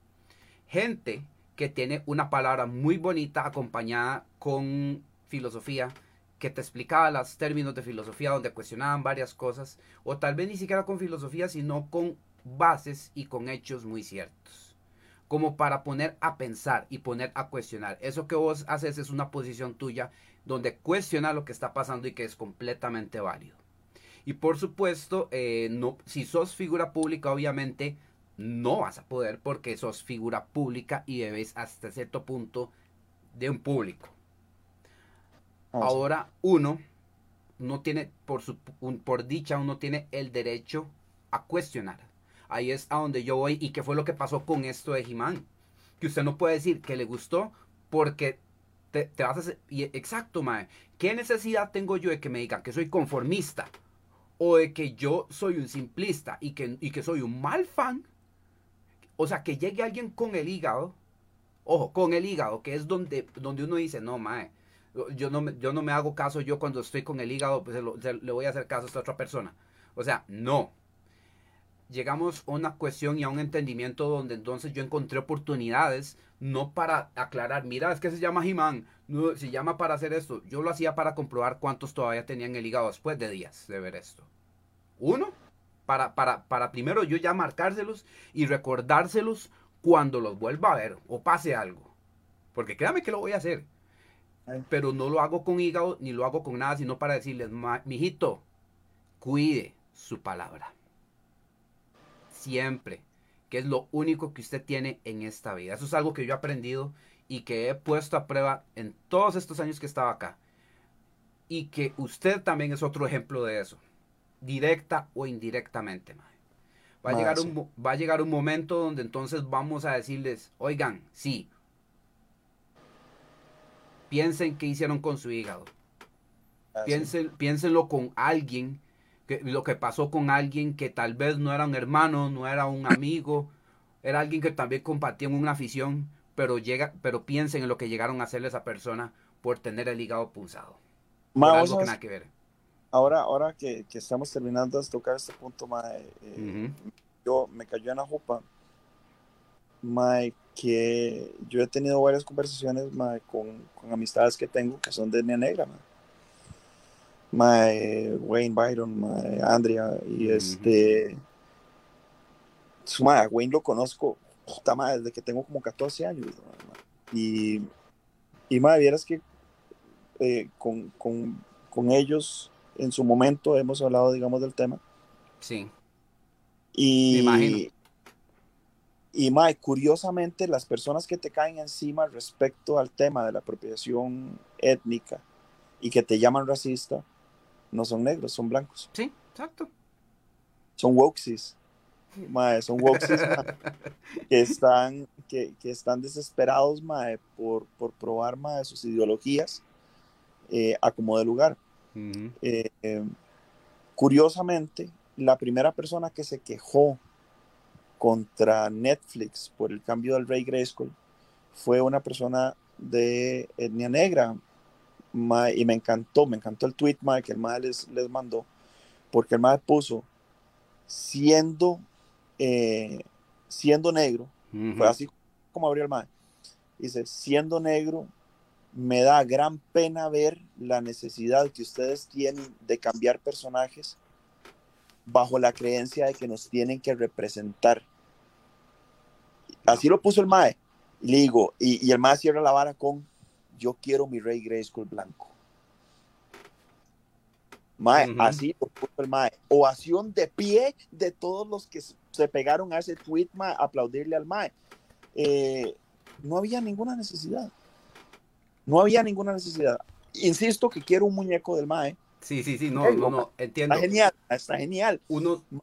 Gente que tiene una palabra muy bonita acompañada con filosofía, que te explicaba los términos de filosofía, donde cuestionaban varias cosas, o tal vez ni siquiera con filosofía, sino con bases y con hechos muy ciertos, como para poner a pensar y poner a cuestionar. Eso que vos haces es una posición tuya donde cuestiona lo que está pasando y que es completamente válido. Y por supuesto, eh, no, si sos figura pública, obviamente no vas a poder, porque sos figura pública y debes hasta cierto punto de un público. Ah, sí. Ahora uno no tiene, por, su, un, por dicha, uno tiene el derecho a cuestionar. Ahí es a donde yo voy. ¿Y qué fue lo que pasó con esto de He-Man? Que usted no puede decir que le gustó porque te, te vas a hacer... Y, exacto, mae. ¿Qué necesidad tengo yo de que me digan que soy conformista? O de que yo soy un simplista y que, y que soy un mal fan. O sea, que llegue alguien con el hígado. Ojo, con el hígado, que es donde, donde uno dice, no, mae. Yo no, me, yo no me hago caso yo cuando estoy con el hígado, pues se lo, se, le voy a hacer caso a esta otra persona. O sea, no. Llegamos a una cuestión y a un entendimiento donde entonces yo encontré oportunidades, no para aclarar, mira, es que se llama He-Man, no, se llama para hacer esto. Yo lo hacía para comprobar cuántos todavía tenían el hígado después de días de ver esto. Uno, para, para, para primero yo ya marcárselos y recordárselos cuando los vuelva a ver o pase algo. Porque créame que lo voy a hacer. Ay, Pero no lo hago con hígado ni lo hago con nada, sino para decirles, mijito, cuide su palabra. Siempre. Que es lo único que usted tiene en esta vida. Eso es algo que yo he aprendido y que he puesto a prueba en todos estos años que estaba acá. Y que usted también es otro ejemplo de eso. Directa o indirectamente, mae. Va a, mae, llegar sí. un, va a llegar un momento donde entonces vamos a decirles, oigan, sí, piensen qué hicieron con su hígado. Ah, sí. Piensen, piénsenlo con alguien, que, lo que pasó con alguien que tal vez no era un hermano, no era un amigo, era alguien que también compartían una afición, pero, llega, pero piensen en lo que llegaron a hacerle a esa persona por tener el hígado punzado, por Mae, vos algo que sabes, nada que ver. ahora, ahora que, que estamos terminando de tocar este punto, mae, eh, Uh -huh. yo me cayó en la jupa, mae, que yo he tenido varias conversaciones, mae, con, con amistades que tengo que son de etnia negra, mae. Mae, Wayne Byron, mae, Andrea, y Uh -huh. este, su mae, Wayne lo conozco, puta madre, desde que tengo como catorce años, mae. Y, y mae, vieras que eh, con, con, con ellos en su momento hemos hablado, digamos, del tema. Sí, me imagino. Y, y mae, curiosamente, las personas que te caen encima respecto al tema de la apropiación étnica y que te llaman racista, no son negros, son blancos. Sí, exacto. Son wokesies. Mae, son wokesies, mae, que están, que, que están desesperados, mae, por, por probar, mae, sus ideologías eh, a como de lugar. Uh -huh. eh, eh, curiosamente, la primera persona que se quejó contra Netflix por el cambio del Rey Grayskull fue una persona de etnia negra, ma, y me encantó, me encantó el tweet, ma, que el ma les, les mandó, porque el ma puso, siendo eh, siendo negro, uh -huh. Fue así como abrió el ma, dice, siendo negro, me da gran pena ver la necesidad que ustedes tienen de cambiar personajes bajo la creencia de que nos tienen que representar. Así lo puso el mae. Y le digo, y, y el mae cierra la vara con, yo quiero mi Rey Grayskull blanco. Mae, uh -huh. Así lo puso el mae. Ovación de pie de todos los que se pegaron a ese tweet, mae, aplaudirle al mae. Eh, no había ninguna necesidad. No había ninguna necesidad. Insisto que quiero un muñeco del mae. Sí, sí, sí, no, no, no, entiendo. Está genial, está genial. Uno,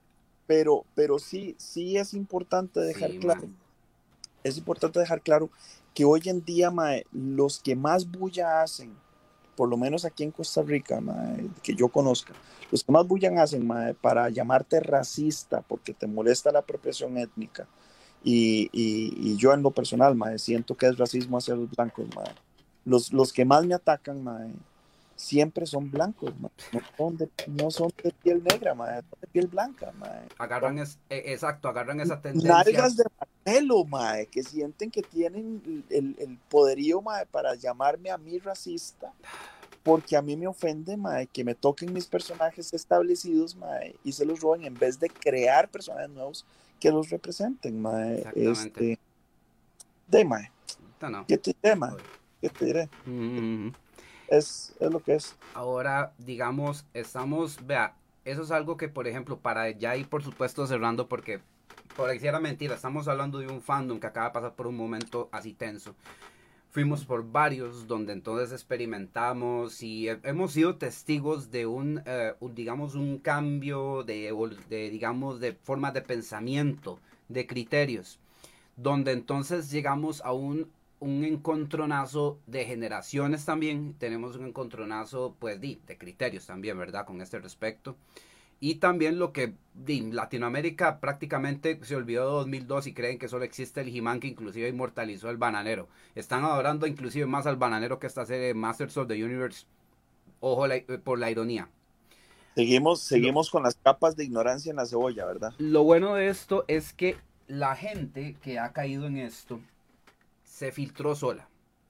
pero, pero sí, sí es importante dejar Sí, claro, man. es importante dejar claro que hoy en día, mae, los que más bulla hacen, por lo menos aquí en Costa Rica, mae, que yo conozca, los que más bullan hacen, mae, para llamarte racista porque te molesta la apropiación étnica, y, y, y yo en lo personal, mae, siento que es racismo hacia los blancos, mae. Los, los que más me atacan, mae, siempre son blancos, mae. No son de, no son de piel negra, mae, son de piel blanca, mae. Agarran es, eh, exacto, agarran esa tendencia. Nalgas de Marcelo, mae, que sienten que tienen el, el poderío, mae, para llamarme a mí racista, porque a mí me ofende, mae, que me toquen mis personajes establecidos, mae, y se los roben en vez de crear personajes nuevos que los representen, mae. Exactamente. Este, de, mae, No, no. ¿qué te diré, mae? ¿Qué te diré? Mm-hmm. Es, es lo que es. Ahora, digamos, estamos, vea, eso es algo que, por ejemplo, para ya ir, por supuesto, cerrando, porque, por decir mentira, estamos hablando de un fandom que acaba de pasar por un momento así tenso. Fuimos por varios donde entonces experimentamos y he- hemos sido testigos de un, eh, un, digamos, un cambio de, de, digamos, de forma de pensamiento, de criterios, donde entonces llegamos a un, un encontronazo de generaciones también, tenemos un encontronazo pues de, de criterios también, ¿verdad? Con este respecto. Y también lo que de, Latinoamérica prácticamente se olvidó de dos mil dos y creen que solo existe el He-Man que inclusive inmortalizó el bananero. Están adorando inclusive más al bananero que esta serie de Masters of the Universe. Ojo la, por la ironía. Seguimos, Lo, seguimos con las capas de ignorancia en la cebolla, ¿verdad? lo bueno de esto es que la gente que ha caído en esto se filtró sola.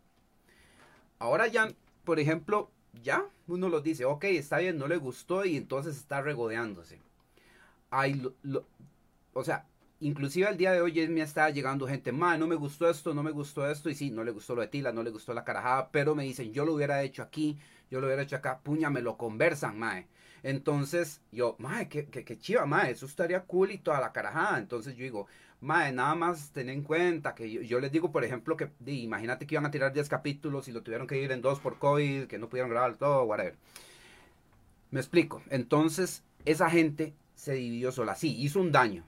Ahora ya, por ejemplo, ya uno lo dice, ok, está bien, no le gustó y entonces está regodeándose. Hay, lo, lo, o sea, inclusive al día de hoy me está llegando gente, ma, no me gustó esto, no me gustó esto, y sí, no le gustó lo de Tila, no le gustó la carajada, pero me dicen, yo lo hubiera hecho aquí, yo lo hubiera hecho acá, puña, me lo conversan, mae. Entonces, yo, mae, qué, qué, qué chiva, mae, eso estaría cool y toda la carajada. Entonces yo digo, mae, nada más ten en cuenta que yo, yo les digo, por ejemplo, que di, imagínate que iban a tirar diez capítulos y lo tuvieron que ir en dos por COVID, que no pudieron grabar todo, whatever. Me explico. Entonces, esa gente se dividió sola. Sí, hizo un daño,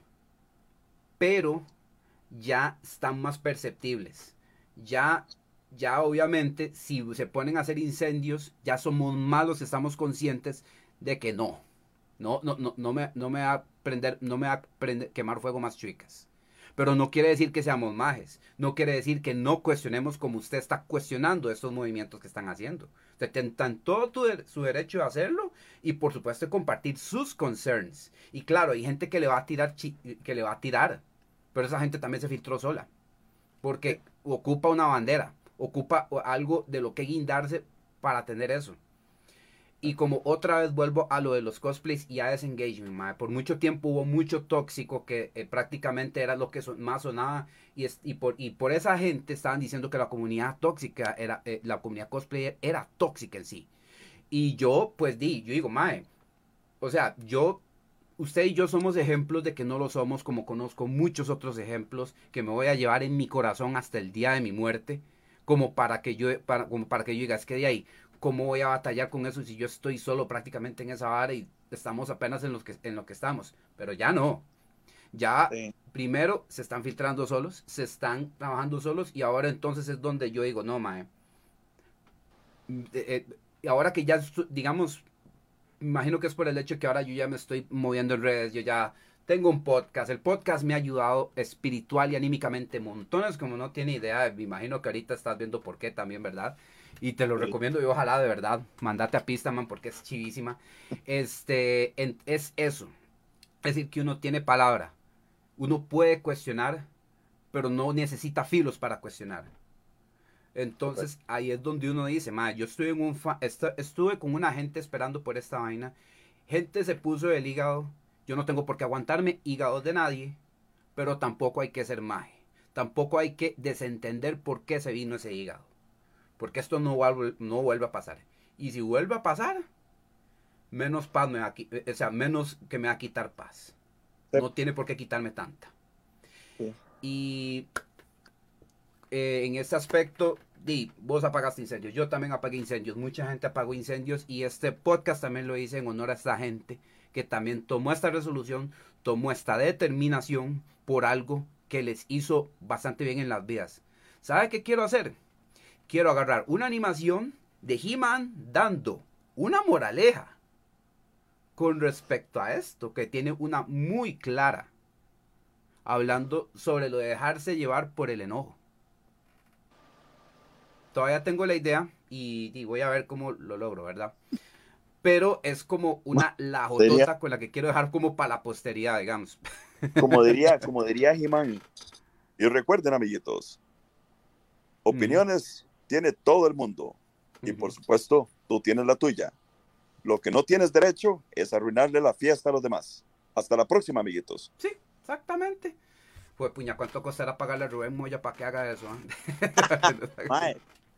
pero ya están más perceptibles. Ya, ya obviamente, si se ponen a hacer incendios, ya somos malos, estamos conscientes de que no. No, no, no, no me, no me va a prender, no me va a prender, quemar fuego más chicas. Pero no quiere decir que seamos majes. No quiere decir que no cuestionemos como usted está cuestionando estos movimientos que están haciendo. Usted tiene todo tu, su derecho de hacerlo y por supuesto de compartir sus concerns. Y claro, hay gente que le va a tirar, que le va a tirar. Pero esa gente también se filtró sola. Porque ocupa una bandera. Ocupa algo de lo que guindarse para tener eso. Y como otra vez vuelvo a lo de los cosplays y a ese engagement, mae. Por mucho tiempo hubo mucho tóxico que eh, prácticamente era lo que son, más sonaba. Y, es, y, por, y por esa gente estaban diciendo que la comunidad tóxica, era eh, la comunidad cosplayer era tóxica en sí. Y yo, pues di, yo digo, mae, o sea, yo, usted y yo somos ejemplos de que no lo somos, como conozco muchos otros ejemplos que me voy a llevar en mi corazón hasta el día de mi muerte, como para que yo, para, como para que yo diga, es que de ahí, ¿cómo voy a batallar con eso si yo estoy solo prácticamente en esa vara y estamos apenas en, los que, en lo que estamos? Pero ya no, ya Sí. primero se están filtrando solos, se están trabajando solos y ahora entonces es donde yo digo, no, mae, eh, eh, ahora que ya, digamos, imagino que es por el hecho que ahora yo ya me estoy moviendo en redes, yo ya tengo un podcast, el podcast me ha ayudado espiritual y anímicamente montones, como no tiene idea, me imagino que ahorita estás viendo por qué también, ¿verdad? Y te lo Sí. recomiendo y ojalá de verdad, mandate a pista, man, porque es chivísima. Este, en, es eso, es decir, que uno tiene palabra, uno puede cuestionar, pero no necesita filos para cuestionar. Correcto. Entonces ahí es donde uno dice, ma, yo estoy en un fa estuve con una gente esperando por esta vaina. Gente se puso el hígado. Yo no tengo por qué aguantarme hígado de nadie, pero tampoco hay que ser maje. Tampoco hay que desentender por qué se vino ese hígado. Porque esto no vuelve, no vuelve a pasar. Y si vuelve a pasar, menos paz me va a, o sea, menos que me va a quitar paz. Sí. No tiene por qué quitarme tanta. Sí. Y eh, en este aspecto, di, vos apagaste incendios, yo también apagué incendios, mucha gente apagó incendios y este podcast también lo hice en honor a esta gente que también tomó esta resolución, tomó esta determinación por algo que les hizo bastante bien en las vidas. ¿Sabe qué quiero hacer? Quiero agarrar una animación de He-Man dando una moraleja con respecto a esto, que tiene una muy clara, hablando sobre lo de dejarse llevar por el enojo. Todavía tengo la idea y, y voy a ver cómo lo logro, ¿verdad? Pero es como una Sería, lajotota con la que quiero dejar como para la posteridad, digamos. como diría, como diría He-Man. Y recuerden, amiguitos, opiniones uh-huh. tiene todo el mundo. Y uh-huh. por supuesto, tú tienes la tuya. Lo que no tienes derecho es arruinarle la fiesta a los demás. Hasta la próxima, amiguitos. Sí, exactamente. Pues puña, ¿cuánto costará pagarle a Rubén Moya para que haga eso? Mae,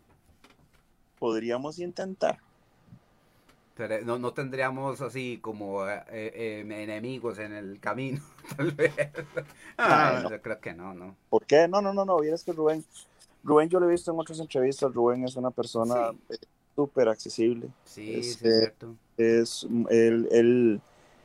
podríamos intentar. Pero no, no tendríamos así como eh, eh, enemigos en el camino, tal vez. Ah, Ay, no. Yo creo que no, ¿no? ¿Por qué? No, no, no, no. Vieras que Rubén, Rubén yo lo he visto en otras entrevistas. Rubén es una persona súper sí. accesible. Sí, es, sí, es cierto. Es, él, él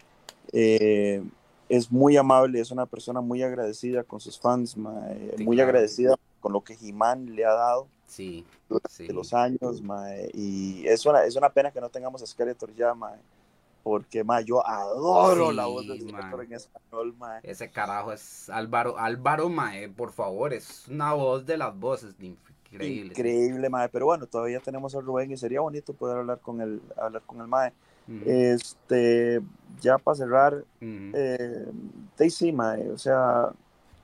eh, es muy amable, es una persona muy agradecida con sus fans, mae, sí, muy claro. agradecida con lo que He-Man le ha dado. Sí, durante sí. los años, mae, y es una, es una pena que no tengamos a Skeletor ya, mae, porque mae, yo adoro sí, la voz de Skeletor en español, mae. Ese carajo es Álvaro, Álvaro, mae, por favor, es una voz de las voces, increíble. Increíble, sí. mae, pero bueno, todavía tenemos a Rubén y sería bonito poder hablar con el, hablar con el mae. Uh-huh. Este, ya para cerrar, uh-huh. eh, Daisy, mae, o sea,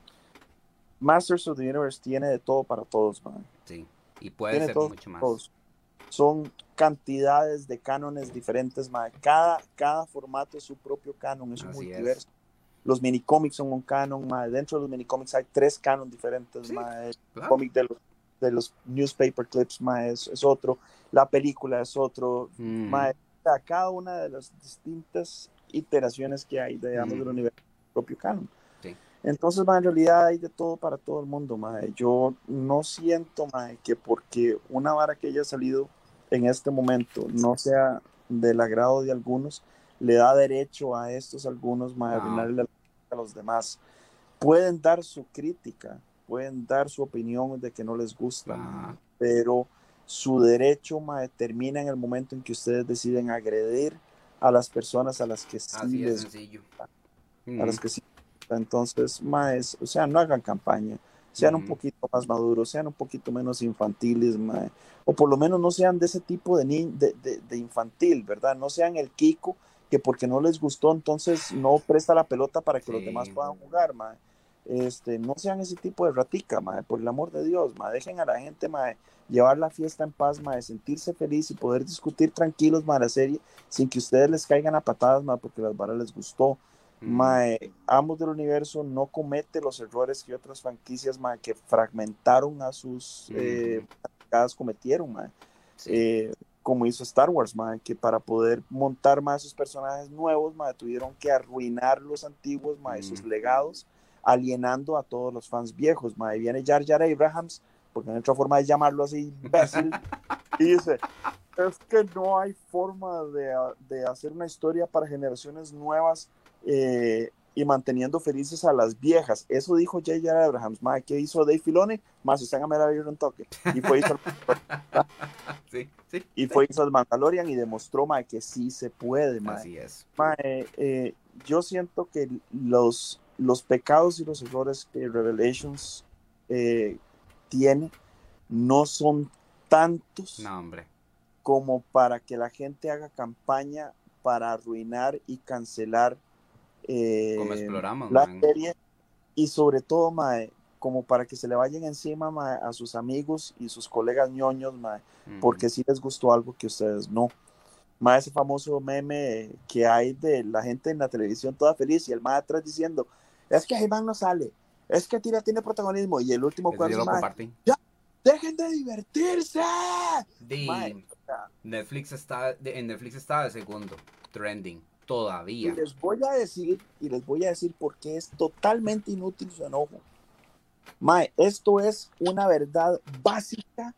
Masters of the Universe tiene de todo para todos, mae. Sí. Y puede Tiene ser todos, mucho más. Todos. Son cantidades de cánones diferentes, mae. Cada, cada formato es su propio canon, es un Así multiverso. Es. Los minicomics son un canon, mae. Dentro de los minicomics hay tres canon diferentes, sí, mae. El claro. cómic de los, de los newspaper clips, mae, es, es otro. La película es otro. Mm. Mae. O sea, cada una de las distintas iteraciones que hay, digamos, mm. del universo, propio canon. Sí. Entonces, ma, en realidad hay de todo para todo el mundo, ma. Yo no siento, ma, que porque una vara que haya salido en este momento no sea del agrado de algunos, le da derecho a estos algunos, ma, a arruinarle no. a los demás. Pueden dar su crítica, pueden dar su opinión de que no les gusta, ma, pero su derecho, ma, termina en el momento en que ustedes deciden agredir a las personas a las que sí Así les es sencillo. gusta, a las que sí. Entonces, más, o sea, no hagan campaña, sean uh-huh. un poquito más maduros, sean un poquito menos infantiles, mae, o por lo menos no sean de ese tipo de, ni- de, de, de infantil, ¿verdad? No sean el Kiko que porque no les gustó, entonces no presta la pelota para que sí. los demás puedan jugar, mae. Este, no sean ese tipo de ratica, mae, por el amor de Dios, mae, dejen a la gente, mae, llevar la fiesta en paz, mae, sentirse feliz y poder discutir tranquilos, mae, la serie, sin que ustedes les caigan a patadas, mae, porque las varas les gustó. Mae, Amos del Universo no comete los errores que otras franquicias, mae, que fragmentaron a sus eh, franquicias cometieron, mae. Sí. Eh, como hizo Star Wars, mae, que para poder montar más sus personajes nuevos, mae, tuvieron que arruinar los antiguos, mae, sus legados, alienando a todos los fans viejos, mae. Viene Jar Jar Abrahams, porque no hay otra forma de llamarlo así, imbécil, y dice, es que no hay forma de, de hacer una historia para generaciones nuevas Eh, y manteniendo felices a las viejas. Eso dijo J J Abrahams, ma, ¿qué hizo Dave Filoni? Más están a mirar un toque. Y fue hizo el, sí, sí, y sí. fue hizo el Mandalorian y demostró, ma, que sí se puede, ma. Así es. Ma, eh, eh, yo siento que los, los pecados y los errores que Revelations eh, tiene no son tantos no, hombre. como para que la gente haga campaña para arruinar y cancelar Eh, como exploramos, la man. serie, y sobre todo, mae, como para que se le vayan encima, mae, a sus amigos y sus colegas ñoños, mae, uh-huh. porque sí les gustó algo que ustedes no. Mae, ese famoso meme que hay de la gente en la televisión toda feliz y el mae atrás diciendo, es que He-Man no sale, es que Tira tiene protagonismo, y el último cuarto, mae, ya, dejen de divertirse. De, mae, o sea, Netflix está, de, en Netflix está de segundo, trending. Todavía. Y les voy a decir, y les voy a decir por qué es totalmente inútil su enojo. Mae, esto es una verdad básica,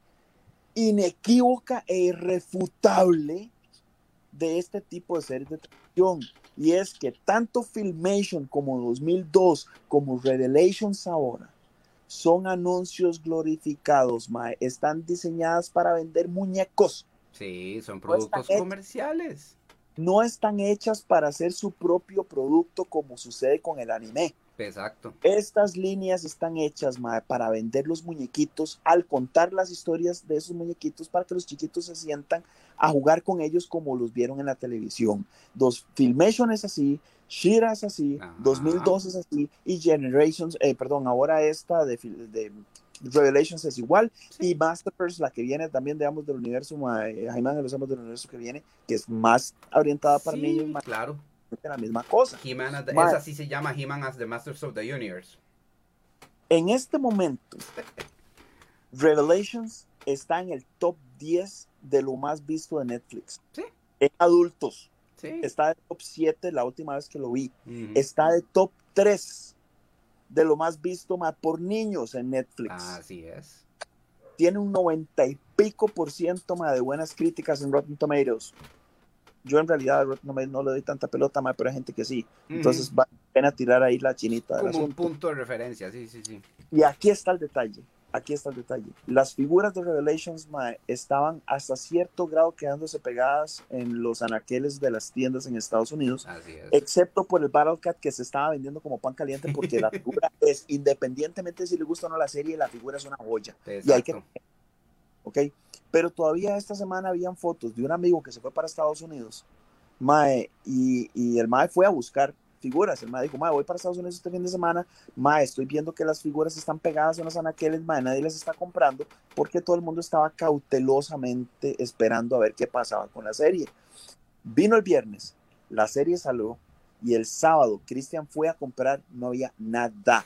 inequívoca e irrefutable de este tipo de series de televisión. y es que tanto Filmation como dos mil dos como Revelations ahora son anuncios glorificados, mae. Están diseñadas para vender muñecos. Sí, son No están, productos hechas, comerciales. no están hechas para hacer su propio producto como sucede con el anime. Exacto. Estas líneas están hechas, mae, para vender los muñequitos, al contar las historias de esos muñequitos para que los chiquitos se sientan a jugar con ellos como los vieron en la televisión. Dos, Filmation es así, She-Ra es así, Ajá. dos mil dos es así, y Generations, eh, perdón, ahora esta de, de Revelations es igual, sí. Y Masterverse, la que viene también, digamos, del universo, mae, Jaime de los Amos del universo que viene, que es más orientada para sí, niños, mae, claro. la misma cosa. He-Man, esa sí se llama He-Man as the Masters of the Universe. En este momento, Revelations está en el top diez de lo más visto de Netflix. Sí. En adultos. Sí. Está de top siete la última vez que lo vi. Uh-huh. Está de top tres de lo más visto más por niños en Netflix. Así es. Tiene un noventa y pico por ciento más de buenas críticas en Rotten Tomatoes. Yo en realidad a Rotten Tomatoes no le doy tanta pelota más, pero hay gente que sí. Uh-huh. Entonces vale la pena tirar ahí la chinita del Como asunto. un punto de referencia, sí, sí, sí. Y aquí está el detalle. Aquí está el detalle. Las figuras de Revelations, mae, estaban hasta cierto grado quedándose pegadas en los anaqueles de las tiendas en Estados Unidos. Así es. Excepto por el Battle Cat, que se estaba vendiendo como pan caliente, porque la figura es, independientemente si le gusta o no la serie, la figura es una joya. Exacto. Y hay que... ¿Ok? Pero todavía esta semana habían fotos de un amigo que se fue para Estados Unidos, mae, y, y el mae fue a buscar figuras. El mae dijo, mae, voy para Estados Unidos este fin de semana, mae, estoy viendo que las figuras están pegadas en los anaqueles, mae, nadie las está comprando, porque todo el mundo estaba cautelosamente esperando a ver qué pasaba con la serie. Vino el viernes, la serie salió, y el sábado Cristian fue a comprar, no había nada.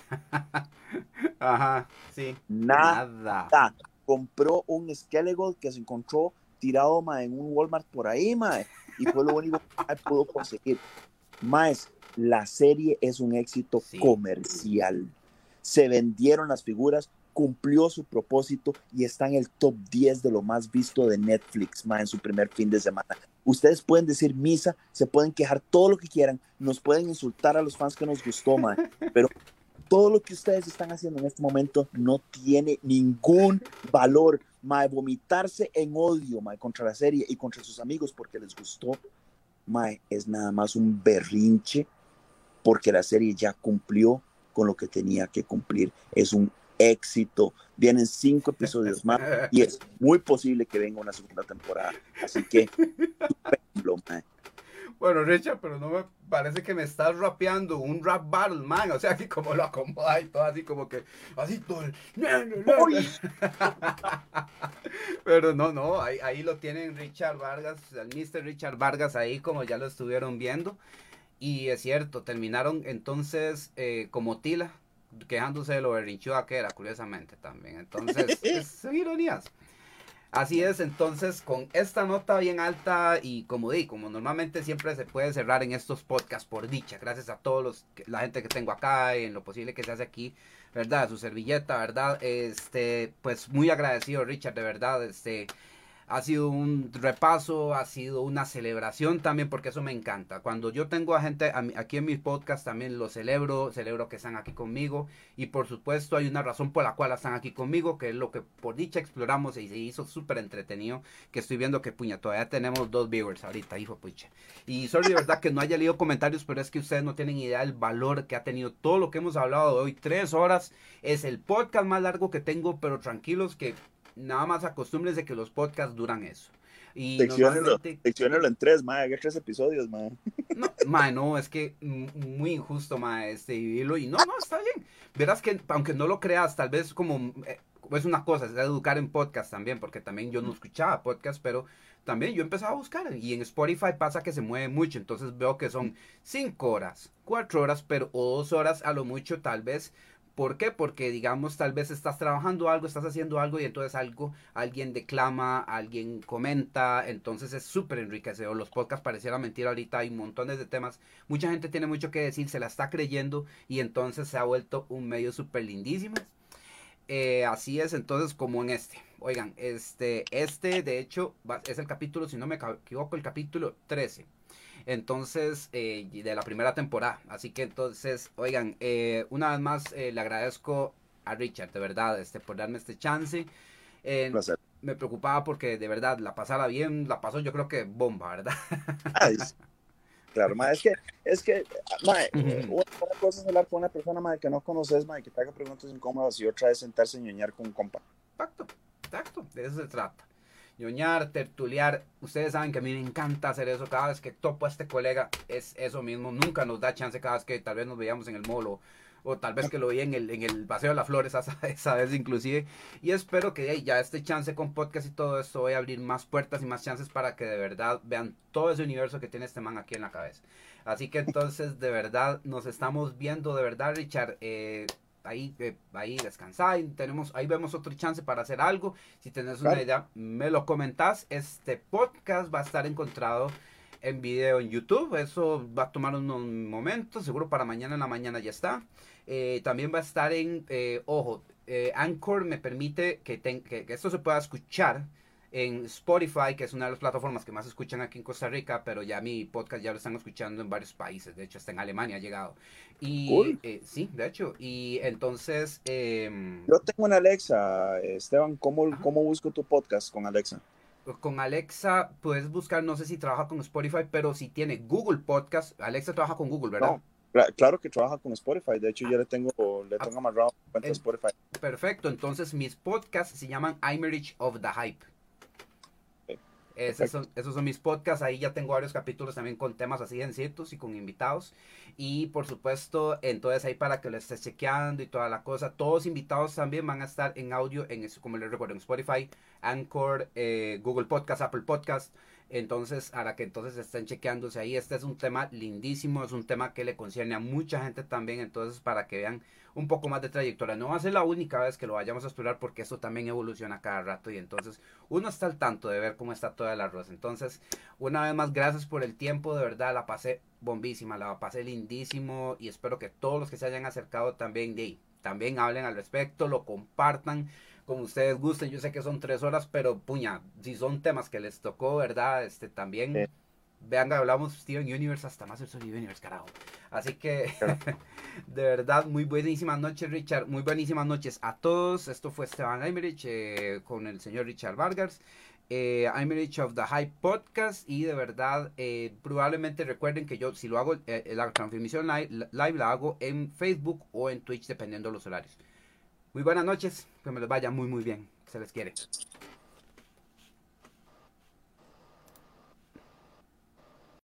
Ajá, sí. Nada. nada. Compró un Skeletor que se encontró tirado, mae, en un Walmart por ahí, mae, y fue lo único que pudo conseguir. Más, la serie es un éxito sí. comercial. Se vendieron las figuras, cumplió su propósito y está en el top diez de lo más visto de Netflix, ma, en su primer fin de semana. Ustedes pueden decir misa, se pueden quejar todo lo que quieran, nos pueden insultar a los fans que nos gustó, ma, pero todo lo que ustedes están haciendo en este momento no tiene ningún valor, ma, vomitarse en odio, ma, contra la serie y contra sus amigos porque les gustó. Mae, es nada más un berrinche porque la serie ya cumplió con lo que tenía que cumplir. Es un éxito. Vienen cinco episodios más y es muy posible que venga una segunda temporada. Así que, estupendo, mae. Bueno, Richard, pero no me parece que me estás rapeando un rap battle, man. O sea, que como lo acomoda y todo así como que, así todo el... Pero no, no, ahí, ahí lo tienen Richard Vargas, el mister Richard Vargas ahí como ya lo estuvieron viendo. Y es cierto, terminaron entonces eh, como Tila, quejándose de lo berrinchuda que era, curiosamente también. Entonces, es, son ironías. Así es, entonces con esta nota bien alta y como di, como normalmente siempre se puede cerrar en estos podcasts por dicha, gracias a todos los, la gente que tengo acá y en lo posible que se hace aquí, verdad, su servilleta, verdad, este, pues muy agradecido Richard, de verdad, este, ha sido un repaso, ha sido una celebración también, porque eso me encanta. Cuando yo tengo a gente a, aquí en mis podcasts también lo celebro, celebro que están aquí conmigo. Y por supuesto hay una razón por la cual están aquí conmigo, que es lo que por dicha exploramos y se hizo súper entretenido. Que estoy viendo que puña, todavía tenemos dos viewers ahorita, hijo pucha. Y sorry de verdad que no haya leído comentarios, pero es que ustedes no tienen idea del valor que ha tenido todo lo que hemos hablado de hoy. Tres horas, es el podcast más largo que tengo, pero tranquilos que... Nada más acostúmbrense que los podcasts duran eso. Y secciónelo, normalmente... secciónelo en tres, ma, haga tres episodios, ma. No, ma, no, es que muy injusto, ma, este, vivirlo. Y no, no, está bien. Verás que, aunque no lo creas, tal vez como... Eh, es una cosa, es educar en podcast también, porque también yo no escuchaba podcast, pero también yo empezaba a buscar. Y en Spotify pasa que se mueve mucho, entonces veo que son cinco horas, cuatro horas, pero o dos horas a lo mucho, tal vez... ¿Por qué? Porque digamos tal vez estás trabajando algo, estás haciendo algo y entonces algo, alguien declama, alguien comenta, entonces es súper enriquecedor. Los podcasts pareciera mentira ahorita, hay montones de temas, mucha gente tiene mucho que decir, se la está creyendo y entonces se ha vuelto un medio súper lindísimo. Eh, así es entonces como en este. Oigan, este, este de hecho va, es el capítulo, si no me equivoco, el capítulo trece. Entonces, eh, de la primera temporada. Así que entonces, oigan, eh, una vez más eh, le agradezco a Richard, de verdad, este, por darme este chance. Eh, Placer. Me preocupaba porque de verdad la pasara bien, la pasó yo creo que bomba, ¿verdad? Ay, claro, ma, es que, es que, ma, eh, una cosa es hablar con una persona, ma, que no conoces, ma, que te haga preguntas incómodas y otra es sentarse y ñoñar con un compa. Exacto, exacto, de eso se trata. Ñoñar, tertuliar, ustedes saben que a mí me encanta hacer eso, cada vez que topo a este colega es eso mismo, nunca nos da chance cada vez que tal vez nos veíamos en el molo o tal vez que lo vi en el, en el Paseo de las Flores esa, esa vez inclusive, y espero que hey, ya este chance con podcast y todo esto voy a abrir más puertas y más chances para que de verdad vean todo ese universo que tiene este man aquí en la cabeza. Así que entonces de verdad nos estamos viendo, de verdad Richard, eh, ahí, eh, ahí descansá y tenemos, ahí vemos otro chance para hacer algo. Si tenés una Claro. idea, me lo comentás. Este podcast va a estar encontrado en video en YouTube. Eso va a tomar unos momentos, seguro para mañana en la mañana ya está. Eh, también va a estar en, eh, ojo, eh, Anchor me permite que, ten, que, que esto se pueda escuchar en Spotify, que es una de las plataformas que más escuchan aquí en Costa Rica, pero ya mi podcast ya lo están escuchando en varios países, de hecho hasta en Alemania ha llegado. Y Cool. eh, sí, de hecho, y entonces... Eh, Yo tengo una Alexa, Esteban, ¿cómo, ajá. cómo busco tu podcast con Alexa? Con Alexa puedes buscar, no sé si trabaja con Spotify, pero si tiene Google Podcast, Alexa trabaja con Google, ¿verdad? No, cla- claro que trabaja con Spotify, de hecho Ah, yo le tengo, le ah, tengo amarrado mi cuenta de en- Spotify. perfecto, entonces mis podcasts se llaman Imerich of the Hype. Ok, Esos perfecto. son, esos son mis podcasts, ahí ya tengo varios capítulos también con temas así sencillos y con invitados. Y por supuesto, entonces ahí para que lo estés chequeando y toda la cosa. Todos invitados también van a estar en audio, en eso, como les recuerdo, en Spotify, Anchor, eh, Google Podcast, Apple Podcast. Entonces, para que entonces estén chequeándose ahí, este es un tema lindísimo, es un tema que le concierne a mucha gente también, entonces para que vean un poco más de trayectoria. No va a ser la única vez que lo vayamos a explorar porque esto también evoluciona cada rato y entonces uno está al tanto de ver cómo está todo el arroz. Entonces, una vez más, gracias por el tiempo, de verdad la pasé bombísima, la pasé lindísimo y espero que todos los que se hayan acercado también, de, también hablen al respecto, lo compartan como ustedes gusten. Yo sé que son tres horas, pero puña, si son temas que les tocó, ¿verdad? Este también, Eh, vean que hablamos Steven Universe hasta más el Steven Universe, carajo. Así que, claro. de verdad, muy buenísimas noches, Richard. Muy buenísimas noches a todos. Esto fue Esteban Aymerich eh, con el señor Richard Vargas. Eh, Aymerich of the Hype Podcast. Y de verdad, eh, probablemente recuerden que yo, si lo hago, eh, la transmisión live, live la hago en Facebook o en Twitch, dependiendo de los horarios. Muy buenas noches. Que me les vaya muy, muy bien. Se les quiere.